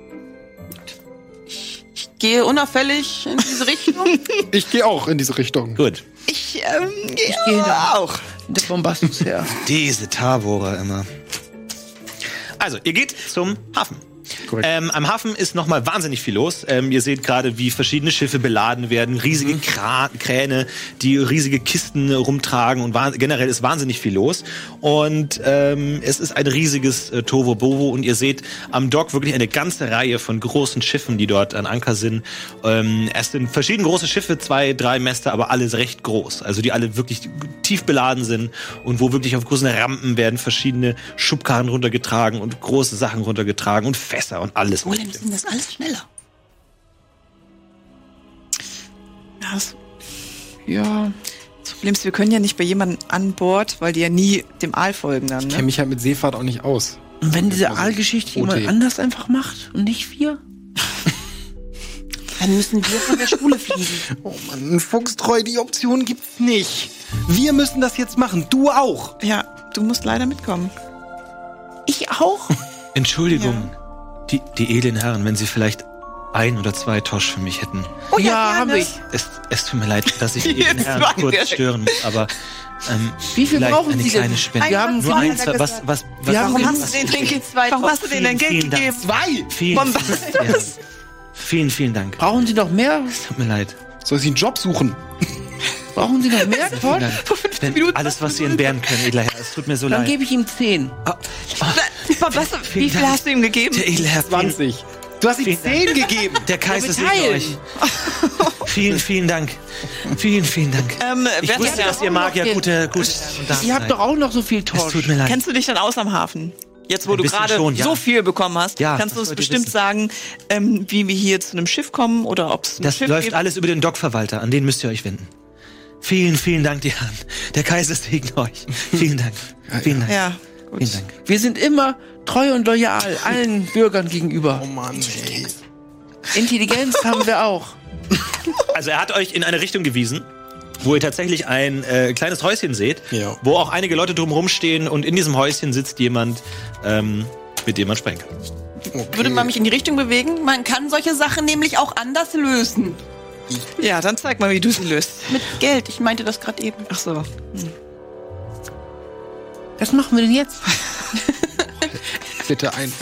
Ich, ich gehe unauffällig in diese Richtung. Ich gehe auch in diese Richtung. Gut. Ich, ähm, Ich gehe da auch. der Bombastus her. Diese Taborer immer. Also, ihr geht zum Hafen. Korrekt. Ähm, am Hafen ist nochmal wahnsinnig viel los. Ähm, ihr seht gerade, wie verschiedene Schiffe beladen werden, riesige Kra Kräne, die riesige Kisten rumtragen und generell ist wahnsinnig viel los. Und ähm, es ist ein riesiges äh, Tohuwabohu und ihr seht am Dock wirklich eine ganze Reihe von großen Schiffen, die dort an Anker sind. Ähm, es sind verschiedene große Schiffe, zwei, drei Mäste, aber alle recht groß. Also die alle wirklich tief beladen sind und wo wirklich auf großen Rampen werden verschiedene Schubkarren runtergetragen und große Sachen runtergetragen und Fässer und alles. Golem, sind das alles schneller? Ja, das Ja. Problem ist, wir können ja nicht bei jemandem an Bord, weil die ja nie dem Aal folgen dann, Ich ne? kenne mich halt mit Seefahrt auch nicht aus. Und wenn diese Also, Aalgeschichte O T. jemand anders einfach macht und nicht wir? Dann müssen wir von der Schule fliegen. Oh Mann, ein Fuchstreu, die Option gibt's nicht. Wir müssen das jetzt machen. Du auch. Ja, du musst leider mitkommen. Ich auch? Entschuldigung, die, die edlen Herren, wenn Sie vielleicht ein oder zwei Tosch für mich hätten. Oh ja, haben wir. Es, es tut mir leid, dass ich die Jetzt edlen Herren waren kurz wir- stören muss, aber ähm, Wie viel vielleicht brauchen eine Sie kleine denn? Spende. Wir haben Nur zwei, eins, hat er was, gesagt. was, was, Wir haben Warum genug. hast du den denn, zwei warum hast du denen denn Geld Vielen Dank. gegeben? Zwei. Vielen, Bombastus. ja. vielen, vielen Dank. Brauchen Sie noch mehr? Tut mir leid. Soll ich einen Job suchen? Brauchen Sie noch mehr? Vielen Todd? Dank. Wenn alles, was Sie entbehren können, edler Herr, es tut mir so Dann leid. gebe ich ihm zehn. Was, wie viel Dank. hast du ihm gegeben? Der edle Herr, vielen, zwanzig. Du hast ihm Vielen zehn gegeben. der Kaiser Ja, segne beteilen. euch. Vielen, vielen Dank. Vielen, vielen Dank. Ähm, Ich wer- wusste, wer- dass ihr Magier den- gute, gute Herren und Damen Ihr habt seid. doch auch noch so viel Es Torsch. tut mir leid. Kennst du dich dann aus am Hafen? Jetzt, wo Ein du bisschen gerade schon, ja. so viel bekommen hast, Ja, kannst du das uns wollt ihr bestimmt wissen. sagen, ähm, wie wir hier zu einem Schiff kommen oder ob es ein Das Schiff läuft gibt. alles über den Dockverwalter. An den müsst ihr euch wenden. Vielen, vielen Dank, die Herren. Der Kaiser segne euch. Vielen Dank. Vielen Dank. Ja, gut. Vielen Dank. Wir sind immer treu und loyal allen Bürgern gegenüber. Oh Mann, ey. Intelligenz haben wir auch. Also er hat euch in eine Richtung gewiesen, wo ihr tatsächlich ein äh, kleines Häuschen seht, Ja. wo auch einige Leute drumherum stehen und in diesem Häuschen sitzt jemand, ähm, mit dem man sprechen kann. Würde man mich in die Richtung bewegen? Man kann solche Sachen nämlich auch anders lösen. Ja, dann zeig mal, wie du sie löst. Mit Geld. Ich meinte das gerade eben. Ach so. Was machen wir denn jetzt? Bitte einfach.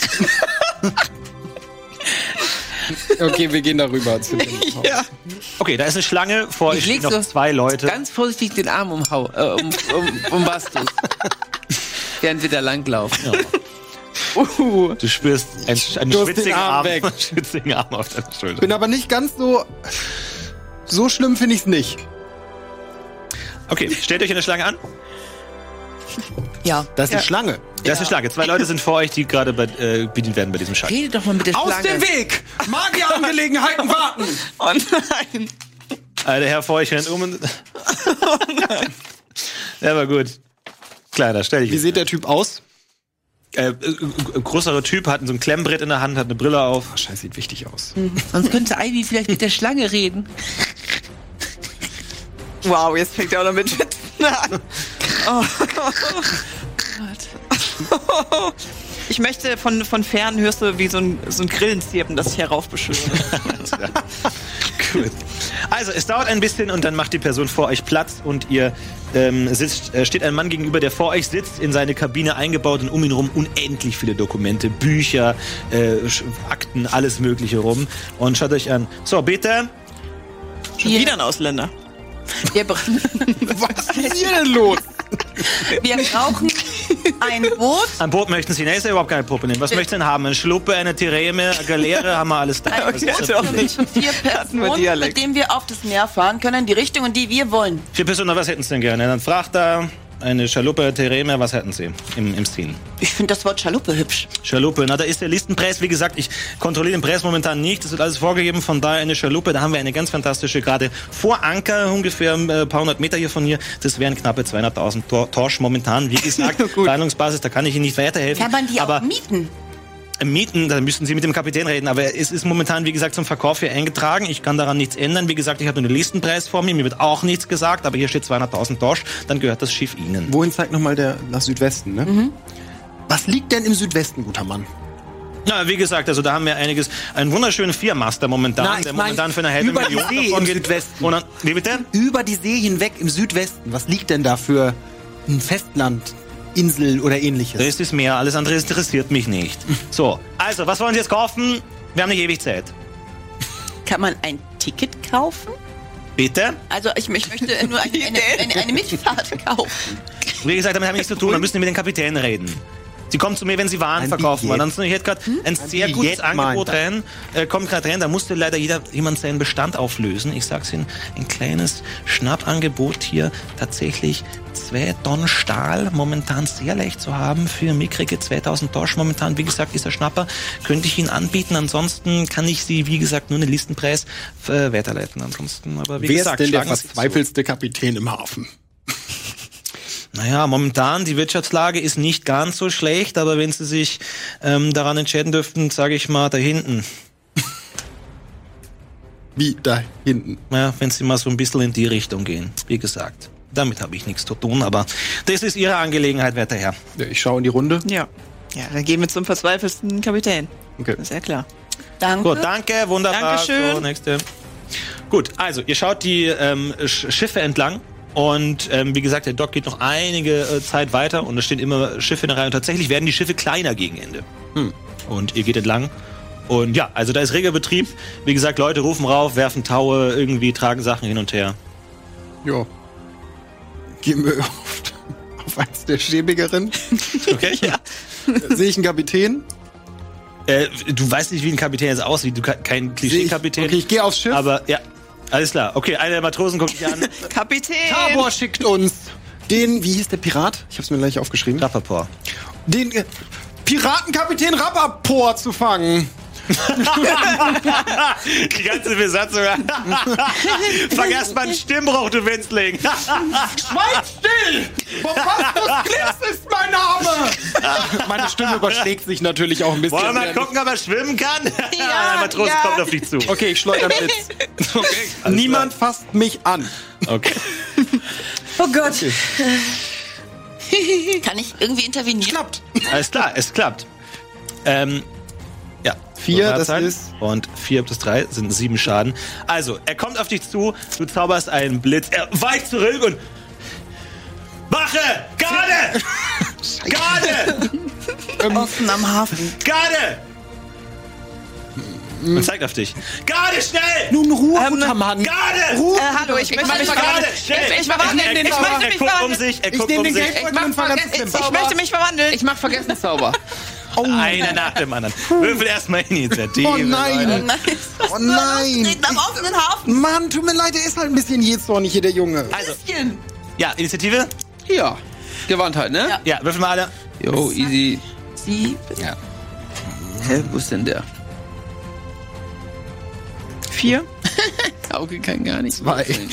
Okay, wir gehen darüber zu dem Haus. Ja. Okay, da ist eine Schlange, vor Ich euch stehen leg noch so zwei Leute. Ganz vorsichtig den Arm um, Hau, äh, um, um, um Bastus. Während wir da langlaufen. Uh. Du spürst einen, einen Du hast den schwitzigen Arm Arm, weg. schwitzigen Arm auf deiner Schulter. Bin aber nicht ganz so. So schlimm finde ich's nicht. Okay, stellt euch eine Schlange an. Ja. Das ist Ja. eine Schlange. Da ist eine Schlange. Zwei Leute sind vor euch, die gerade bei, äh, bedient werden bei diesem Schalter. Rede doch mal mit der Aus Schlange. dem Weg! Magierangelegenheiten warten! Oh nein. Äh, der Herr vor euch rennt um und... Der war gut. Kleiner, stell dich. Wie sieht der Typ aus? Äh, äh, größere Typ, hat so ein Klemmbrett in der Hand, hat eine Brille auf. Oh, Scheiße, sieht wichtig aus. Sonst könnte Ivy vielleicht mit der Schlange reden. Wow, jetzt fängt er auch noch mit Witzen an. Oh. Gott. Ich möchte von, von fern hörst du wie so ein, so ein Grillenzirpen, das sich heraufbeschwört. Gut. Also, es dauert ein bisschen und dann macht die Person vor euch Platz und ihr ähm, sitzt, äh, steht ein Mann gegenüber, der vor euch sitzt, in seine Kabine eingebaut und um ihn rum unendlich viele Dokumente, Bücher, äh, Akten, alles Mögliche rum. Und schaut euch an. So, bitte. Schon wieder ein Ausländer. Wir, bra- Was ist hier denn los? wir brauchen ein Boot. Ein Boot möchten Sie? Ne, ist ja überhaupt keine Puppe. Was möchten Sie denn haben? Eine Schluppe, eine Trireme, eine Galeere, haben wir alles da. Ein Was Boot ist das? für vier Personen, Dialekt. mit dem wir auf das Meer fahren können, die Richtung, in die wir wollen. Vier Personen, was hätten Sie denn gerne? Ein Frachter, eine Schaluppe, Trireme, was hätten Sie im, im Stil? Ich finde das Wort Schaluppe hübsch. Schaluppe, na da ist der Listenpreis, wie gesagt, ich kontrolliere den Preis momentan nicht, das wird alles vorgegeben, von daher eine Schaluppe, da haben wir eine ganz fantastische, gerade vor Anker, ungefähr ein paar hundert Meter hier von hier, das wären knappe zweihunderttausend Tor Torsch momentan, wie gesagt, Verhandlungsbasis, da kann ich Ihnen nicht weiterhelfen. Kann man die aber auch mieten? Mieten, da müssen Sie mit dem Kapitän reden, aber es ist momentan, wie gesagt, zum Verkauf hier eingetragen. Ich kann daran nichts ändern. Wie gesagt, ich habe nur den Listenpreis vor mir, mir wird auch nichts gesagt, aber hier steht zweihunderttausend Dorsch, dann gehört das Schiff Ihnen. Wohin zeigt nochmal der nach Südwesten, ne? Mhm. Was liegt denn im Südwesten, guter Mann? Na, wie gesagt, also da haben wir einiges, einen wunderschönen Viermaster momentan, Na, ich der mein, momentan für eine halbe über die Million See davon im geht. Südwesten. Und dann, wie bitte? Über die See hinweg im Südwesten. Was liegt denn da für ein Festland, Insel oder ähnliches? Das ist das Meer, alles andere interessiert mich nicht. So, also, was wollen Sie jetzt kaufen? Wir haben nicht ewig Zeit. Kann man ein Ticket kaufen? Bitte? Also ich, ich möchte nur eine, eine, eine, eine Mitfahrt kaufen. Wie gesagt, damit haben wir nichts zu tun, dann müssen wir mit den Kapitän reden. Sie kommen zu mir, wenn Sie Waren Ein verkaufen wollen. Billett. Ansonsten, ich hätte gerade ein Ein sehr Billett gutes Angebot meint er. rein. Äh, kommt gerade rein, da musste leider jeder, jemand seinen Bestand auflösen. Ich sag's Ihnen, ein kleines Schnappangebot hier. Tatsächlich zwei Tonnen Stahl, momentan sehr leicht zu haben für mickrige zweitausend Dorsch. Momentan, wie gesagt, ist der Schnapper. Könnte ich Ihnen anbieten. Ansonsten kann ich Sie, wie gesagt, nur einen Listenpreis äh, weiterleiten. Ansonsten, aber wie Wer gesagt, ist denn der schlagen Sie zu. verzweifelste Kapitän im Hafen? Naja, momentan, die Wirtschaftslage ist nicht ganz so schlecht, aber wenn Sie sich ähm, daran entscheiden dürften, sage ich mal, da hinten. Wie da hinten? Ja, wenn Sie mal so ein bisschen in die Richtung gehen. Wie gesagt, damit habe ich nichts zu tun, aber das ist Ihre Angelegenheit, werter Herr. Ja, ich schaue in die Runde. Ja. Ja, dann gehen wir zum verzweifelsten Kapitän. Okay. Das ist ja klar. Danke. Gut, danke, wunderbar. Dankeschön. So, nächste. Gut, also, ihr schaut die ähm, Sch Schiffe entlang. Und ähm, wie gesagt, der Dock geht noch einige äh, Zeit weiter und es stehen immer Schiffe in der Reihe. Und tatsächlich werden die Schiffe kleiner gegen Ende. Hm. Und ihr geht entlang. Und ja, also da ist reger Betrieb. Wie gesagt, Leute rufen rauf, werfen Taue, irgendwie tragen Sachen hin und her. Ja. Gehen wir auf, auf eins der schäbigeren. Okay? Ja. Sehe ich einen Kapitän? Äh, du weißt nicht, wie ein Kapitän jetzt aussieht. Du kein Sehe ich- Klischee-Kapitän. Okay, ich gehe aufs Schiff. Aber ja, alles klar. Okay, einer der Matrosen guckt dich an. Kapitän! Tabor schickt uns den, wie hieß der Pirat? Ich hab's mir gleich aufgeschrieben. Rappaport. Den äh, Piratenkapitän Rappaport zu fangen. Die ganze Besatzung. Vergesst mal einen Stimmbruch, du Winzling. Schweig still! Bombastus Glitz ist mein Name! Meine Stimme überschlägt sich natürlich auch ein bisschen. Wollen wir mal gucken, ob er schwimmen kann? Ja, Der Matrose ja. kommt auf dich zu. Okay, ich schleudere einen Blitz. Okay, alles Niemand fasst mich an. klar. Okay. Oh Gott. Kann ich irgendwie intervenieren? Klappt. Alles klar, es klappt. Ähm, ja. Vier, So, das Zeit. ist- Und vier plus drei sind sieben Schaden. Also, er kommt auf dich zu, du zauberst einen Blitz, er weicht zurück und... Wache! Garde! Garde! Offen am Hafen. Garde! Und zeigt auf dich. Garde, schnell! Nun Ruhe, guter Mann. Garde! Ruhe. Äh, hallo, ich möchte mich Garde, verwandeln. schnell! Ich, ich, verwandeln. Er- ich, er- ich möchte er mich guckt um verwandeln. sich, er Ich guckt nehme um den sich. Geldbeutel und verlasse Ich, den ich möchte mich verwandeln. Ich mach Vergessenszauber. Einer nach dem anderen. Würfel erstmal Initiative. Oh nein. Nein. Oh nein. Treten am offenen Hafen. Mann, tut mir leid, der ist halt ein bisschen jähzornig hier, der Junge. Also, Bisschen. ja, Initiative? Ja. Gewandtheit, ne? Ja. Ja, würfel mal alle. Jo, easy. Sie. Ja. Hä, wo ist denn der? Vier. Auge kann gar nicht. Zwei. würfeln.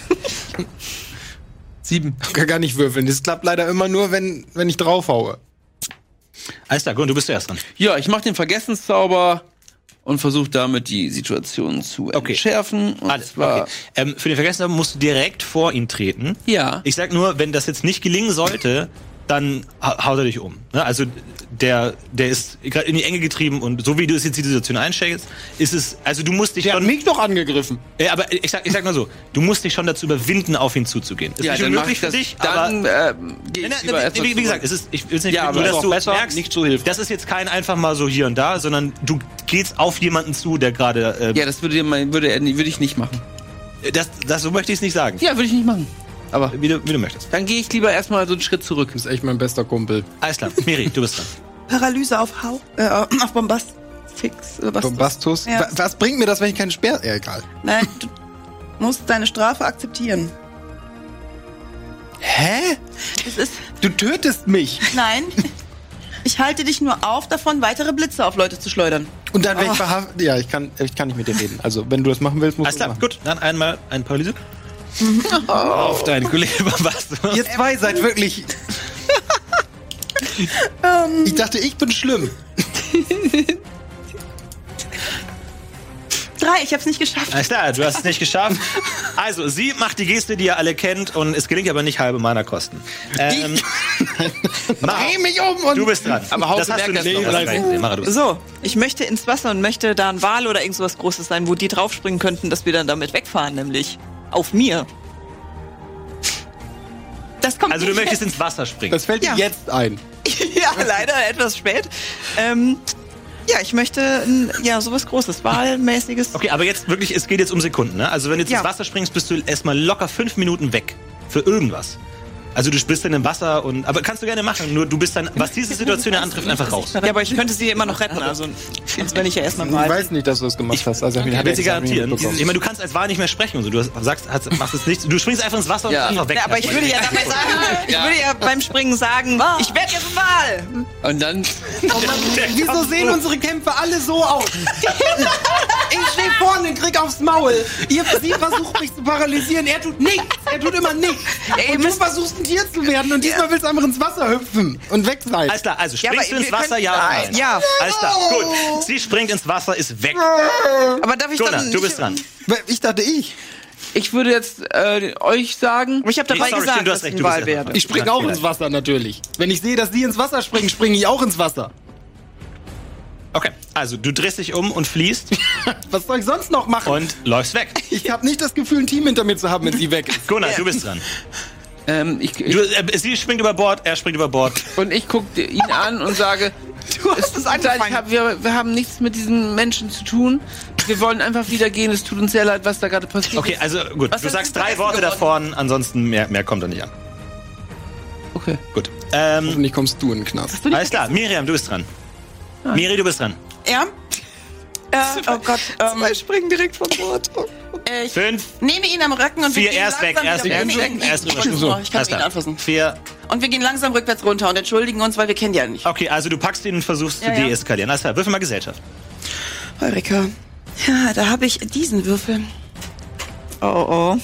Sieben. Ich kann gar nicht würfeln. Das klappt leider immer nur, wenn, wenn ich draufhaue. Alles klar, gut, du bist zuerst dran. Ja, ich mach den Vergessenszauber und versuche damit die Situation zu Okay. entschärfen. Und Alles, zwar, okay. Ähm, für den Vergessenheit musst du direkt vor ihn treten. Ja. Ich sag nur, wenn das jetzt nicht gelingen sollte, dann ha- haut er dich um. Ne? Also der, der ist gerade in die Enge getrieben und so wie du es jetzt die Situation einstellst, ist es, also du musst dich Der hat schon, mich doch angegriffen. ja, aber ich sag, ich sag mal so, du musst dich schon dazu überwinden, auf ihn zuzugehen. Ist Ja, nicht dann mach unmöglich ich das. für dich, aber Dann äh, geh Ja, ich na, lieber wie, erst mal wie, wie zurück. gesagt, es ist, ich will es nicht, Ja, nur, aber dass ist du auch besser, merkst, nicht zu hilfreich. das ist jetzt kein einfach mal so hier und da, sondern du gehst auf jemanden zu, der gerade, äh, Ja, das würde, mein, würde, er, würde ich nicht machen. das, das, so möchte ich es nicht sagen. Ja, würde ich nicht machen. Aber Wie du, wie du möchtest. dann gehe ich lieber erstmal so einen Schritt zurück. Du bist echt mein bester Kumpel. Alles klar, Miri, du bist dran. Paralyse auf Hau, äh, auf Bombast. Fix. Äh, was- Bombastus? Ja. Wa- Was bringt mir das, wenn ich keinen Speer... Ja, egal. Nein, du musst deine Strafe akzeptieren. Hä? Es ist, Du tötest mich. nein, ich halte dich nur auf davon, weitere Blitze auf Leute zu schleudern. Und dann werde ich verhaftet. Ja, ich kann, ich kann nicht mit dir reden. Also, wenn du das machen willst, musst Alles du klar, das machen. gut, dann einmal ein Paralyse. Auf deinen Kollegen, was du? Ihr zwei seid wirklich... Ich dachte, ich bin schlimm. Drei, ich hab's nicht geschafft. Alles klar, du hast es nicht geschafft. Also, sie macht die Geste, die ihr alle kennt, und es gelingt aber nicht halbe meiner Kosten. Ähm, Mara, Dreh mich um und... du bist dran. Aber Hauke das hast du merkt nicht das noch, doch. hast du gleich gesehen. Mara, du bist So, ich möchte ins Wasser und möchte da ein Wal oder irgend sowas Großes sein, wo die draufspringen könnten, dass wir dann damit wegfahren, nämlich auf mir. Das kommt Also, du nicht möchtest ins Wasser springen. Das fällt dir Ja. jetzt ein. Ja, leider etwas spät. Ähm, ja, ich möchte ein, ja, sowas Großes, Wahlmäßiges. Okay, aber jetzt wirklich, es geht jetzt um Sekunden, ne? Also wenn du jetzt Ja. ins Wasser springst, bist du erstmal locker fünf Minuten weg. Für irgendwas. Also du bist dann im Wasser und, aber kannst du gerne machen, nur du bist dann, was diese Situation ja antrifft, einfach raus. Ja, aber ich könnte sie immer noch retten, also sonst wenn ich ja erstmal Ich mal. weiß nicht, dass du das gemacht hast. Also, Ich will sie garantieren. Ich meine, du kannst als Wahl nicht mehr sprechen und so. Du sagst, hast, machst es nicht. Du springst einfach ins Wasser Ja. und einfach weg. Ja, aber ich würde ja dabei sagen, ich würde ja beim Springen sagen, ich werde jetzt ein Wal. Und dann Wieso sehen unsere Kämpfe alle so aus? Ich stehe vorne und krieg aufs Maul. Ihr, sie versucht mich zu paralysieren. Er tut nichts. Er tut immer nichts. ihr Und du müsst- versuchst ein Tier zu werden und diesmal willst du einfach ins Wasser hüpfen und weg sein. Alles klar, also Ja, springst aber du ins wir Wasser, können- ja oder nein? Ja. Alles klar, gut. Sie springt ins Wasser, ist weg. Aber darf ich Jonah, dann du nicht- bist dran. Ich dachte ich. ich würde jetzt äh, euch sagen, Aber ich habe dabei Nee, sorry, gesagt, stimmt, du hast dass recht, ich du ein bist Wal ja werde. Ich springe auch ins Wasser natürlich. Wenn ich sehe, dass sie ins Wasser springen, springe ich auch ins Wasser. Okay, also du drehst dich um und fliehst Was soll ich sonst noch machen? und läufst weg. Ich habe nicht das Gefühl, ein Team hinter mir zu haben, wenn sie weg ist. Gunnar, du bist dran. ähm, ich, ich, Du, äh, sie springt über Bord, er springt über Bord. und ich gucke ihn an und sage, Du hast es es tut uns leid, angefangen. ich hab, wir, wir haben nichts mit diesen Menschen zu tun. Wir wollen einfach wieder gehen. Es tut uns sehr leid, was da gerade passiert Okay, ist. also gut, Was du ist sagst denn drei vergessen Worte geworden? davon, ansonsten mehr, mehr kommt da nicht an. Okay. Gut. Ähm, Hoffentlich kommst du in den Knast. alles klar, Miriam, du bist dran. Miri, du bist dran. Ja? Äh, oh Gott. Ähm, Zwei springen direkt von Bord. äh, ich Fünf, nehme ihn am Rücken und vier, wir gehen er ist weg, langsam er ist wieder- weg. Nee, nee, nee, Er ist ich drüber. wollte So, nur- Ich kann alles ihn klar. anfassen. Vier. Und wir gehen langsam rückwärts runter und entschuldigen uns, weil wir kennen die ja nicht. Okay, also du packst ihn und versuchst Ja, zu ja. deeskalieren. Alles klar, würfel mal Gesellschaft. Heureka. Ja, da habe ich diesen Würfel. Oh, oh.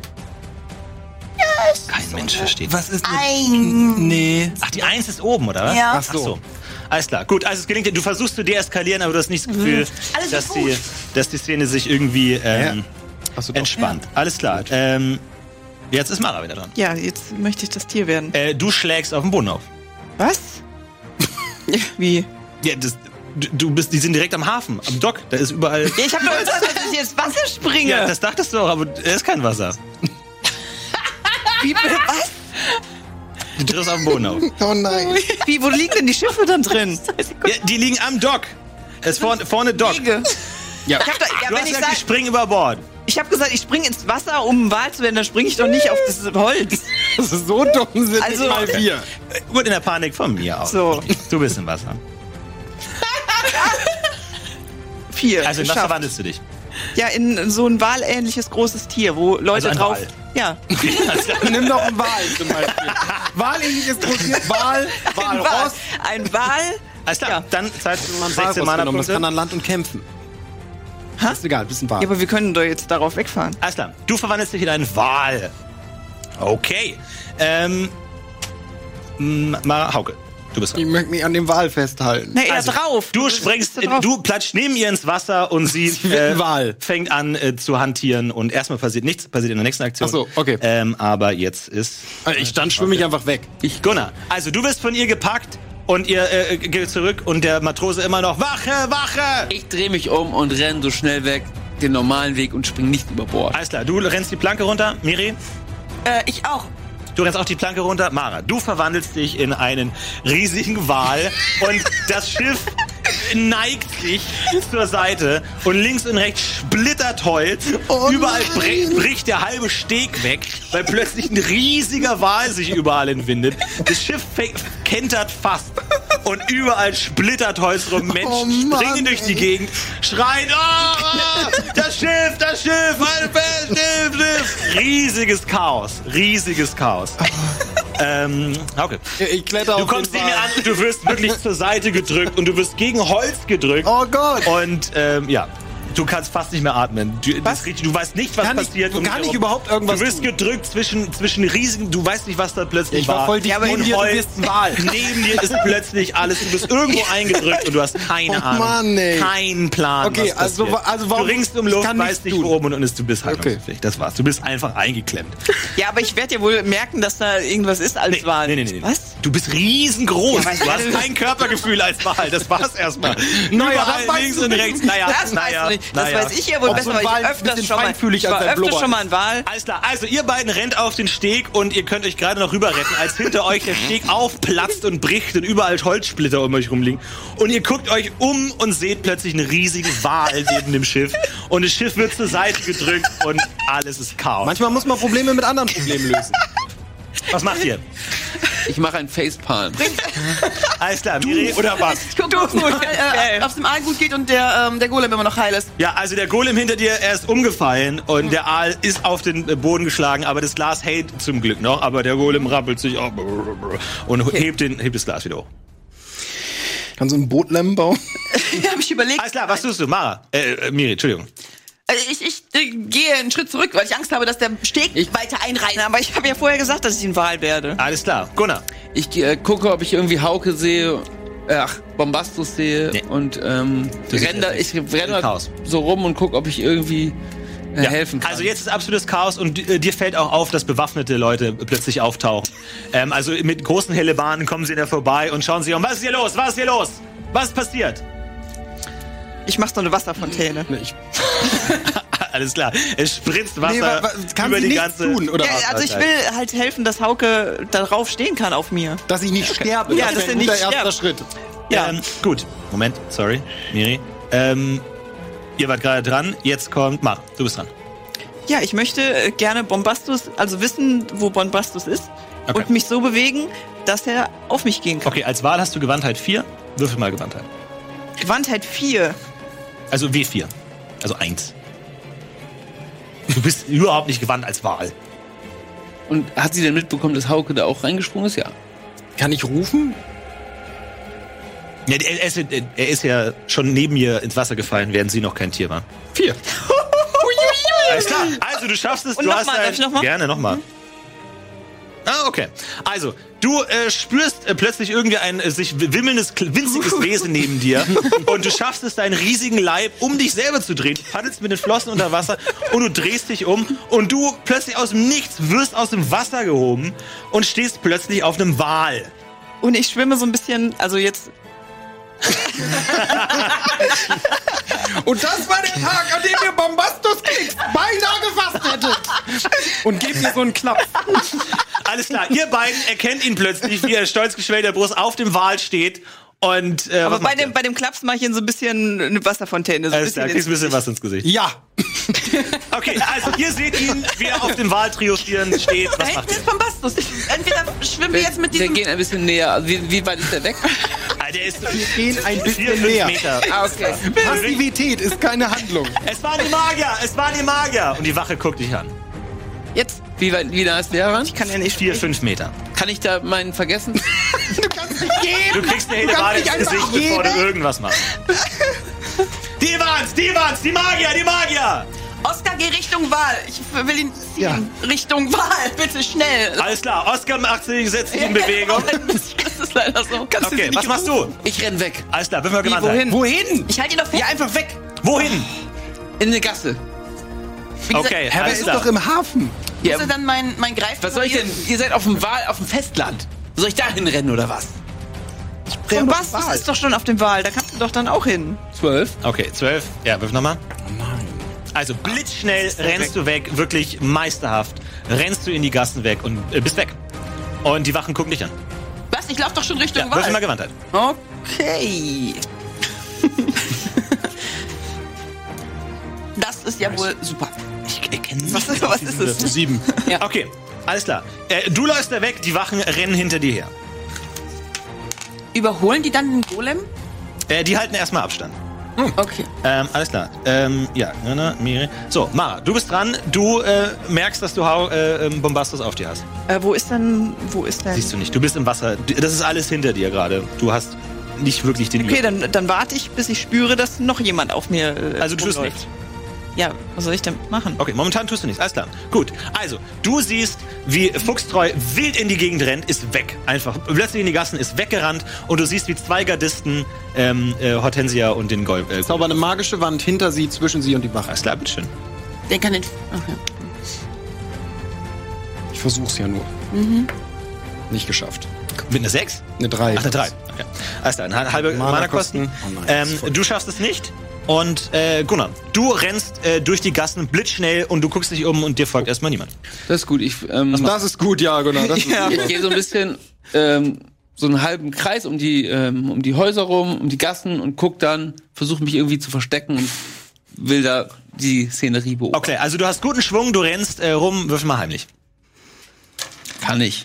Kein Mensch versteht. Was ist Ein. Nee. Ach, die Eins ist oben, oder was? Ja. Ach so. Alles klar, gut. Also es gelingt dir, du versuchst zu deeskalieren, aber du hast nicht das Gefühl, Alles dass ist die, gut. dass die Szene sich irgendwie ähm, Achso, doch. entspannt. Alles klar. Ähm, jetzt ist Mara wieder dran. Ja, jetzt möchte ich das Tier werden. Äh, du schlägst auf den Boden auf. Was? Wie? Ja, das, du, du bist, die sind direkt am Hafen, am Dock. Da ist überall. Ja, ich habe doch gesagt, dass ich ins Wasser springe. Ja, das dachtest du auch, aber es ist kein Wasser. Wie, was? Du triffst auf den Boden auf. Oh nein. Wie, wo liegen denn die Schiffe dann drin? Ja, die liegen am Dock. Es ist vorne, vorne Dock. Liege. Ja. Ich hab da, ja, Du wenn hast ich gesagt, sag, ich spring über Bord. ich habe gesagt, ich springe ins Wasser, um ein Wal zu werden, dann springe ich doch nicht auf das Holz. Das ist so dumm sind Also- nicht mal wir. Äh, Gut in der Panik von mir auch. So. Du bist im Wasser. Vier. Also in was geschafft. verwandelst du dich? Ja, in so ein walähnliches großes Tier, wo Leute Also ein drauf. Wal. Ja. Nimm doch einen Wal zum Beispiel. Walähnliches Großtier. Wal, Ein Wal. Walross. Ein Wal. Alles klar, Ja. dann Zeit Man sechzehn Mana Das Mana-Punkte. kann an Land und kämpfen. Ha? Ist egal, bist ein Wal. Ja, aber wir können doch jetzt darauf wegfahren. Alles klar, du verwandelst dich in einen Wal. Okay. Ähm. M- Mara Hauke. Du bist dran. Ich möchte mich an dem Wal festhalten. Na, er Also, drauf. Du bist springst, da drauf. du platschst neben ihr ins Wasser und sie, Sie wird ein äh, Wal. fängt an äh, zu hantieren und erstmal passiert nichts, passiert in der nächsten Aktion. Ach so, okay. Ähm, aber jetzt ist Ich dann schwimme ich einfach weg. ich Gunnar. Also du wirst von ihr gepackt und ihr äh, geht zurück und der Matrose immer noch Wache, Wache. Ich drehe mich um und renne so schnell weg, den normalen Weg und spring nicht über Bord. Alles klar, du rennst die Planke runter, Miri. Äh, ich auch. Du rennst auch die Planke runter. Mara, du verwandelst dich in einen riesigen Wal und das Schiff neigt sich zur Seite und links und rechts splittert Holz. Oh überall nein. bre- bricht der halbe Steg weg, weil plötzlich ein riesiger Wal sich überall entwindet. Das Schiff fe- kentert fast und überall splittert Holz rum. Menschen Oh Mann, springen durch die ey. Gegend, schreien, oh, oh, das Schiff, das Schiff, meine Best, Schiff, Schiff. Riesiges Chaos, riesiges Chaos. ähm, okay. Ich kletter Du auf kommst den neben mir Wal. an und du wirst wirklich zur Seite gedrückt und du wirst gegen Holz gedrückt. Oh Gott. Und ähm, ja, du kannst fast nicht mehr atmen. Du, das ist richtig, du weißt nicht, was Kann ich- passiert. kann um dich ich herum. überhaupt irgendwas Du wirst tun? gedrückt zwischen, zwischen riesigen, du weißt nicht, was da plötzlich Ich war voll dicht und neben dir, du Holz. bist ein Wal. Neben dir ist plötzlich alles. Du bist irgendwo eingedrückt und du hast keine Oh Ahnung. Mann, ey. Keinen Plan. Okay, was also passiert. wa- also warum- du ringst um ich Luft, kann weißt nichts nicht, tun. wo oben und unten ist. Du bist handlungsunfähig. Das war's. Du bist einfach eingeklemmt. Ja, aber ich werde ja wohl merken, dass da irgendwas ist als Nee, Wal. nee, nee, nee. Was? Du bist riesengroß. Ja, weiß du hast ich. kein Körpergefühl als Wal. Das war's erstmal. Naja, Überall das weißt links du und nicht. rechts. Naja, Das naja, weißt du nicht. Das naja. weiß ich ja wohl Ob besser, so ein weil Wal ich ein öfters bisschen schon mal, feinfühlig ich als war ein öfters Blubber schon mal ist. ein Wal. Alles klar, also ihr beiden rennt auf den Steg und ihr könnt euch gerade noch rüber retten, als hinter euch der Steg aufplatzt und bricht und überall Holzsplitter um euch rumliegen. Und ihr guckt euch um und seht plötzlich einen riesigen Wal neben dem Schiff. Und das Schiff wird zur Seite gedrückt und alles ist Chaos. Manchmal muss man Probleme mit anderen Problemen lösen. Was macht ihr? Ich mache einen Facepalm. Alles klar, Miri oder was? Ich gucke, ob es äh, auf's dem Aal gut geht und der, ähm, der Golem immer noch heil ist. Ja, also der Golem hinter dir, er ist umgefallen und der Aal ist auf den äh, Boden geschlagen, aber das Glas hält zum Glück noch, aber der Golem rappelt sich auf und hebt, den, hebt das Glas wieder hoch. Kannst du ein Bootlemm bauen? Habe ich überlegt. Alles klar, was tust du, Mara? Äh, äh, Miri, Entschuldigung. Also ich, ich äh, gehe einen Schritt zurück, weil ich Angst habe, dass der Steg Ich- weiter einreißt. Na, aber ich habe ja vorher gesagt, dass ich ein Wal werde. Alles klar, Gunnar. Ich äh, gucke, ob ich irgendwie Hauke sehe, äh, ach, Bombastus sehe Nee. und ähm, Du siehst renn da, das ich renne Chaos. so rum und gucke, ob ich irgendwie äh, Ja, helfen kann. Also jetzt ist absolutes Chaos und äh, dir fällt auch auf, dass bewaffnete Leute plötzlich auftauchen. Ähm, also mit großen Hellebarden kommen sie da vorbei und schauen sich um. Was ist hier los? Was ist hier los? Was ist passiert? Ich mache so eine Wasserfontäne. Ich, Alles klar. Es spritzt Wasser nee, wa, wa, kann über sie die nichts ganze... tun, oder Ja, was? also ich will halt helfen, dass Hauke darauf stehen kann auf mir. Dass ich nicht sterbe. Ja, das dass wäre er ein nicht guter erster stirbt. Schritt. Ja. Ähm, gut. Moment, sorry, Miri. Ähm, ihr wart gerade dran. Jetzt kommt... Mach, du bist dran. Ja, ich möchte äh, gerne Bombastus, also wissen, wo Bombastus ist Okay. und mich so bewegen, dass er auf mich gehen kann. Okay, als Wahl hast du Gewandtheit vier. Würfel mal Gewandtheit. Gewandtheit vier. Also W vier. Also eins. Du bist überhaupt nicht gewandt als Wahl. Und hat sie denn mitbekommen, dass Hauke da auch reingesprungen ist? Ja. Kann ich rufen? Ja, er, ist, er ist ja schon neben mir ins Wasser gefallen, während sie noch kein Tier war. Vier. Alles klar. Also du schaffst es. Und du noch hast mal, ein, darf ich noch mal? Gerne nochmal. Ah, okay. Also, du äh, spürst äh, plötzlich irgendwie ein äh, sich wimmelndes, kl- winziges Wesen neben dir und du schaffst es, deinen riesigen Leib um dich selber zu drehen. Du paddelst mit den Flossen unter Wasser und du drehst dich um und du plötzlich aus dem Nichts wirst aus dem Wasser gehoben und stehst plötzlich auf einem Wal. Und ich schwimme so ein bisschen, also jetzt. Und das war der Tag, an dem ihr Bombastus Kicks beinahe gefasst hättet. Und gebt mir so einen Klapp. Alles klar, ihr beiden erkennt ihn plötzlich, wie er stolz geschwellter Brust auf dem Wal steht und äh, Aber was bei macht dem, ihr? bei dem Klaps mache ich ihn so ein bisschen eine Wasserfontäne. So ein Alles klar, bisschen kriegst ein ins bisschen was ins Gesicht. Ja. Okay, also ihr seht ihn, wie er auf dem Wal triumphierend steht. Da Was hinten macht ihr? ist Bombastus. Ich, entweder schwimmen wir jetzt mit Wir diesem... gehen ein bisschen näher. Also wie, wie weit ist der weg? Ah, der ist Wir gehen ein vier, bisschen fünf näher. Meter. Ah, okay. Passivität ist keine Handlung. Es waren die Magier, es waren die Magier. Und die Wache guckt dich an. Jetzt, Wie weit, wie nah ist der ran? Ich kann ja nicht Vier, sprechen. fünf Meter. Kann ich da meinen vergessen? Du kannst nicht gehen. Du kriegst eine Du kannst Hellebarde nicht ins einfach Gesicht, bevor du gehen. irgendwas machst. Die waren's, die waren's, die Magier, die Magier. Oskar, geh Richtung Wal. Ich will ihn ziehen. Ja. Richtung Wal, bitte schnell. Alles klar, Oskar macht sich, setzt sich in Bewegung. Ein bisschen. Das ist leider so. Kannst du Okay, sie nicht was machst du? Ich renn weg. Alles klar, würfel mal Wie, Gewandtheit. wohin? Wohin? Ich halte ihn doch fest. Ja, einfach weg. Wohin? In eine Gasse. Wie gesagt, Okay, Herr, er alles ist klar. doch im Hafen. Wo Ja, ist denn dann mein, mein Greif? was soll ich denn? Ihr seid auf dem Wal, auf dem Festland. Soll ich da hinrennen oder was? Und was? Das ist doch schon auf dem Wal. Da kannst du doch dann auch hin. Zwölf. Okay, zwölf. Ja, wirf nochmal. Also blitzschnell rennst du weg, wirklich meisterhaft. Rennst du in die Gassen weg und äh, bist weg. Und die Wachen gucken dich an. Was? Ich laufe doch schon Richtung Ja, würfel mal Wald. Gewandtheit. Okay. Das ist ja wohl super. Ich erkenne Was ist, was ist es? Sieben. Ja. Okay, alles klar. Äh, du läufst da weg, die Wachen rennen hinter dir her. Überholen die dann den Golem? Äh, die halten erstmal Abstand. Okay. Ähm, alles klar. Ähm, ja, ne, ne, Miri. So, Mara, du bist dran. Du äh, merkst, dass du Hau- äh, ähm, Bombastus auf dir hast. Äh, wo ist denn, wo ist denn? Siehst du nicht. Du bist im Wasser. Das ist alles hinter dir gerade. Du hast nicht wirklich den Okay, Überblick. dann, dann warte ich, bis ich spüre, dass noch jemand auf mir äh, Also du tust rumläuft. nichts. Ja, was soll ich denn machen? Okay, momentan tust du nichts. Alles klar. Gut. Also, du siehst, wie Fuchstreu wild in die Gegend rennt, ist weg. Einfach plötzlich in die Gassen, ist weggerannt. Und du siehst, wie zwei Gardisten, ähm, äh, Hortensia und den Gold. Äh, Zauber eine magische Wand hinter sie, zwischen sie und die Wache. alles klar, bitteschön. Der kann den. Okay. Ich versuch's ja nur. Nicht geschafft. Mit einer sechs? Eine drei. Ach, eine drei. Okay. Alles klar, eine halbe Mana-Kosten. Mana-Kosten. Oh nein, das ist ähm, voll. du schaffst es nicht. Und äh, Gunnar, du rennst äh, durch die Gassen blitzschnell und du guckst dich um und dir folgt erstmal niemand. Das ist gut. Ich, ähm, Das ist gut, ja, genau. Das ist Ja. ich gehe so ein bisschen ähm, so einen halben Kreis um die ähm, um die Häuser rum, um die Gassen und guck dann, versuche mich irgendwie zu verstecken und will da die Szenerie beobachten. Okay, also du hast guten Schwung, du rennst äh, rum, würfel mal heimlich. Kann ich.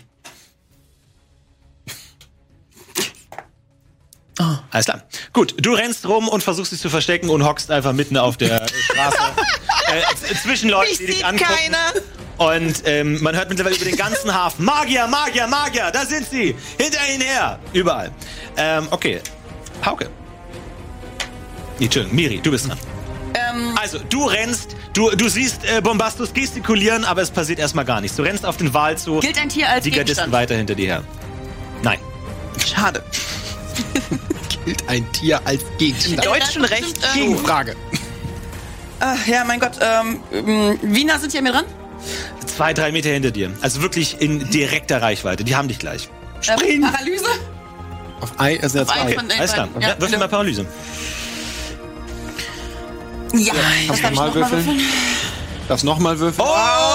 Alles klar. Gut, du rennst rum und versuchst dich zu verstecken und hockst einfach mitten auf der Straße. äh, z- zwischen Leuten, Mich die dich sieht angucken. keiner. Und ähm, man hört mittlerweile über den ganzen Hafen: Magier, Magier, Magier, da sind sie! Hinter ihnen her! Überall. Ähm, okay. Pauke. Nee, Entschuldigung, Miri, du bist dran. Ähm, Also, du rennst, du, du siehst äh, Bombastus gestikulieren, aber es passiert erstmal gar nichts. Du rennst auf den Wal zu. gilt ein Tier als Die Gardisten Gegenstand? weiter hinter dir her. Nein. Schade. gilt ein Tier als Gegenstand. Äh, Deutschen das Recht. bestimmt, ähm, Gegenfrage. Ah, ja, mein Gott. Ähm, ähm, wie nah sind die an mir dran? Zwei, drei Meter hinter dir. Also wirklich in direkter Reichweite. Die haben dich gleich. Ähm, Paralyse? Auf ein, also jetzt Auf einen zwei. von den Alles klar. beiden. Ja, Ja, würfel mal Paralyse. Ja, Kannst das du darf ich mal noch mal würfeln? würfeln. Darfst nochmal würfeln?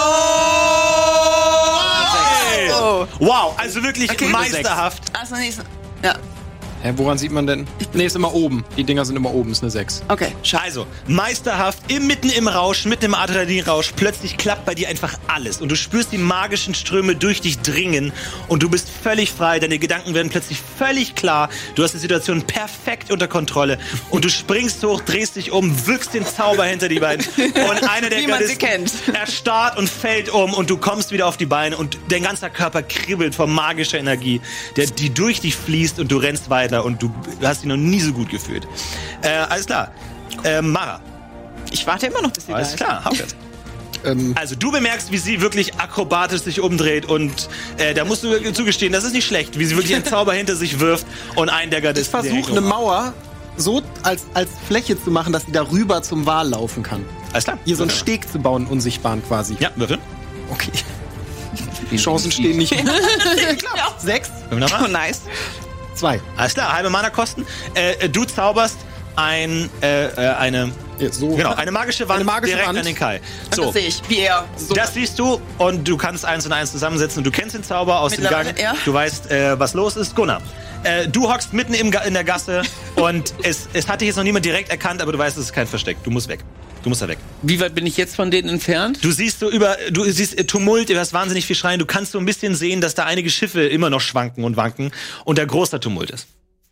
Oh! Wow, also wirklich Okay. meisterhaft. Also nächste. Ja, Hä, woran sieht man denn? Nee, ist immer oben. Die Dinger sind immer oben, ist eine sechs. okay. Also, meisterhaft, im, mitten im Rausch, mitten im Adrenalinrausch, plötzlich klappt bei dir einfach alles. Und du spürst die magischen Ströme durch dich dringen. Und du bist völlig frei, deine Gedanken werden plötzlich völlig klar. Du hast die Situation perfekt unter Kontrolle. Und du springst hoch, drehst dich um, wirkst den Zauber hinter die beiden. Und einer der Wie man sie Gardisten erstarrt und fällt um. Und du kommst wieder auf die Beine. Und dein ganzer Körper kribbelt vor magischer Energie, der, die durch dich fließt. Und du rennst weiter. Und du hast dich noch nie so gut gefühlt. Äh, alles klar. Äh, Mara. Ich warte immer noch, bis sie da Alles ist. klar, Hauke. Ähm, Also du bemerkst, wie sie wirklich akrobatisch sich umdreht und äh, da musst du zugestehen, das ist nicht schlecht, wie sie wirklich einen Zauber hinter sich wirft und einen der ich Gardisten direkt versuche eine umhaut. Mauer so als, als Fläche zu machen, dass sie darüber zum Wal laufen kann. Alles klar. Hier so einen Würfel Steg zu bauen, unsichtbaren quasi. mal. Ja, würfel. Okay. Die Chancen stehen nicht. Sechs, Würfel nochmal. Oh, nice. zwei. Alles klar, halbe Mana-Kosten. Äh, du zauberst ein, äh, äh, eine, Jetzt so. genau, eine magische Wand Eine magische direkt Wand. an den Kai. Und So, das sehe ich, wie er. So. das siehst du und du kannst eins und eins zusammensetzen und du kennst den Zauber aus dem Mittlerweile, Gang. ja. Du weißt, äh, was los ist. Gunnar, äh, du hockst mitten im Ga in der Gasse und es, es hat dich jetzt noch niemand direkt erkannt, aber du weißt, es ist kein Versteck. Du musst weg. Du musst da weg. Wie weit bin ich jetzt von denen entfernt? Du siehst so über, du siehst äh, Tumult, du hörst wahnsinnig viel Schreien. Du kannst so ein bisschen sehen, dass da einige Schiffe immer noch schwanken und wanken und da großer Tumult ist.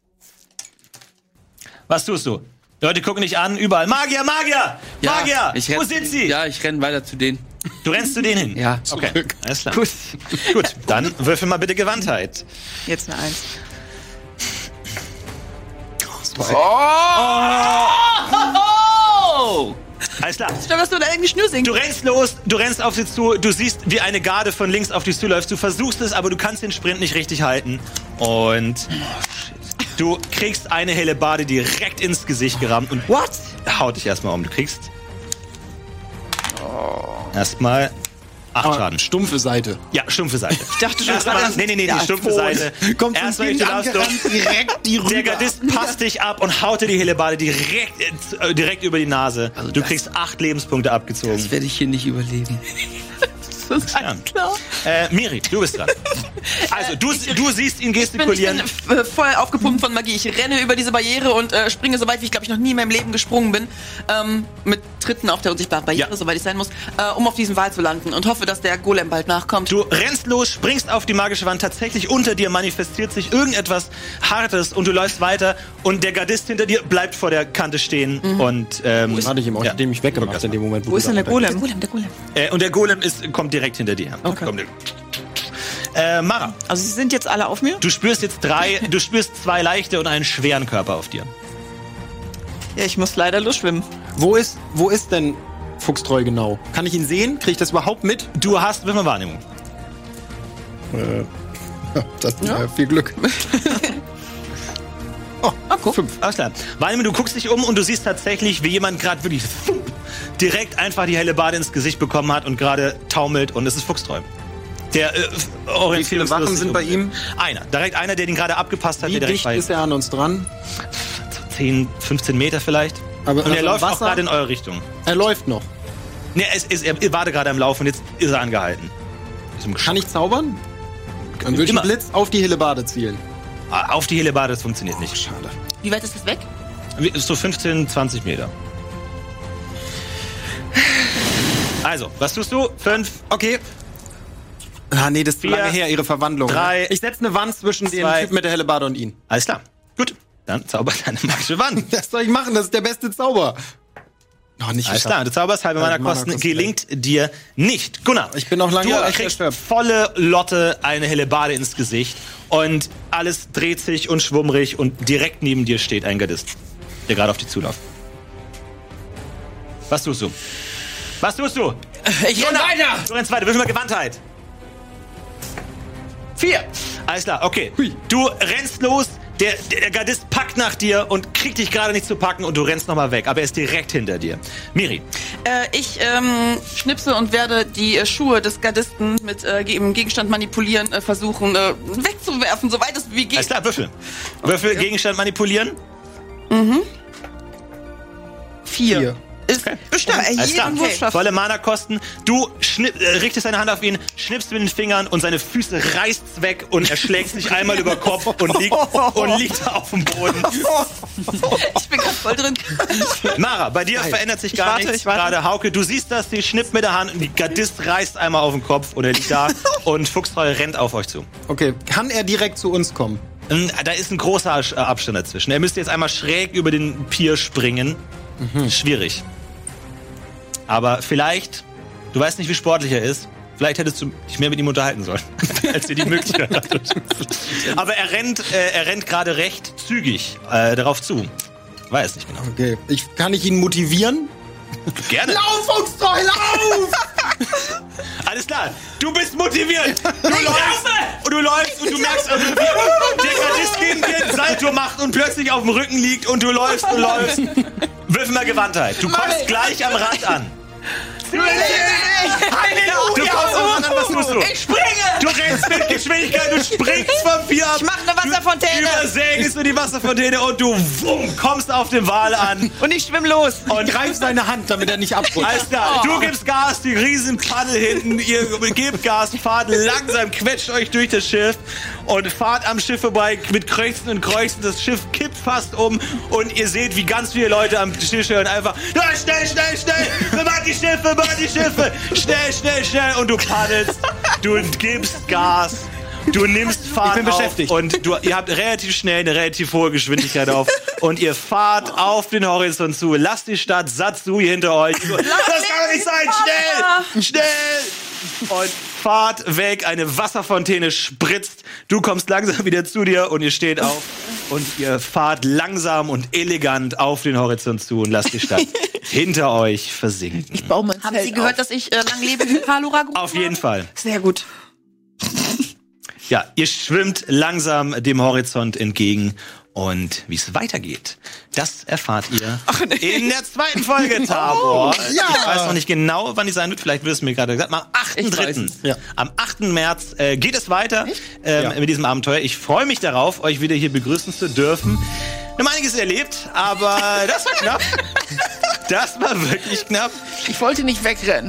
Was tust du? Die Leute gucken dich an, überall. Magier, Magier! Magier! ich Wo renn- sind sie? Ja, ich renn weiter zu denen. Du rennst zu denen hin? Ja. Okay, alles klar. Gut. Gut, dann würfel mal bitte Gewandtheit. Jetzt eine Eins. Oh! Alles klar. Stimmt, dass du da irgendwie Schnür singst. Du rennst los, du rennst auf sie zu, du siehst, wie eine Garde von links auf dich zuläuft. Du versuchst es, aber du kannst den Sprint nicht richtig halten. Und du kriegst eine Hellebarde direkt ins Gesicht gerammt und What? haut dich erstmal um. Du kriegst erstmal acht Aber Schaden. stumpfe Seite. Ja, stumpfe Seite. Ich dachte schon Erstmal, gerade, nee, nee, nee, die stumpfe Seite. Kommt Erstmal zum du Kind darfst angerannt, doch- direkt die Der rüber. Gardist passt dich ab und haut dir die Hellebarde direkt, äh, direkt über die Nase. Also du das- kriegst acht Lebenspunkte abgezogen. Das werde ich hier nicht überleben. Das ist Ja. klar. Äh, Miri, du bist dran. Also, du, du siehst ihn Ich bin, ich gestikulieren. bin äh, voll aufgepumpt von Magie. Ich renne über diese Barriere und äh, springe so weit, wie ich glaube ich noch nie in meinem Leben gesprungen bin. Ähm, mit Tritten auf der unsichtbaren Barriere, Ja. soweit ich sein muss, äh, um auf diesen Wal zu landen und hoffe, dass der Golem bald nachkommt. Du rennst los, springst auf die magische Wand. Tatsächlich unter dir manifestiert sich irgendetwas Hartes und du läufst weiter und der Gardist hinter dir bleibt vor der Kante stehen. Und, ähm, Hatte ich ihm auch, ja. nachdem ich weggemacht in dem Moment. Wo ist denn der Golem? Golem, der Golem. äh, und der Golem ist, kommt direkt hinter dir. Okay. Kommt, äh, Mara, Also sie sind jetzt alle auf mir? du spürst jetzt drei, du spürst zwei leichte und einen schweren Körper auf dir. Ja, ich muss leider losschwimmen. Wo ist, wo ist denn Fuchstreu genau? Kann ich ihn sehen? Kriege ich das überhaupt mit? Du hast wirf mal Wahrnehmung. Das ist ja. viel Glück. Oh, fünf. Alles klar. Wahrnehmung, du guckst dich um und du siehst tatsächlich, wie jemand gerade wirklich direkt einfach die Hellebarde ins Gesicht bekommen hat und gerade taumelt und es ist Fuchstreu. Der äh, Wie viele Wachen sind bei ihm? Einer. Direkt einer, der den gerade abgepasst hat. Wie der direkt dicht bei ist er an uns dran? zehn, fünfzehn Meter vielleicht. Aber und er also läuft auch Wasser? gerade in eure Richtung. Er läuft noch. Nee, es ist, er, er war gerade am Laufen und jetzt ist er angehalten. Ist im Geschoss. Kann ich zaubern? Dann würde ich Immer. einen Blitz auf die Hellebarde zielen. Ah, auf die Hellebarde, das funktioniert nicht. Schade. Wie weit ist das weg? Ist so fünfzehn, zwanzig Meter. Also, was tust du? Fünf, Okay. Ah, nee, das ist zu Vier, lange her, ihre Verwandlung. drei, ich setze eine Wand zwischen den zwei. Typen mit der Hellebarde und ihn. Alles klar. Gut. Dann zauber deine magische Wand. Was soll ich machen? Das ist der beste Zauber. Noch nicht Alles geschafft. klar, du zauberst halbe Äh, Mana-Kosten, Mana-Kosten gelingt dir nicht. Gunnar, Ich bin noch lange du echt kriegst erschöpft. volle Lotte eine Hellebarde ins Gesicht und alles dreht sich und schwummrig und direkt neben dir steht ein Gardist, der gerade auf dich zuläuft. Was tust du? Was tust du? Ich renne weiter! Du rennst weiter, wirf mal Gewandtheit. Vier. Alles klar, okay. Du rennst los, der, der Gardist packt nach dir und kriegt dich gerade nicht zu packen und du rennst nochmal weg, aber er ist direkt hinter dir. Miri, Äh, ich ähm, schnipse und werde die äh, Schuhe des Gardisten mit äh, ge- im Gegenstand manipulieren äh, versuchen äh, wegzuwerfen, soweit es wie alles geht. klar, Würfel. Würfel, Gegenstand manipulieren. Vier. Vier. Ist bestimmt. Ja, Alles klar. jeden Wurf schafft. Volle Mana-Kosten. Du schnipp, äh, richtest deine Hand auf ihn, schnippst mit den Fingern und seine Füße reißt's weg und er schlägt sich einmal über Kopf und liegt, und liegt auf dem Boden. Ich bin ganz voll drin. Mara, bei dir verändert sich gar warte, nichts. ich warte. Gerade Hauke, du siehst das, die schnippt mit der Hand und die Gardist reißt einmal auf den Kopf und er liegt da und Fuchstreu rennt auf euch zu. Okay, kann er direkt zu uns kommen? Ähm, Da ist ein großer Abs- äh, Abstand dazwischen. Er müsste jetzt einmal schräg über den Pier springen. Schwierig. Aber vielleicht, du weißt nicht, wie sportlich er ist, vielleicht hättest du dich mehr mit ihm unterhalten sollen, als ihr die Möglichkeit hattet. Aber er rennt, äh, er rennt gerade recht zügig äh, darauf zu. Weiß nicht genau. Okay. Ich, kann ich ihn motivieren? Gerne. Lauf, Fuchstreu, lauf! Alles klar, du bist motiviert. Du läufst und du läufst und du merkst, also, wie der Gardist neben dir ein Salto macht und plötzlich auf dem Rücken liegt und du läufst und läufst. Wirf mal Gewandtheit. Du kommst gleich am Rand an. Du kommst am Rand an, was tust du? Ich springe! Du rennst mit Geschwindigkeit, du springst vom Pier ab. Ich mach eine Wasserfontäne. Du übersägst du die Wasserfontäne und du wumm, kommst auf den Wal an. Und ich schwimm los. Und Greif seine Hand, damit er nicht abrutscht. Alles klar, du gibst Gas, die riesen Paddel hinten, ihr gebt Gas, fahrt langsam, quetscht euch durch das Schiff und fahrt am Schiff vorbei mit Krächzen und Kräuchzen. Das Schiff kippt fast um und ihr seht, wie ganz viele Leute am Tisch hören einfach, ja, schnell, schnell, schnell, bemannt die Schiffe, bemannt die Schiffe, schnell, schnell, schnell und du paddelst, du gibst Gas. Du nimmst Fahrt Ich bin beschäftigt. auf und du, ihr habt relativ schnell eine relativ hohe Geschwindigkeit auf und ihr fahrt auf den Horizont zu. Lasst die Stadt Satsui hinter euch. Das kann doch nicht sein. Schnell! Schnell! Und fahrt weg. Eine Wasserfontäne spritzt. Du kommst langsam wieder zu dir und ihr steht auf und ihr fahrt langsam und elegant auf den Horizont zu und lasst die Stadt hinter euch versinken. Ich baue mein Haben Zelt Sie gehört, auf. dass ich äh, lang lebe, Hypalura gerufen Auf jeden Fall. Sehr gut. Ja, ihr schwimmt langsam dem Horizont entgegen. Und wie es weitergeht, das erfahrt ihr nee. in der zweiten Folge Tabor. Oh, ja. Ich weiß noch nicht genau, wann die sein wird. Vielleicht wirst du mir gerade gesagt. Am achten dritten Ja. Am achten März äh, geht es weiter ähm, ja. mit diesem Abenteuer. Ich freue mich darauf, euch wieder hier begrüßen zu dürfen. Wir haben einiges erlebt, aber das war knapp. Das war wirklich knapp. Ich wollte nicht wegrennen.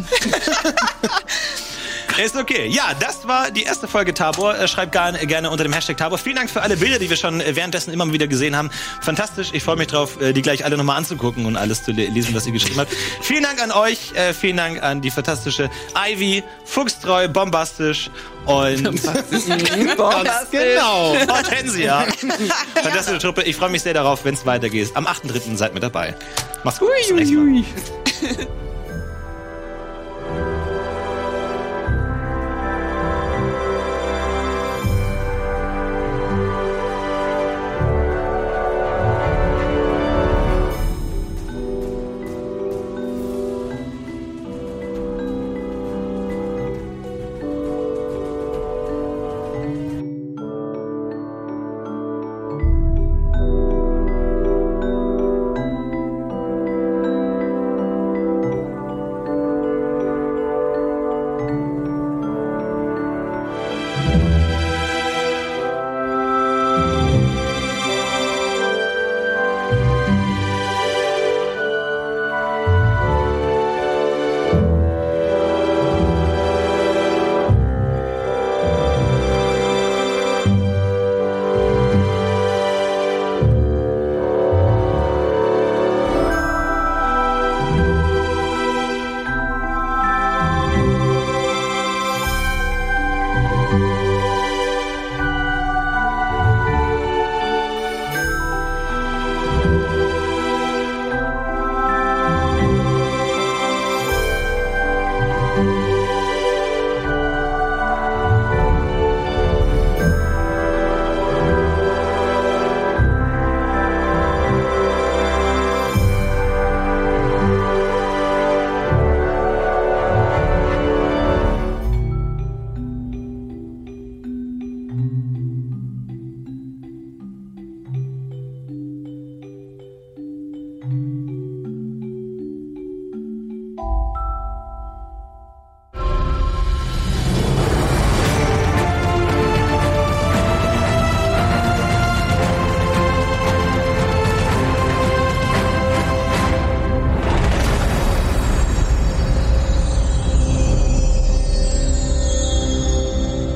Ist okay. Ja, das war die erste Folge Tabor. Schreibt gerne unter dem Hashtag Tabor. Vielen Dank für alle Bilder, die wir schon währenddessen immer wieder gesehen haben. Fantastisch. Ich freue mich drauf, die gleich alle nochmal anzugucken und alles zu lesen, was ihr geschrieben habt. Vielen Dank an euch. Vielen Dank an die fantastische Ivy, fuchstreu, bombastisch und Ganz genau. Hortensia. Fantastische Truppe. Ich freue mich sehr darauf, wenn es weitergeht. Am achten dritten seid mit dabei. Macht's gut. Bis zum nächsten Mal.